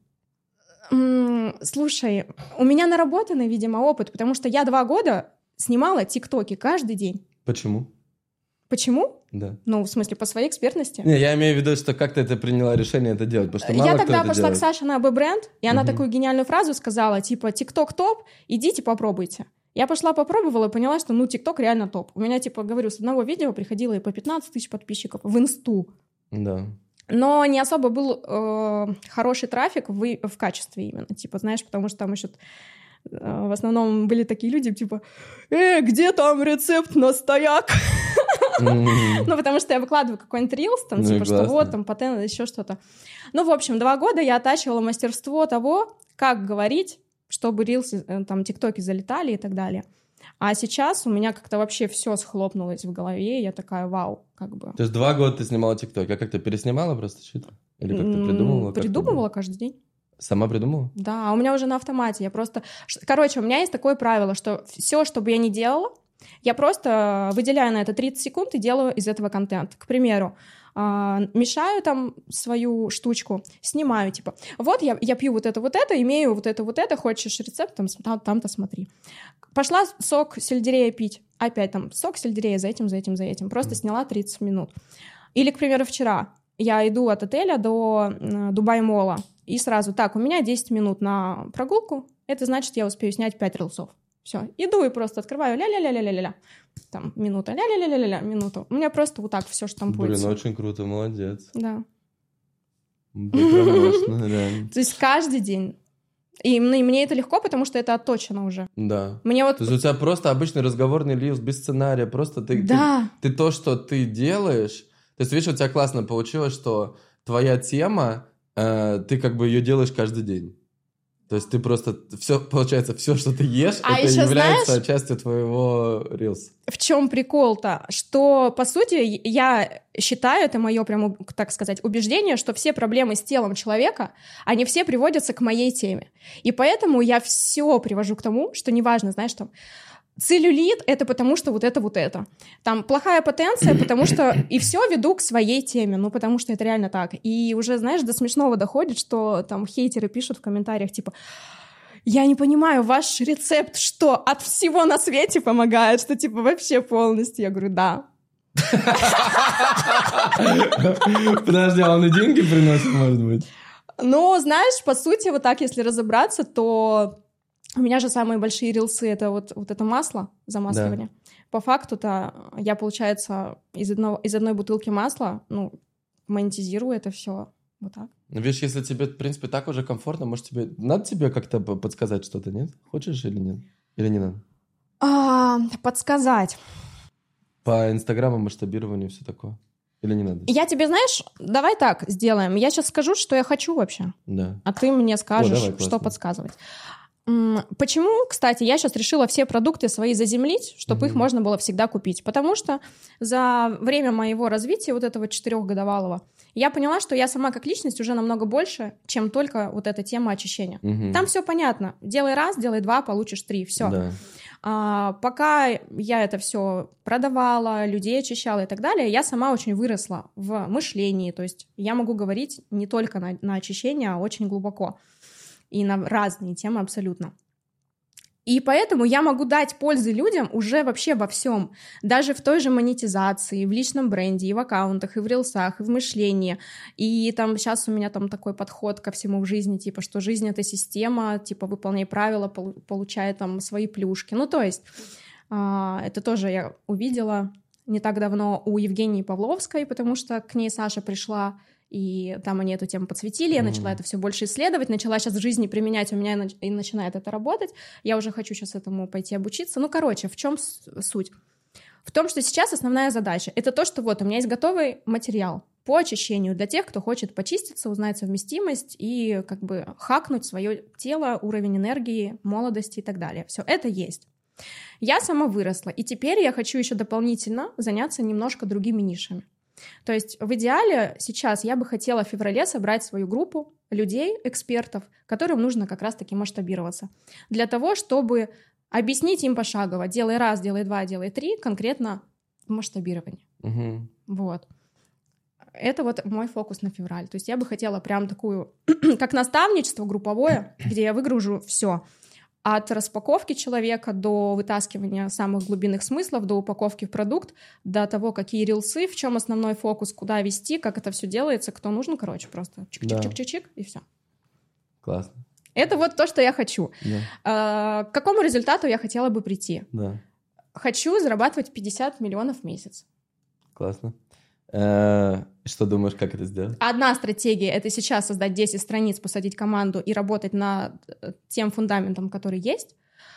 Слушай, у меня наработанный, видимо, опыт, потому что я 2 года снимала тиктоки каждый день. Почему? Почему? Да. В смысле, по своей экспертности. Не, я имею в виду, что как ты это приняла решение это делать, потому что мало я кто тогда это пошла делает. к Саше на АБ-бренд, и она такую гениальную фразу сказала, типа, ТикТок топ, идите попробуйте. Я пошла попробовала и поняла, что, ТикТок реально топ. У меня, говорю, с одного видео приходило и по 15 тысяч подписчиков в инсту. Да. Но не особо был хороший трафик в качестве именно, знаешь, потому что там еще... В основном были такие люди, где там рецепт на стояк? Потому что я выкладываю какой-нибудь рилс, что вот, там, патент, еще что-то. В общем, 2 года я оттачивала мастерство того, как говорить, чтобы рилсы, там, тиктоки залетали и так далее. А сейчас у меня как-то вообще все схлопнулось в голове, и я такая, вау, То есть 2 года ты снимала тиктоки, а как ты переснимала просто что-то? Или как ты придумывала? Придумывала каждый день. Сама придумала? Да, у меня уже на автомате. Я просто... у меня есть такое правило, что все, что бы я ни делала, я просто выделяю на это 30 секунд и делаю из этого контент. К примеру, мешаю там свою штучку, снимаю, вот я пью вот это, имею вот это, хочешь рецепт, там-то смотри. Пошла сок сельдерея пить, опять там сок сельдерея за этим. Просто сняла 30 минут. Или, к примеру, вчера я иду от отеля до Дубай-мола, и сразу, у меня 10 минут на прогулку, это значит, я успею снять 5 рилсов. Все, иду и просто открываю ля-ля-ля-ля-ля-ля, там, минута, ля-ля-ля-ля-ля, минуту. У меня просто вот так все штампуется. Блин, очень круто, молодец. Да. Прекрасно, реально. То есть каждый день. И мне это легко, потому что это отточено уже. Да. Мне вот... То есть у тебя просто обычный разговорный рилс без сценария, просто ты то, что ты делаешь... То есть, видишь, у тебя классно получилось, что твоя тема, ты ее делаешь каждый день. То есть ты просто... Все, получается, все, что ты ешь, А это еще является знаешь, частью твоего Reels. в чем прикол-то? Что, по сути, я считаю, это мое, прямо, так сказать, убеждение, что все проблемы с телом человека, они все приводятся к моей теме. И поэтому я все привожу к тому, что неважно, знаешь, там, целлюлит — это потому что вот это. Там плохая потенция, потому что... И все веду к своей теме, ну, потому что это реально так. И уже, знаешь, до смешного доходит, что там хейтеры пишут в комментариях, типа, я не понимаю, ваш рецепт что, от всего на свете помогает? Что, типа, вообще полностью? Я говорю, да. Подожди, а он и деньги приносит, может быть? Ну, знаешь, по сути, вот так, если разобраться, то... У меня же самые большие рилсы — это вот это масло, замасливание. Да. По факту-то я, получается, из одной бутылки масла, ну, монетизирую это все вот так. Ну, видишь, если тебе, в принципе, так уже комфортно, может, надо тебе как-то подсказать что-то, нет? Хочешь или нет? Или не надо? Подсказать. По инстаграму, масштабированию, все такое. Или не надо? Я тебе, знаешь, давай так сделаем. Я сейчас скажу, что я хочу вообще. Да. А ты мне скажешь, что подсказывать. Почему, кстати, я сейчас решила все продукты свои заземлить, чтобы их можно было всегда купить? Потому что за время моего развития, вот этого 4-годовалого, я поняла, что я сама как личность уже намного больше, чем только вот эта тема очищения. Там все понятно. Делай раз, делай два, получишь 3, все. Да. Пока я это все продавала, людей очищала и так далее, я сама очень выросла в мышлении. То есть я могу говорить не только на очищение, а очень глубоко. И на разные темы абсолютно. И поэтому я могу дать пользы людям уже вообще во всем. Даже в той же монетизации, в личном бренде, и в аккаунтах, и в рилсах, и в мышлении. И там сейчас у меня там такой подход ко всему в жизни, типа, что жизнь — это система, типа, выполняй правила, получай там свои плюшки. Ну, то есть это тоже я увидела не так давно у Евгении Павловской, потому что к ней Саша пришла, и там они эту тему подсветили, я начала это все больше исследовать, начала сейчас в жизни применять, у меня и начинает это работать, я уже хочу сейчас этому пойти обучиться. Ну, короче, в чем суть? В том, что сейчас основная задача — это то, что вот у меня есть готовый материал по очищению для тех, кто хочет почиститься, узнать совместимость и как бы хакнуть свое тело, уровень энергии, молодости и так далее. Все это есть. Я сама выросла, и теперь я хочу еще дополнительно заняться немножко другими нишами. То есть в идеале сейчас я бы хотела в феврале собрать свою группу людей, экспертов, которым нужно как раз-таки масштабироваться. Для того, чтобы объяснить им пошагово, делай раз, делай два, делай три, конкретно масштабирование. Вот. Это вот мой фокус на февраль. То есть я бы хотела прям такую, как наставничество групповое, где я выгружу все. От распаковки человека до вытаскивания самых глубинных смыслов, до упаковки в продукт, до того, какие рилсы, в чем основной фокус, куда вести, как это все делается, кто нужен, короче, просто чик-чик-чик-чик, и все. Классно. Это вот то, что я хочу. Да. К какому результату я хотела бы прийти? Да. Хочу зарабатывать 50 миллионов в месяц. Классно. Что думаешь, как это сделать? Одна стратегия — это сейчас создать 10 страниц, посадить команду и работать над тем фундаментом, который есть.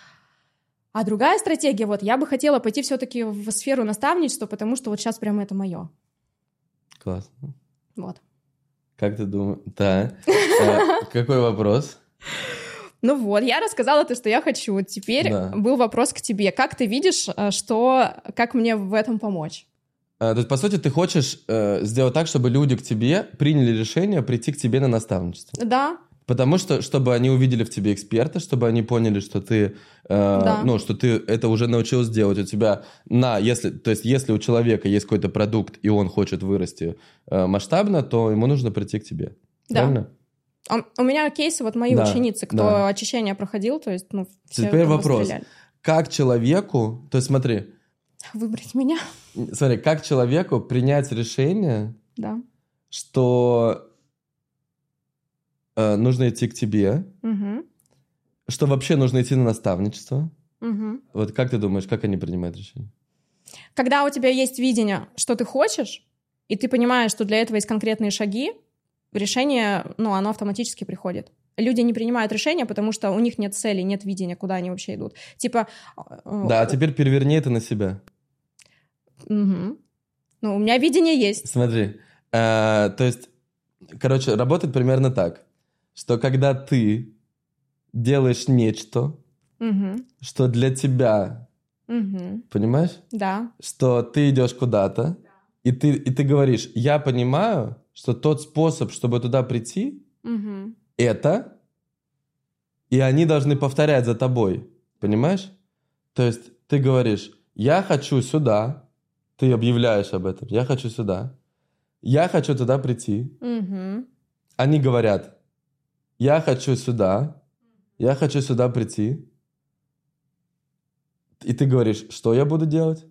А другая стратегия, вот, я бы хотела пойти все-таки в сферу наставничества, потому что вот сейчас прямо это мое. Классно. Вот. Как ты думаешь? Да. Какой вопрос? Ну вот, я рассказала то, что я хочу. Теперь был вопрос к тебе. Как ты видишь, как мне в этом помочь? То есть, по сути, ты хочешь сделать так, чтобы люди к тебе приняли решение прийти к тебе на наставничество? Да. Потому что, чтобы они увидели в тебе эксперта, чтобы они поняли, что ты, что ты это уже научилась делать. У тебя, если у человека есть какой-то продукт, и он хочет вырасти масштабно, то ему нужно прийти к тебе. Да. Правильно? У меня кейсы, вот мои ученицы, кто очищение проходил, то есть, все теперь вопрос. Как человеку, то есть смотри... Выбрать меня. Смотри, как человеку принять решение, что нужно идти к тебе, что вообще нужно идти на наставничество. Вот как ты думаешь, как они принимают решение? Когда у тебя есть видение, что ты хочешь, и ты понимаешь, что для этого есть конкретные шаги, решение, оно автоматически приходит. Люди не принимают решения, потому что у них нет цели, нет видения, куда они вообще идут. Типа... Да, а теперь переверни это на себя. У меня видение есть. Смотри, то есть, работает примерно так, что когда ты делаешь нечто, что для тебя, понимаешь? Да. Что ты идешь куда-то, и ты говоришь, я понимаю, что тот способ, чтобы туда прийти, это, и они должны повторять за тобой, понимаешь? То есть ты говоришь, я хочу сюда, ты объявляешь об этом, я хочу сюда, я хочу туда прийти. Они говорят, я хочу сюда прийти. И ты говоришь, что я буду делать?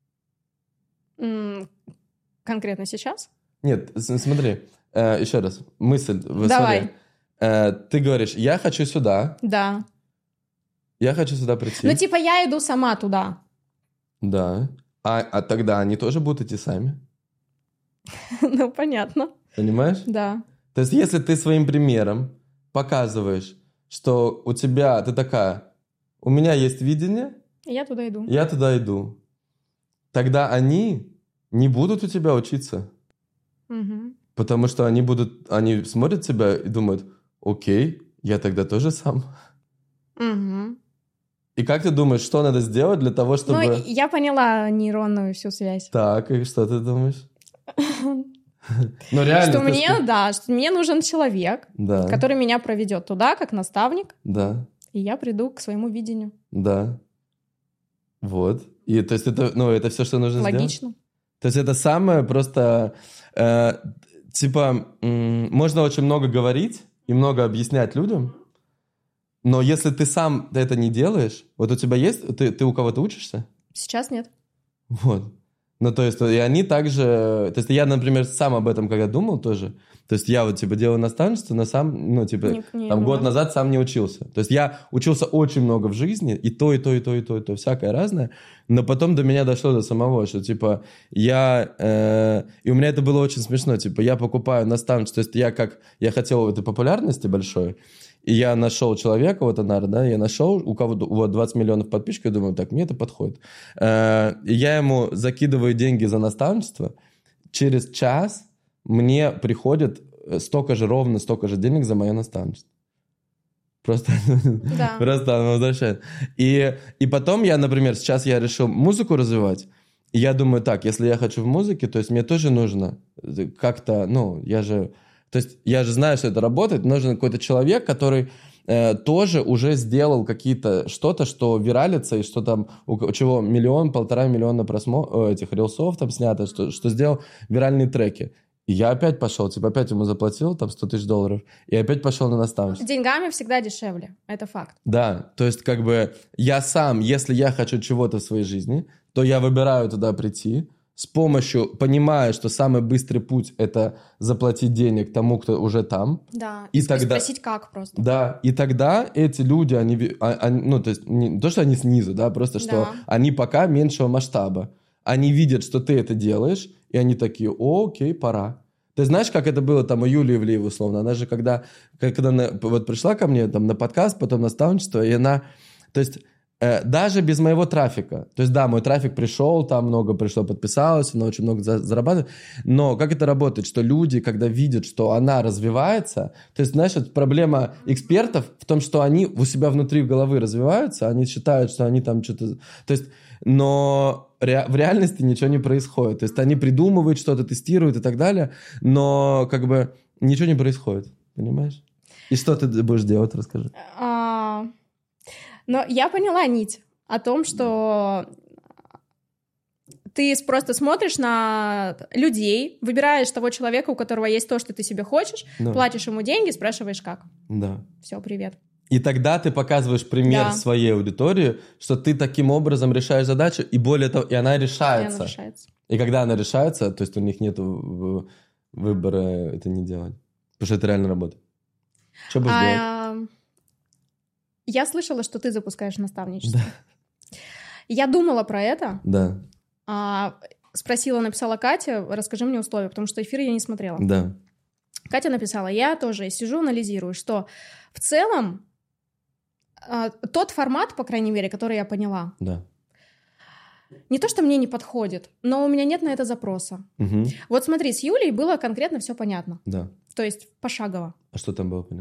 Конкретно сейчас? Нет, смотри, еще раз, мысль. Давай. Ты говоришь, я хочу сюда. Да. Я хочу сюда прийти. Ну, типа, я иду сама туда. Да. А тогда они тоже будут идти сами. Ну, понятно. Понимаешь? Да. То есть, если ты своим примером показываешь, что у тебя, ты такая, у меня есть видение, Я туда иду. я туда иду, тогда они не будут у тебя учиться. Потому что они смотрят тебя и думают, окей, я тогда тоже сам. И как ты думаешь, что надо сделать для того, чтобы... Ну, я поняла нейронную всю связь. Так, и что ты думаешь? Ну, реально. Что мне нужен человек, который меня проведет туда, как наставник. Да. И я приду к своему видению. Да. Вот. И то есть это все, что нужно сделать? Логично. То есть это самое просто... можно очень много говорить и много объяснять людям, но если ты сам это не делаешь, вот у тебя есть... Ты у кого-то учишься? Сейчас нет. Вот. Ну, то есть, и они также... То есть, я, например, сам об этом когда думал тоже. То есть, я вот, делал наставничество, но сам, год назад сам не учился. То есть, я учился очень много в жизни, и то, всякое разное, но потом до меня дошло до самого, что, я... и у меня это было очень смешно, я покупаю наставничество, то есть, я хотел этой популярности большой, и я нашел человека, вот Анар, да, я нашел, у кого 20 миллионов подписчиков, я думаю, так, мне это подходит. Я ему закидываю деньги за наставничество, через час мне приходит ровно столько же денег за мое наставничество. Просто оно возвращает. И потом я, например, сейчас я решил музыку развивать, и я думаю, так, если я хочу в музыке, то есть мне тоже нужно как-то, То есть я же знаю, что это работает, нужен какой-то человек, который тоже уже сделал что-то, что виралится, и что там, у чего 1-1,5 миллиона этих рилсов там снято, что сделал виральные треки. И я опять пошел, опять ему заплатил там $100 000, и опять пошел на наставничество. Деньгами всегда дешевле, это факт. Да, то есть я сам, если я хочу чего-то в своей жизни, то я выбираю туда прийти, с помощью, понимая, что самый быстрый путь — это заплатить денег тому, кто уже там. Да, и тогда спросить как просто. Да, и тогда эти люди, то есть не то, что они снизу, да, просто что они пока меньшего масштаба. Они видят, что ты это делаешь, и они такие, окей, пора. Ты знаешь, как это было там у Юлии Ивлеевой, условно? Она же когда она вот пришла ко мне там на подкаст, потом на наставничество, и она... То есть даже без моего трафика. То есть, да, мой трафик пришел, там много пришло, подписалось, она очень много зарабатывает. Но как это работает? Что люди, когда видят, что она развивается... То есть, знаешь, это проблема экспертов в том, что они у себя внутри головы развиваются, они считают, что они там что-то... То есть, но в реальности ничего не происходит. То есть, они придумывают что-то, тестируют и так далее, но ничего не происходит. Понимаешь? И что ты будешь делать? Расскажи. Но я поняла нить о том, что ты просто смотришь на людей, выбираешь того человека, у которого есть то, что ты себе хочешь, платишь ему деньги, спрашиваешь как. Да. Все, привет. И тогда ты показываешь пример своей аудитории, что ты таким образом решаешь задачу, и более того, и она решается. И когда она решается, то есть у них нет выбора это не делать. Потому что это реально работает. Что будешь делать? Я слышала, что ты запускаешь наставничество. Да. Я думала про это. Да. Спросила, написала Катя, расскажи мне условия, потому что эфир я не смотрела. Да. Катя написала, я тоже сижу, анализирую, что в целом тот формат, по крайней мере, который я поняла, не то, что мне не подходит, но у меня нет на это запроса. Угу. Вот смотри, с Юлей было конкретно все понятно. Да. То есть пошагово. А что там было понятно?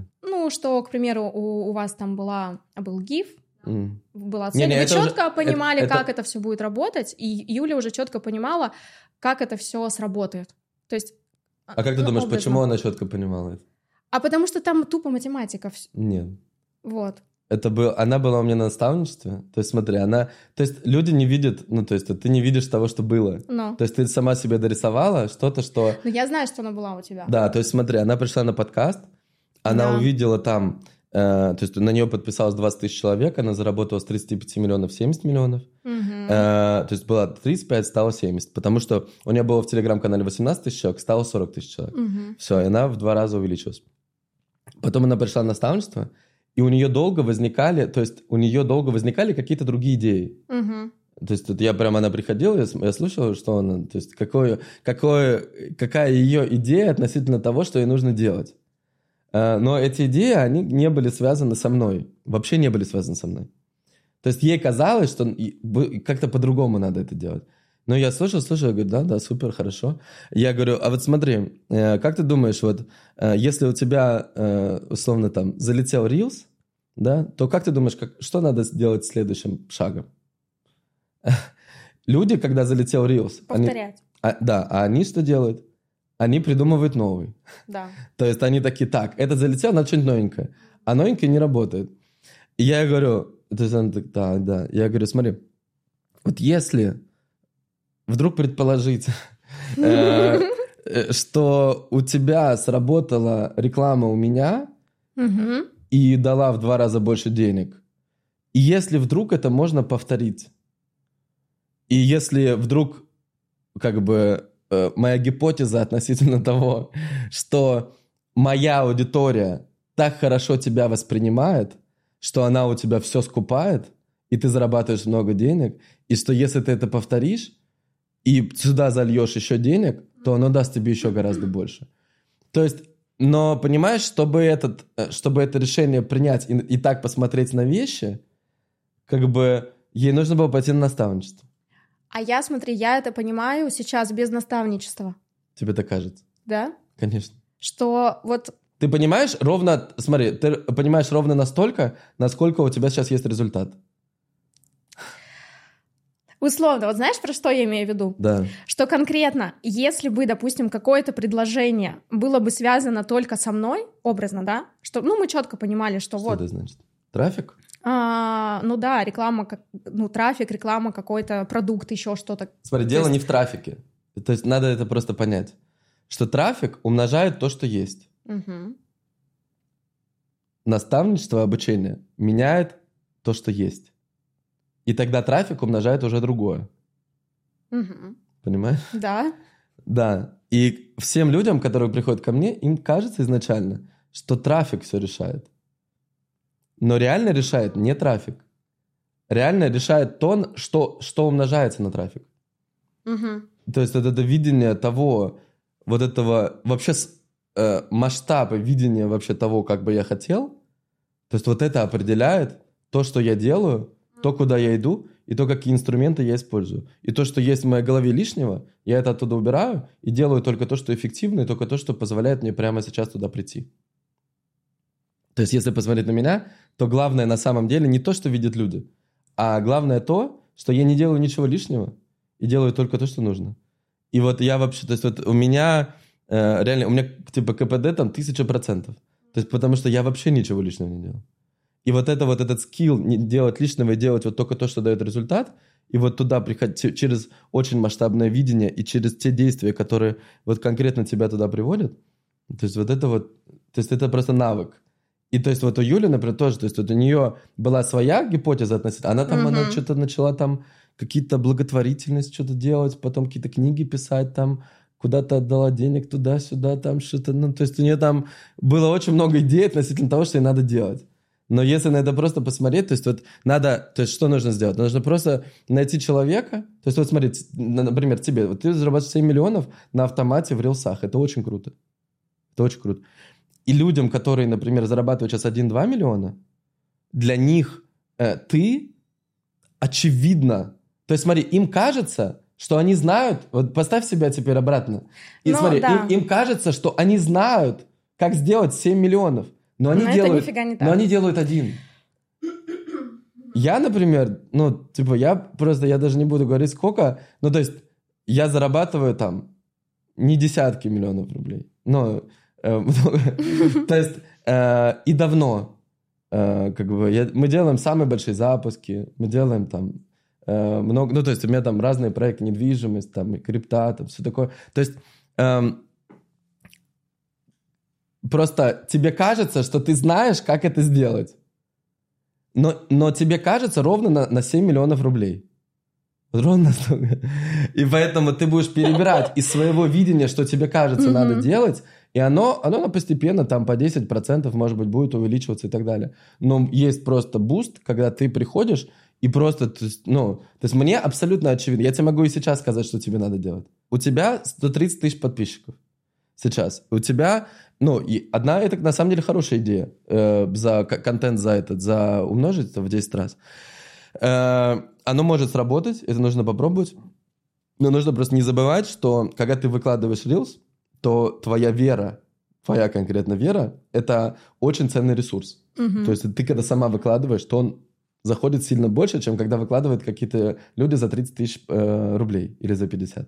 тому, что, к примеру, у вас там был GIF, была цель, Не, вы это четко уже- понимали, это- как это все будет работать, и Юля уже четко понимала, как это все сработает. То есть, А как ты ну, думаешь, образно. почему она четко понимала это? А потому что там тупо математика. Нет. Вот. Она была у меня на наставничестве. То есть смотри, то есть люди не видят, ну то есть ты не видишь того, что было. Но. То есть ты сама себе дорисовала что-то, что... Но я знаю, что она была у тебя. Да, то есть смотри, она пришла на подкаст, она Да. увидела там, то есть на нее подписалось 20 тысяч человек, она заработала с 35 миллионов 70 миллионов. Мгм. То есть было 35, стало 70. Потому что у нее было в телеграм-канале 18 тысяч человек, стало 40 тысяч человек. Мгм. Все, и она в 2 раза увеличилась. Потом она пришла на наставничество, и у нее долго возникали какие-то другие идеи. Мгм. То есть она приходила, я слушал, что она, то есть какая ее идея относительно того, что ей нужно делать. Но эти идеи, они не были связаны со мной. Вообще не были связаны со мной. То есть ей казалось, что как-то по-другому надо это делать. Но я слушал, я говорю, да, супер, хорошо. Я говорю, а вот смотри, как ты думаешь, вот если у тебя, условно, там, залетел Reels, да, то как ты думаешь, что надо сделать следующим шагом? Люди, когда залетел Reels... Повторять. они что делают? Они придумывают новый. Да. То есть они такие, так, это залетело, надо что-нибудь новенькое. А новенькое не работает. И я говорю, то есть она так, да. Я говорю, смотри, вот если вдруг предположить, что у тебя сработала реклама у меня Мгм. и дала в 2 раза больше денег, и если вдруг это можно повторить, и если вдруг моя гипотеза относительно того, что моя аудитория так хорошо тебя воспринимает, что она у тебя все скупает, и ты зарабатываешь много денег, и что если ты это повторишь, и сюда зальешь еще денег, то оно даст тебе еще гораздо больше. То есть, но понимаешь, чтобы это решение принять и так посмотреть на вещи, ей нужно было пойти на наставничество. А я это понимаю сейчас без наставничества. Тебе так кажется? Да? Конечно. Что вот... Ты понимаешь ровно настолько, насколько у тебя сейчас есть результат. Условно, вот знаешь, про что я имею в виду? Да. Что конкретно, если бы, допустим, какое-то предложение было бы связано только со мной, образно, да, что, мы четко понимали, что Что вот... это значит? Трафик? Реклама, трафик, реклама, какой-то продукт, еще что-то. Смотри, дело не в трафике. То есть надо это просто понять. Что трафик умножает то, что есть. Угу. Наставничество, обучение меняет то, что есть. И тогда трафик умножает уже другое. Угу. Понимаешь? Да. Да. И всем людям, которые приходят ко мне, им кажется изначально, что трафик все решает. Но реально решает не трафик. Реально решает то, что умножается на трафик. Угу. То есть вот это видение того, вот этого вообще масштаба видения вообще того, как бы я хотел, то есть вот это определяет то, что я делаю, то, куда я иду, и то, какие инструменты я использую. И то, что есть в моей голове лишнего, я это оттуда убираю и делаю только то, что эффективно, и только то, что позволяет мне прямо сейчас туда прийти. То есть если посмотреть на меня, то главное на самом деле не то, что видят люди, а главное то, что я не делаю ничего лишнего и делаю только то, что нужно. И вот я вообще, то есть вот у меня реально, у меня типа КПД там 1000%. То есть потому что я вообще ничего лишнего не делаю. И вот этот скилл не делать лишнего и делать вот только то, что дает результат, и вот туда приходить через очень масштабное видение и через те действия, которые вот конкретно тебя туда приводят, то есть вот это вот, то есть это просто навык. И то есть вот у Юли, например, тоже, то есть вот у нее была своя гипотеза относительно, она что-то начала там какие-то благотворительность что-то делать, потом какие-то книги писать там, куда-то отдала денег туда-сюда, там что-то, то есть у нее там было очень много идей относительно того, что ей надо делать. Но если на это просто посмотреть, то есть вот надо, то есть что нужно сделать? Нужно просто найти человека, то есть вот смотри, например, тебе, вот ты зарабатываешь 7 миллионов на автомате в рилсах, это очень круто. Это очень круто. И людям, которые, например, зарабатывают сейчас 1-2 миллиона, для них ты очевидно, то есть смотри, им кажется, что они знают, вот поставь себя теперь обратно, и смотри, да. им кажется, что они знают, как сделать 7 миллионов. Но они это делают, нифига не так. но они делают один. Я, например, я даже не буду говорить сколько, то есть я зарабатываю там не десятки миллионов рублей, то есть и давно, мы делаем самые большие запуски, мы делаем там много, то есть у меня там разные проекты, недвижимость, там и крипта, там все такое, то есть просто тебе кажется, что ты знаешь, как это сделать. Но тебе кажется ровно на 7 миллионов рублей. Ровно столько. И поэтому ты будешь перебирать из своего видения, что тебе кажется надо делать, и оно постепенно там по 10%, может быть, будет увеличиваться и так далее. Но есть просто буст, когда ты приходишь и просто, то есть мне абсолютно очевидно. Я тебе могу и сейчас сказать, что тебе надо делать. У тебя 130 тысяч подписчиков сейчас. У тебя... и одна, это на самом деле хорошая идея, за контент за умножить это в 10 раз. Оно может сработать, это нужно попробовать, но нужно просто не забывать, что когда ты выкладываешь Reels, то твоя вера, твоя конкретно вера, это очень ценный ресурс. То есть ты когда сама выкладываешь, то он заходит сильно больше, чем когда выкладывают какие-то люди за 30 тысяч рублей или за 50.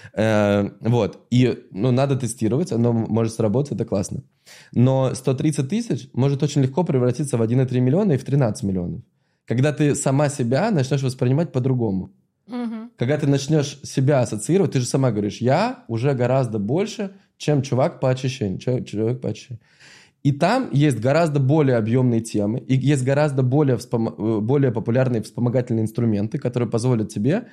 И надо тестировать, оно может сработать, это классно. Но 130 тысяч может очень легко превратиться в 1,3 миллиона и в 13 миллионов. Когда ты сама себя начнешь воспринимать по-другому. Когда ты начнешь себя ассоциировать, ты же сама говоришь, я уже гораздо больше, чем чувак по очищению. Человек по очищению. И там есть гораздо более объемные темы, и есть гораздо более популярные вспомогательные инструменты, которые позволят тебе...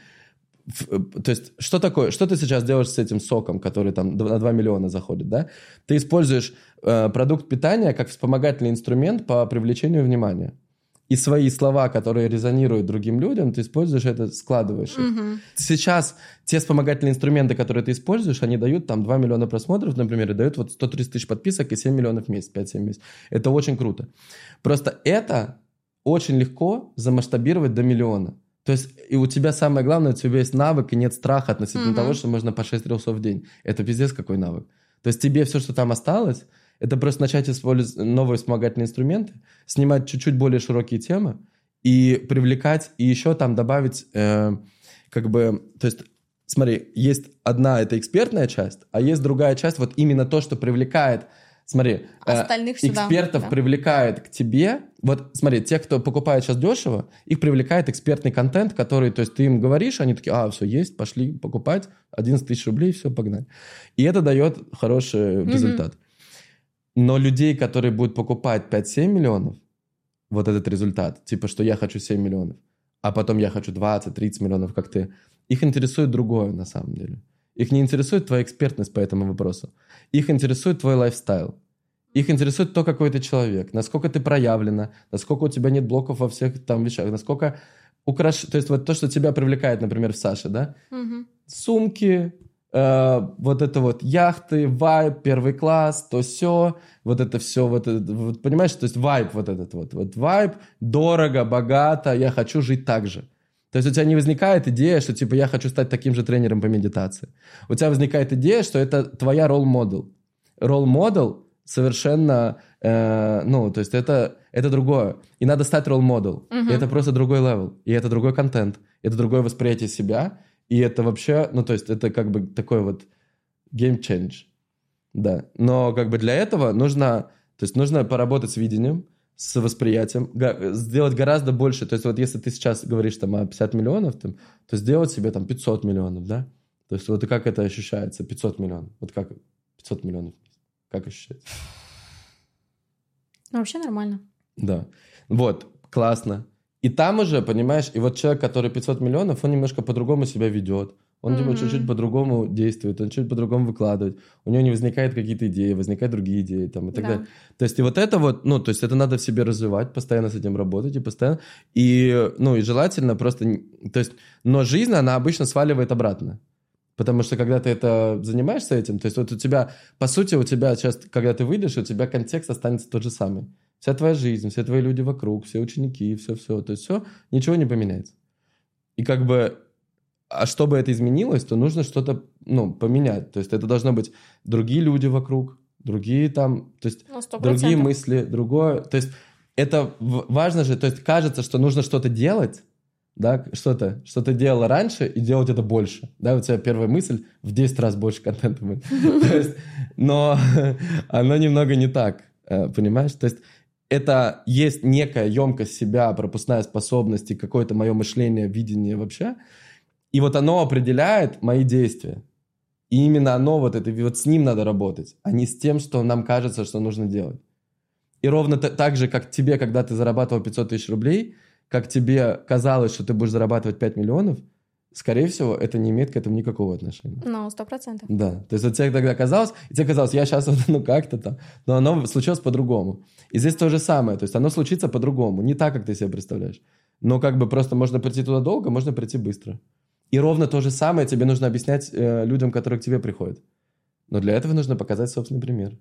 То есть, что такое? Что ты сейчас делаешь с этим соком, который там на 2 миллиона заходит, да? Ты используешь продукт питания как вспомогательный инструмент по привлечению внимания. И свои слова, которые резонируют другим людям, ты используешь это, складываешь их. Сейчас те вспомогательные инструменты, которые ты используешь, они дают там 2 миллиона просмотров, например, и дают 130 тысяч подписок и 7 миллионов в месяц, 5-7 месяцев. Это очень круто. Просто это очень легко замасштабировать до миллиона. То есть и у тебя самое главное, у тебя есть навык и нет страха относительно того, что можно по 6 рилсов в день. Это пиздец какой навык. То есть тебе все, что там осталось... Это просто начать использовать новые вспомогательные инструменты, снимать чуть-чуть более широкие темы и привлекать, и еще там добавить, то есть, смотри, есть одна, это экспертная часть, а есть другая часть, вот именно то, что привлекает, смотри, остальных сюда, экспертов привлекает к тебе, вот смотри, те, кто покупает сейчас дешево, их привлекает экспертный контент, который, то есть ты им говоришь, они такие, все, есть, пошли покупать, 11 тысяч рублей, все, погнали. И это дает хороший результат. Но людей, которые будут покупать 5-7 миллионов, вот этот результат, типа, что я хочу 7 миллионов, а потом я хочу 20-30 миллионов, как ты, их интересует другое на самом деле. Их не интересует твоя экспертность по этому вопросу. Их интересует твой лайфстайл. Их интересует то, какой ты человек, насколько ты проявлена, насколько у тебя нет блоков во всех там вещах, насколько то есть вот то, что тебя привлекает, например, в Саше, да? Сумки, вот это вот яхты, вайб, первый класс, то все, вот это все, вот, понимаешь, то есть вайб вот этот вот вайб, дорого, богато, я хочу жить так же. То есть у тебя не возникает идея, что типа я хочу стать таким же тренером по медитации. У тебя возникает идея, что это твоя ролл-модел. Ролл-модел совершенно, то есть это другое. И надо стать ролл-модел. И это просто другой левел. И это другой контент. Это другое восприятие себя. И это вообще, то есть это как бы такой вот game change, да. Но как бы для этого нужно поработать с видением, с восприятием, сделать гораздо больше. То есть вот если ты сейчас говоришь там о 50 миллионов, то сделать себе там 500 миллионов, да. То есть вот как это ощущается, 500 миллионов. Вот как 500 миллионов, как ощущается? Вообще нормально. Да. Вот, классно. И там уже, понимаешь, и вот человек, который 500 миллионов, он немножко по-другому себя ведет. Он типа чуть-чуть по-другому действует, он чуть по-другому выкладывает. У него не возникают какие-то идеи, возникают другие идеи там, и так далее. То есть и вот это вот, то есть это надо в себе развивать, постоянно с этим работать и постоянно. И желательно просто... То есть, но жизнь, она обычно сваливает обратно. Потому что когда ты это занимаешься этим, то есть вот у тебя, по сути, сейчас, когда ты выйдешь, у тебя контекст останется тот же самый. Вся твоя жизнь, все твои люди вокруг, все ученики, все-все. То есть все, ничего не поменяется. И как бы, а чтобы это изменилось, то нужно что-то, поменять. То есть это должны быть другие люди вокруг, другие там, то есть 100%. другие мысли, другое. То есть это важно же, то есть кажется, что нужно что-то делать, да, что ты делала раньше и делать это больше. Да, у тебя первая мысль в 10 раз больше контента будет. Но оно немного не так, понимаешь? То есть это есть некая емкость себя, пропускная способность и какое-то мое мышление, видение вообще. И вот оно определяет мои действия. И именно оно, вот с ним надо работать, а не с тем, что нам кажется, что нужно делать. И ровно так же, как тебе, когда ты зарабатывал 500 тысяч рублей, как тебе казалось, что ты будешь зарабатывать 5 миллионов, скорее всего, это не имеет к этому никакого отношения. 100%. Да, то есть вот тебе тогда казалось, я сейчас как-то там, но оно случилось по-другому. И здесь то же самое, то есть оно случится по-другому, не так, как ты себе представляешь. Но как бы просто можно прийти туда долго, можно прийти быстро. И ровно то же самое тебе нужно объяснять людям, которые к тебе приходят. Но для этого нужно показать собственный пример.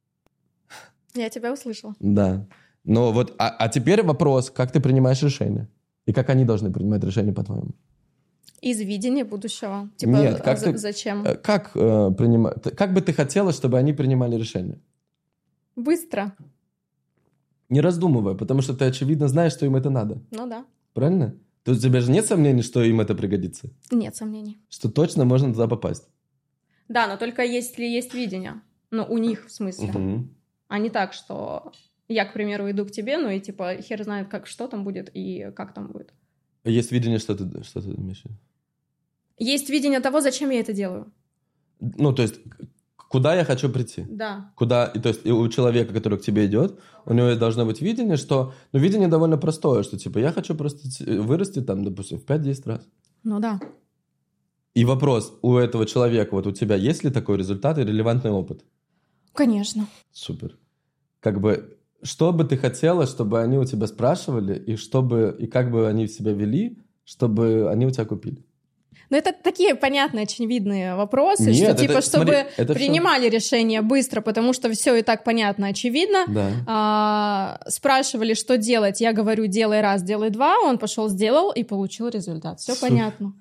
Я тебя услышала. Да. Но вот, а теперь вопрос, как ты принимаешь решения? И как они должны принимать решения, по-твоему? Из видения будущего. Типа, Нет, зачем? Как бы ты хотела, чтобы они принимали решения? Быстро. Не раздумывая, потому что ты, очевидно, знаешь, что им это надо. Ну да. Правильно? То есть у тебя же нет сомнений, что им это пригодится? Нет сомнений. Что точно можно туда попасть? Да, но только если есть видение. Ну, у них, в смысле. Угу. А не так, что я, к примеру, иду к тебе, ну и типа хер знает, что там будет и как там будет. Есть видение, что ты имеешь в виду? Есть видение того, зачем я это делаю. Ну, то есть, куда я хочу прийти? Да. Куда, и, то есть, и у человека, который к тебе идет, у него должно быть видение, что... Ну, видение довольно простое, что, типа, я хочу просто вырасти там, допустим, в 5-10 раз. Ну да. И вопрос, у этого человека, вот у тебя есть ли такой результат и релевантный опыт? Конечно. Супер. Как бы, что бы ты хотела, чтобы они у тебя спрашивали, и как бы они себя вели, чтобы они у тебя купили? Ну, это такие понятные, очевидные вопросы, Нет, что типа, чтобы смотри, принимали решения быстро, потому что все и так понятно, очевидно. Да. Спрашивали, что делать. Я говорю, делай раз, делай два. Он пошел, сделал и получил результат. Все понятно.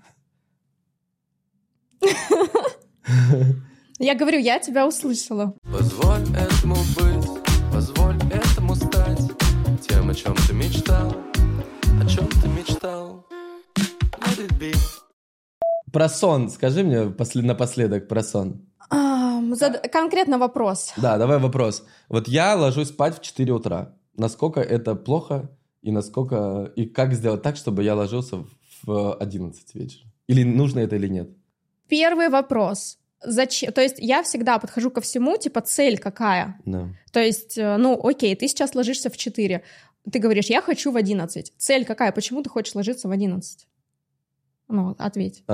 Я говорю, я тебя услышала. Позволь этому быть, позволь этому стать тем, о чем ты мечтал, о чем ты мечтал. Let it be. Про сон. Скажи мне напоследок про сон. Конкретно вопрос. Да, давай вопрос. Вот я ложусь спать в 4 утра. Насколько это плохо и как сделать так, чтобы я ложился в 11 вечера? Или нужно это или нет? Первый вопрос. Зачем? То есть я всегда подхожу ко всему, типа, цель какая? Да. То есть, окей, ты сейчас ложишься в 4. Ты говоришь, я хочу в 11. Цель какая? Почему ты хочешь ложиться в 11? Ну, ответь.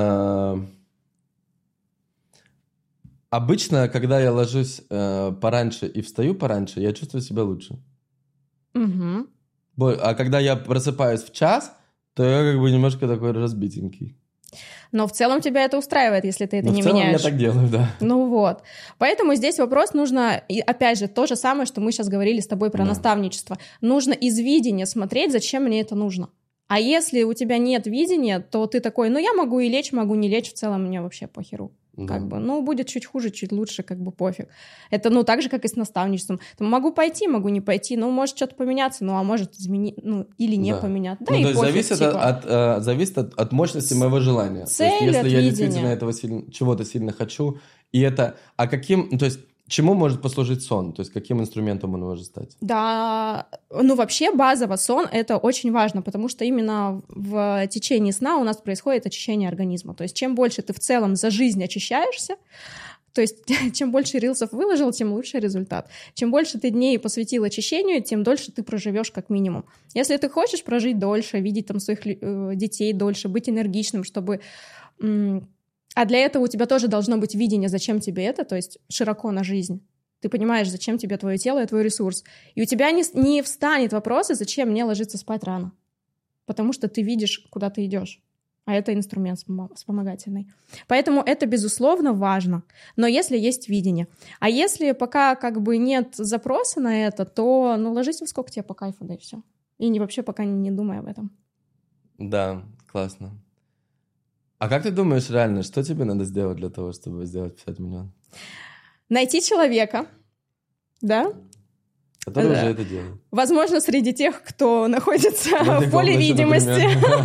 Обычно, когда я ложусь пораньше и встаю пораньше, я чувствую себя лучше. Угу. А когда я просыпаюсь в час, то я как бы немножко такой разбитенький. Но в целом тебя это устраивает, если ты это не меняешь. В целом я так делаю, да. Ну вот. Поэтому здесь вопрос нужно, и опять же, то же самое, что мы сейчас говорили с тобой про наставничество. Нужно из видения смотреть, зачем мне это нужно. А если у тебя нет видения, то ты такой, я могу и лечь, могу не лечь, в целом мне вообще похеру. Да. Будет чуть хуже, чуть лучше, пофиг. Это, так же, как и с наставничеством. Могу пойти, могу не пойти, может что-то поменяться, а может изменить, или не поменяться. Да, и то есть пофиг, зависит от мощности моего желания. Цель, то есть, если я видения. действительно чего-то сильно хочу, и это... чему может послужить сон? То есть каким инструментом он может стать? Да, вообще базово сон — это очень важно, потому что именно в течение сна у нас происходит очищение организма. То есть чем больше ты в целом за жизнь очищаешься, то есть чем больше рилсов выложил, тем лучше результат. Чем больше ты дней посвятил очищению, тем дольше ты проживешь как минимум. Если ты хочешь прожить дольше, видеть там своих детей дольше, быть энергичным, чтобы... А для этого у тебя тоже должно быть видение, зачем тебе это, то есть широко на жизнь. Ты понимаешь, зачем тебе твое тело и твой ресурс. И у тебя не встанет вопроса, зачем мне ложиться спать рано. Потому что ты видишь, куда ты идешь. А это инструмент вспомогательный. Поэтому это, безусловно, важно. Но если есть видение. А если пока нет запроса на это, то ложись во сколько тебе по кайфу, да и все. И вообще пока не думай об этом. Да, классно. А как ты думаешь реально, что тебе надо сделать для того, чтобы сделать 50 миллионов? Найти человека, Да? Которые уже это делают. Возможно, среди тех, кто находится в поле видимости.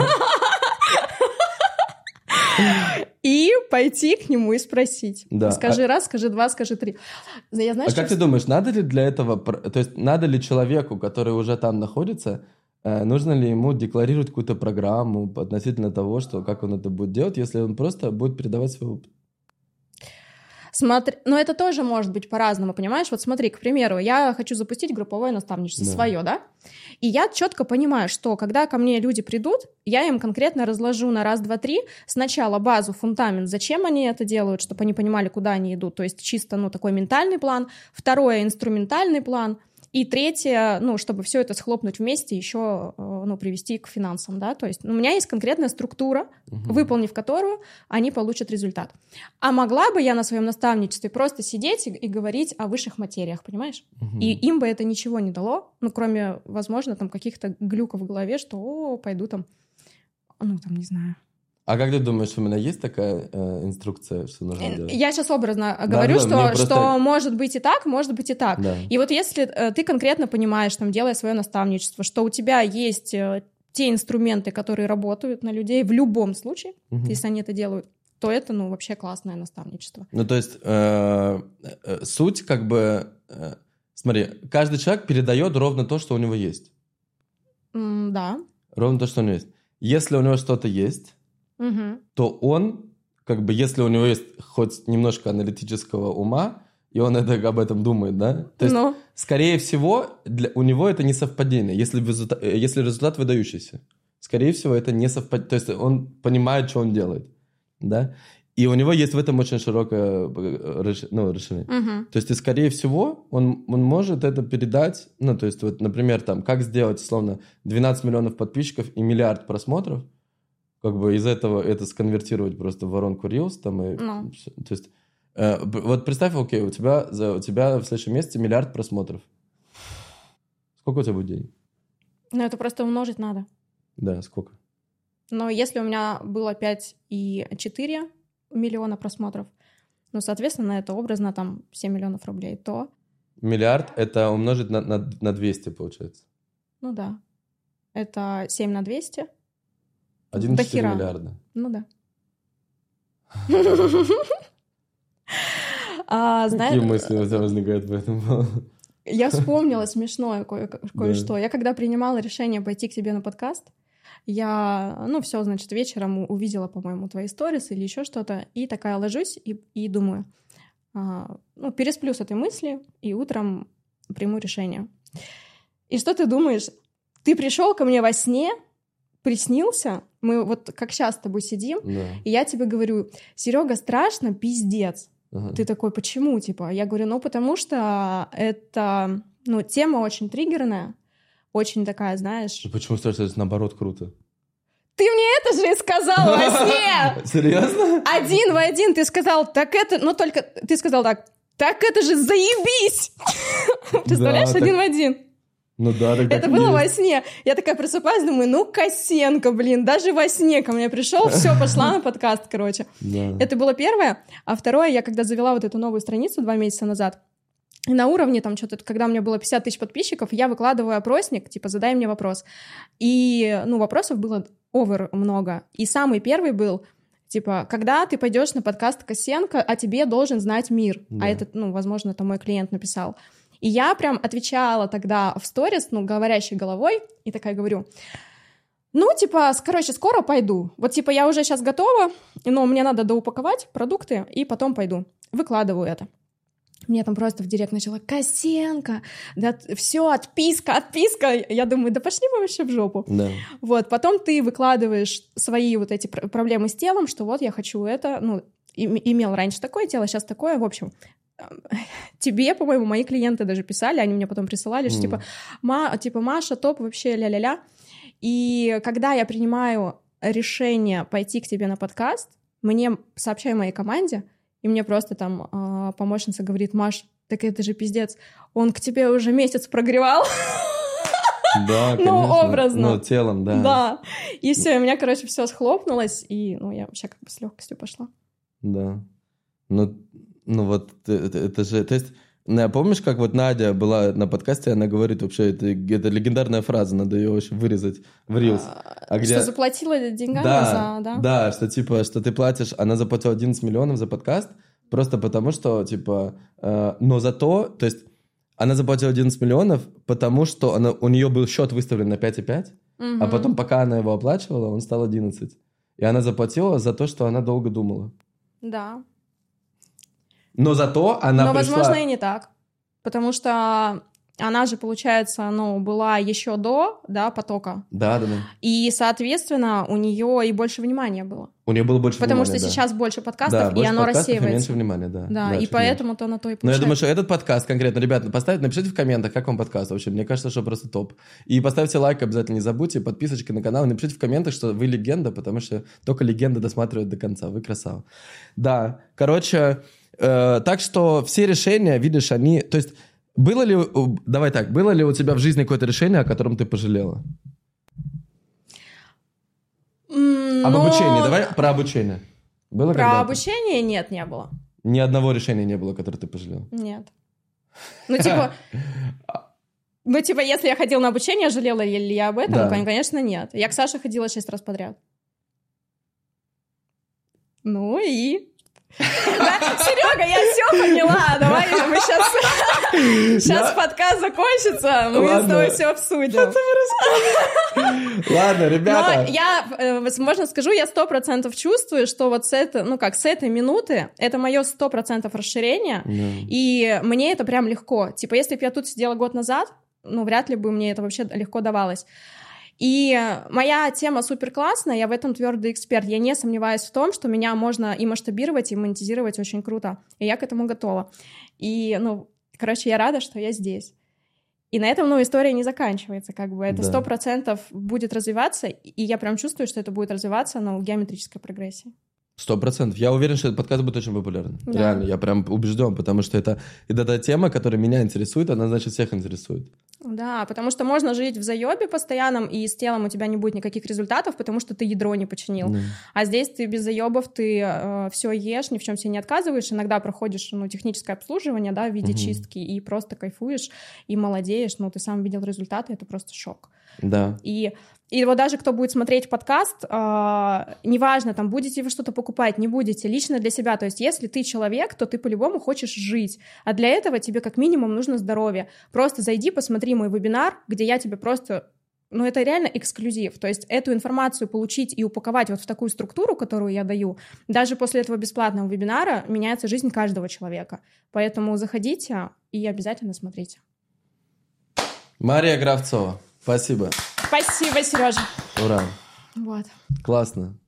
И пойти к нему и спросить. Да. Скажи раз, скажи два, скажи три. Я, знаешь, как ты думаешь, надо ли для этого, то есть надо ли человеку, который уже там находится, нужно ли ему декларировать какую-то программу относительно того, что как он это будет делать, если он просто будет передавать свой опыт? Смотри, но это тоже может быть по-разному, понимаешь? Вот смотри, к примеру, я хочу запустить групповое наставничество свое, да? И я четко понимаю, что когда ко мне люди придут, я им конкретно разложу на раз, два, три сначала базу, фундамент, зачем они это делают, чтобы они понимали, куда они идут, то есть чисто, такой ментальный план. Второе, инструментальный план. И третье, чтобы все это схлопнуть вместе, еще, привести к финансам, да, то есть у меня есть конкретная структура, выполнив которую они получат результат. А могла бы я на своем наставничестве просто сидеть и говорить о высших материях, понимаешь? И им бы это ничего не дало, кроме, возможно, там каких-то глюков в голове, что, пойду там, не знаю. А как ты думаешь, у меня есть такая инструкция, что нужно делать? Я сейчас образно говорю, что может быть и так, может быть и так. Да. И вот если ты конкретно понимаешь, делая свое наставничество, что у тебя есть те инструменты, которые работают на людей в любом случае, если они это делают, то это, вообще классное наставничество. То есть суть смотри, каждый человек передает ровно то, что у него есть. Да. Ровно то, что у него есть. Если у него что-то есть, то он, если у него есть хоть немножко аналитического ума, и он об этом думает, да? То есть, скорее всего, у него это не совпадение, если результат выдающийся. Скорее всего, это не совпадение. То есть он понимает, что он делает, да? И у него есть в этом очень широкое расширение. То есть, скорее всего, он может это передать, то есть, вот, например, как сделать, условно, 12 миллионов подписчиков и миллиард просмотров, из этого это сконвертировать просто в воронку Reels. То есть, вот представь, окей, у тебя в следующем месяце миллиард просмотров. Сколько у тебя будет денег? Это просто умножить надо. Да, сколько? Но если у меня было 5,4 миллиона просмотров, соответственно, это образно 7 миллионов рублей, то... Миллиард — это умножить на 200, получается. Да. Это 7 на 200. 1,4 миллиарда. Да. Какие мысли у тебя возникают по этому? Я вспомнила смешное кое-что. Я когда принимала решение пойти к тебе на подкаст, я, все, значит, вечером увидела, по-моему, твои сторис или еще что-то, и такая ложусь и думаю, пересплю с этой мыслью и утром приму решение. И что ты думаешь? Ты пришел ко мне во сне, приснился, мы вот как сейчас с тобой сидим, и я тебе говорю: Серега, страшно, пиздец. Ты такой: почему? Я говорю: потому что это, тема очень триггерная, очень такая, знаешь... Почему страшно? Это наоборот круто. Ты мне это же и сказал во сне! Серьезно? Один в один ты сказал: так это... только ты сказал так: это же заебись! Представляешь, один в один. Да, так это было во сне. Я такая просыпаюсь, думаю: Косенко, даже во сне ко мне пришел, все, пошла на подкаст, короче. Да. Это было первое. А второе, я когда завела вот эту новую страницу 2 месяца назад, и на уровне что-то, когда у меня было 50 тысяч подписчиков, я выкладываю опросник, задай мне вопрос. И, вопросов было овер много. И самый первый был, когда ты пойдешь на подкаст Косенко, о тебе должен знать мир. Да. А это, возможно, это мой клиент написал. И я прям отвечала тогда в сторис, говорящей головой, и такая говорю: скоро пойду. Вот, я уже сейчас готова, но мне надо доупаковать продукты, и потом пойду. Выкладываю это. Мне там просто в директ начала: Косенко, да все, отписка. Я думаю: да пошли мы вообще в жопу. Да. Вот, потом ты выкладываешь свои вот эти проблемы с телом, что вот я хочу это, имел раньше такое тело, сейчас такое, в общем... Тебе, по-моему, мои клиенты даже писали, они мне потом присылали, что Маша, топ, вообще ля-ля-ля. И когда я принимаю решение пойти к тебе на подкаст, мне сообщаю моей команде, и мне просто помощница говорит: Маш, так это же пиздец, он к тебе уже месяц прогревал. Да, конечно. Образно. Телом, да. Да. И все, у меня, все схлопнулось, и я вообще с легкостью пошла. Да. Вот это же... То есть Помнишь, как вот Надя была на подкасте, она говорит вообще, это легендарная фраза, надо ее вообще вырезать в Reels. Что заплатила деньгами за... Да, что типа, что ты платишь, она заплатила 11 миллионов за подкаст, просто потому что, типа, но зато, то есть, она заплатила 11 миллионов, потому что у нее был счет выставлен на 5,5, а потом, пока она его оплачивала, он стал 11. И она заплатила за то, что она долго думала. Да. Но зато она пришла... возможно, и не так. Потому что она же, получается, была еще до, потока. Да. И, соответственно, у нее и больше внимания было. У нее было больше Потому внимания, что сейчас больше подкастов, и больше оно подкастов рассеивается. И меньше внимания, да. Да, и поэтому-то на то и получается. Но я думаю, что этот подкаст конкретно, ребята, напишите в комментах, как вам подкаст вообще. Мне кажется, что просто топ. И поставьте лайк обязательно, не забудьте, подписочка на канал. И напишите в комментах, что вы легенда, потому что только легенда досматривает до конца. Вы красава. Да, короче, так что все решения, видишь, они... То есть, было ли у тебя в жизни какое-то решение, о котором ты пожалела? Об обучении. Давай про обучение. Было про обучение нет, не было. Ни одного решения не было, которое ты пожалела? Нет. Если я ходила на обучение, жалела ли я об этом? Да. Конечно, нет. Я к Саше ходила 6 раз подряд. Ну и... Серега, я все поняла. Давай мы сейчас подкаст закончится, мы с тобой все обсудим. Ладно, ребята. Но я, возможно, скажу, я 100% чувствую, что вот с этой минуты это мое 100% расширение, и мне это прям легко. Типа, если бы я тут сидела год назад, вряд ли бы мне это вообще легко давалось. И моя тема супер классная, я в этом твердый эксперт. Я не сомневаюсь в том, что меня можно и масштабировать, и монетизировать очень круто. И я к этому готова. И, я рада, что я здесь. И на этом, история не заканчивается, Это 100% будет развиваться, и я прям чувствую, что это будет развиваться, в геометрической прогрессии. 100%. Я уверен, что этот подкаст будет очень популярен. Да. Реально, я прям убежден, потому что это тема, которая меня интересует, она, значит, всех интересует. Да, потому что можно жить в заебе постоянном, и с телом у тебя не будет никаких результатов, потому что ты ядро не починил. А здесь ты без заебов, ты все ешь, ни в чем себе не отказываешь, иногда проходишь техническое обслуживание, в виде чистки, и просто кайфуешь, и молодеешь, ты сам видел результаты, это просто шок. Да. И вот даже кто будет смотреть подкаст, неважно, там, будете вы что-то покупать, не будете, лично для себя. То есть если ты человек, то ты по-любому хочешь жить. А для этого тебе как минимум нужно здоровье. Просто зайди, посмотри мой вебинар, где я тебе просто... это реально эксклюзив. То есть эту информацию получить и упаковать вот в такую структуру, которую я даю, даже после этого бесплатного вебинара меняется жизнь каждого человека. Поэтому заходите и обязательно смотрите. Мария Кравцова, спасибо. Спасибо, Сережа. Ура. Вот. Классно.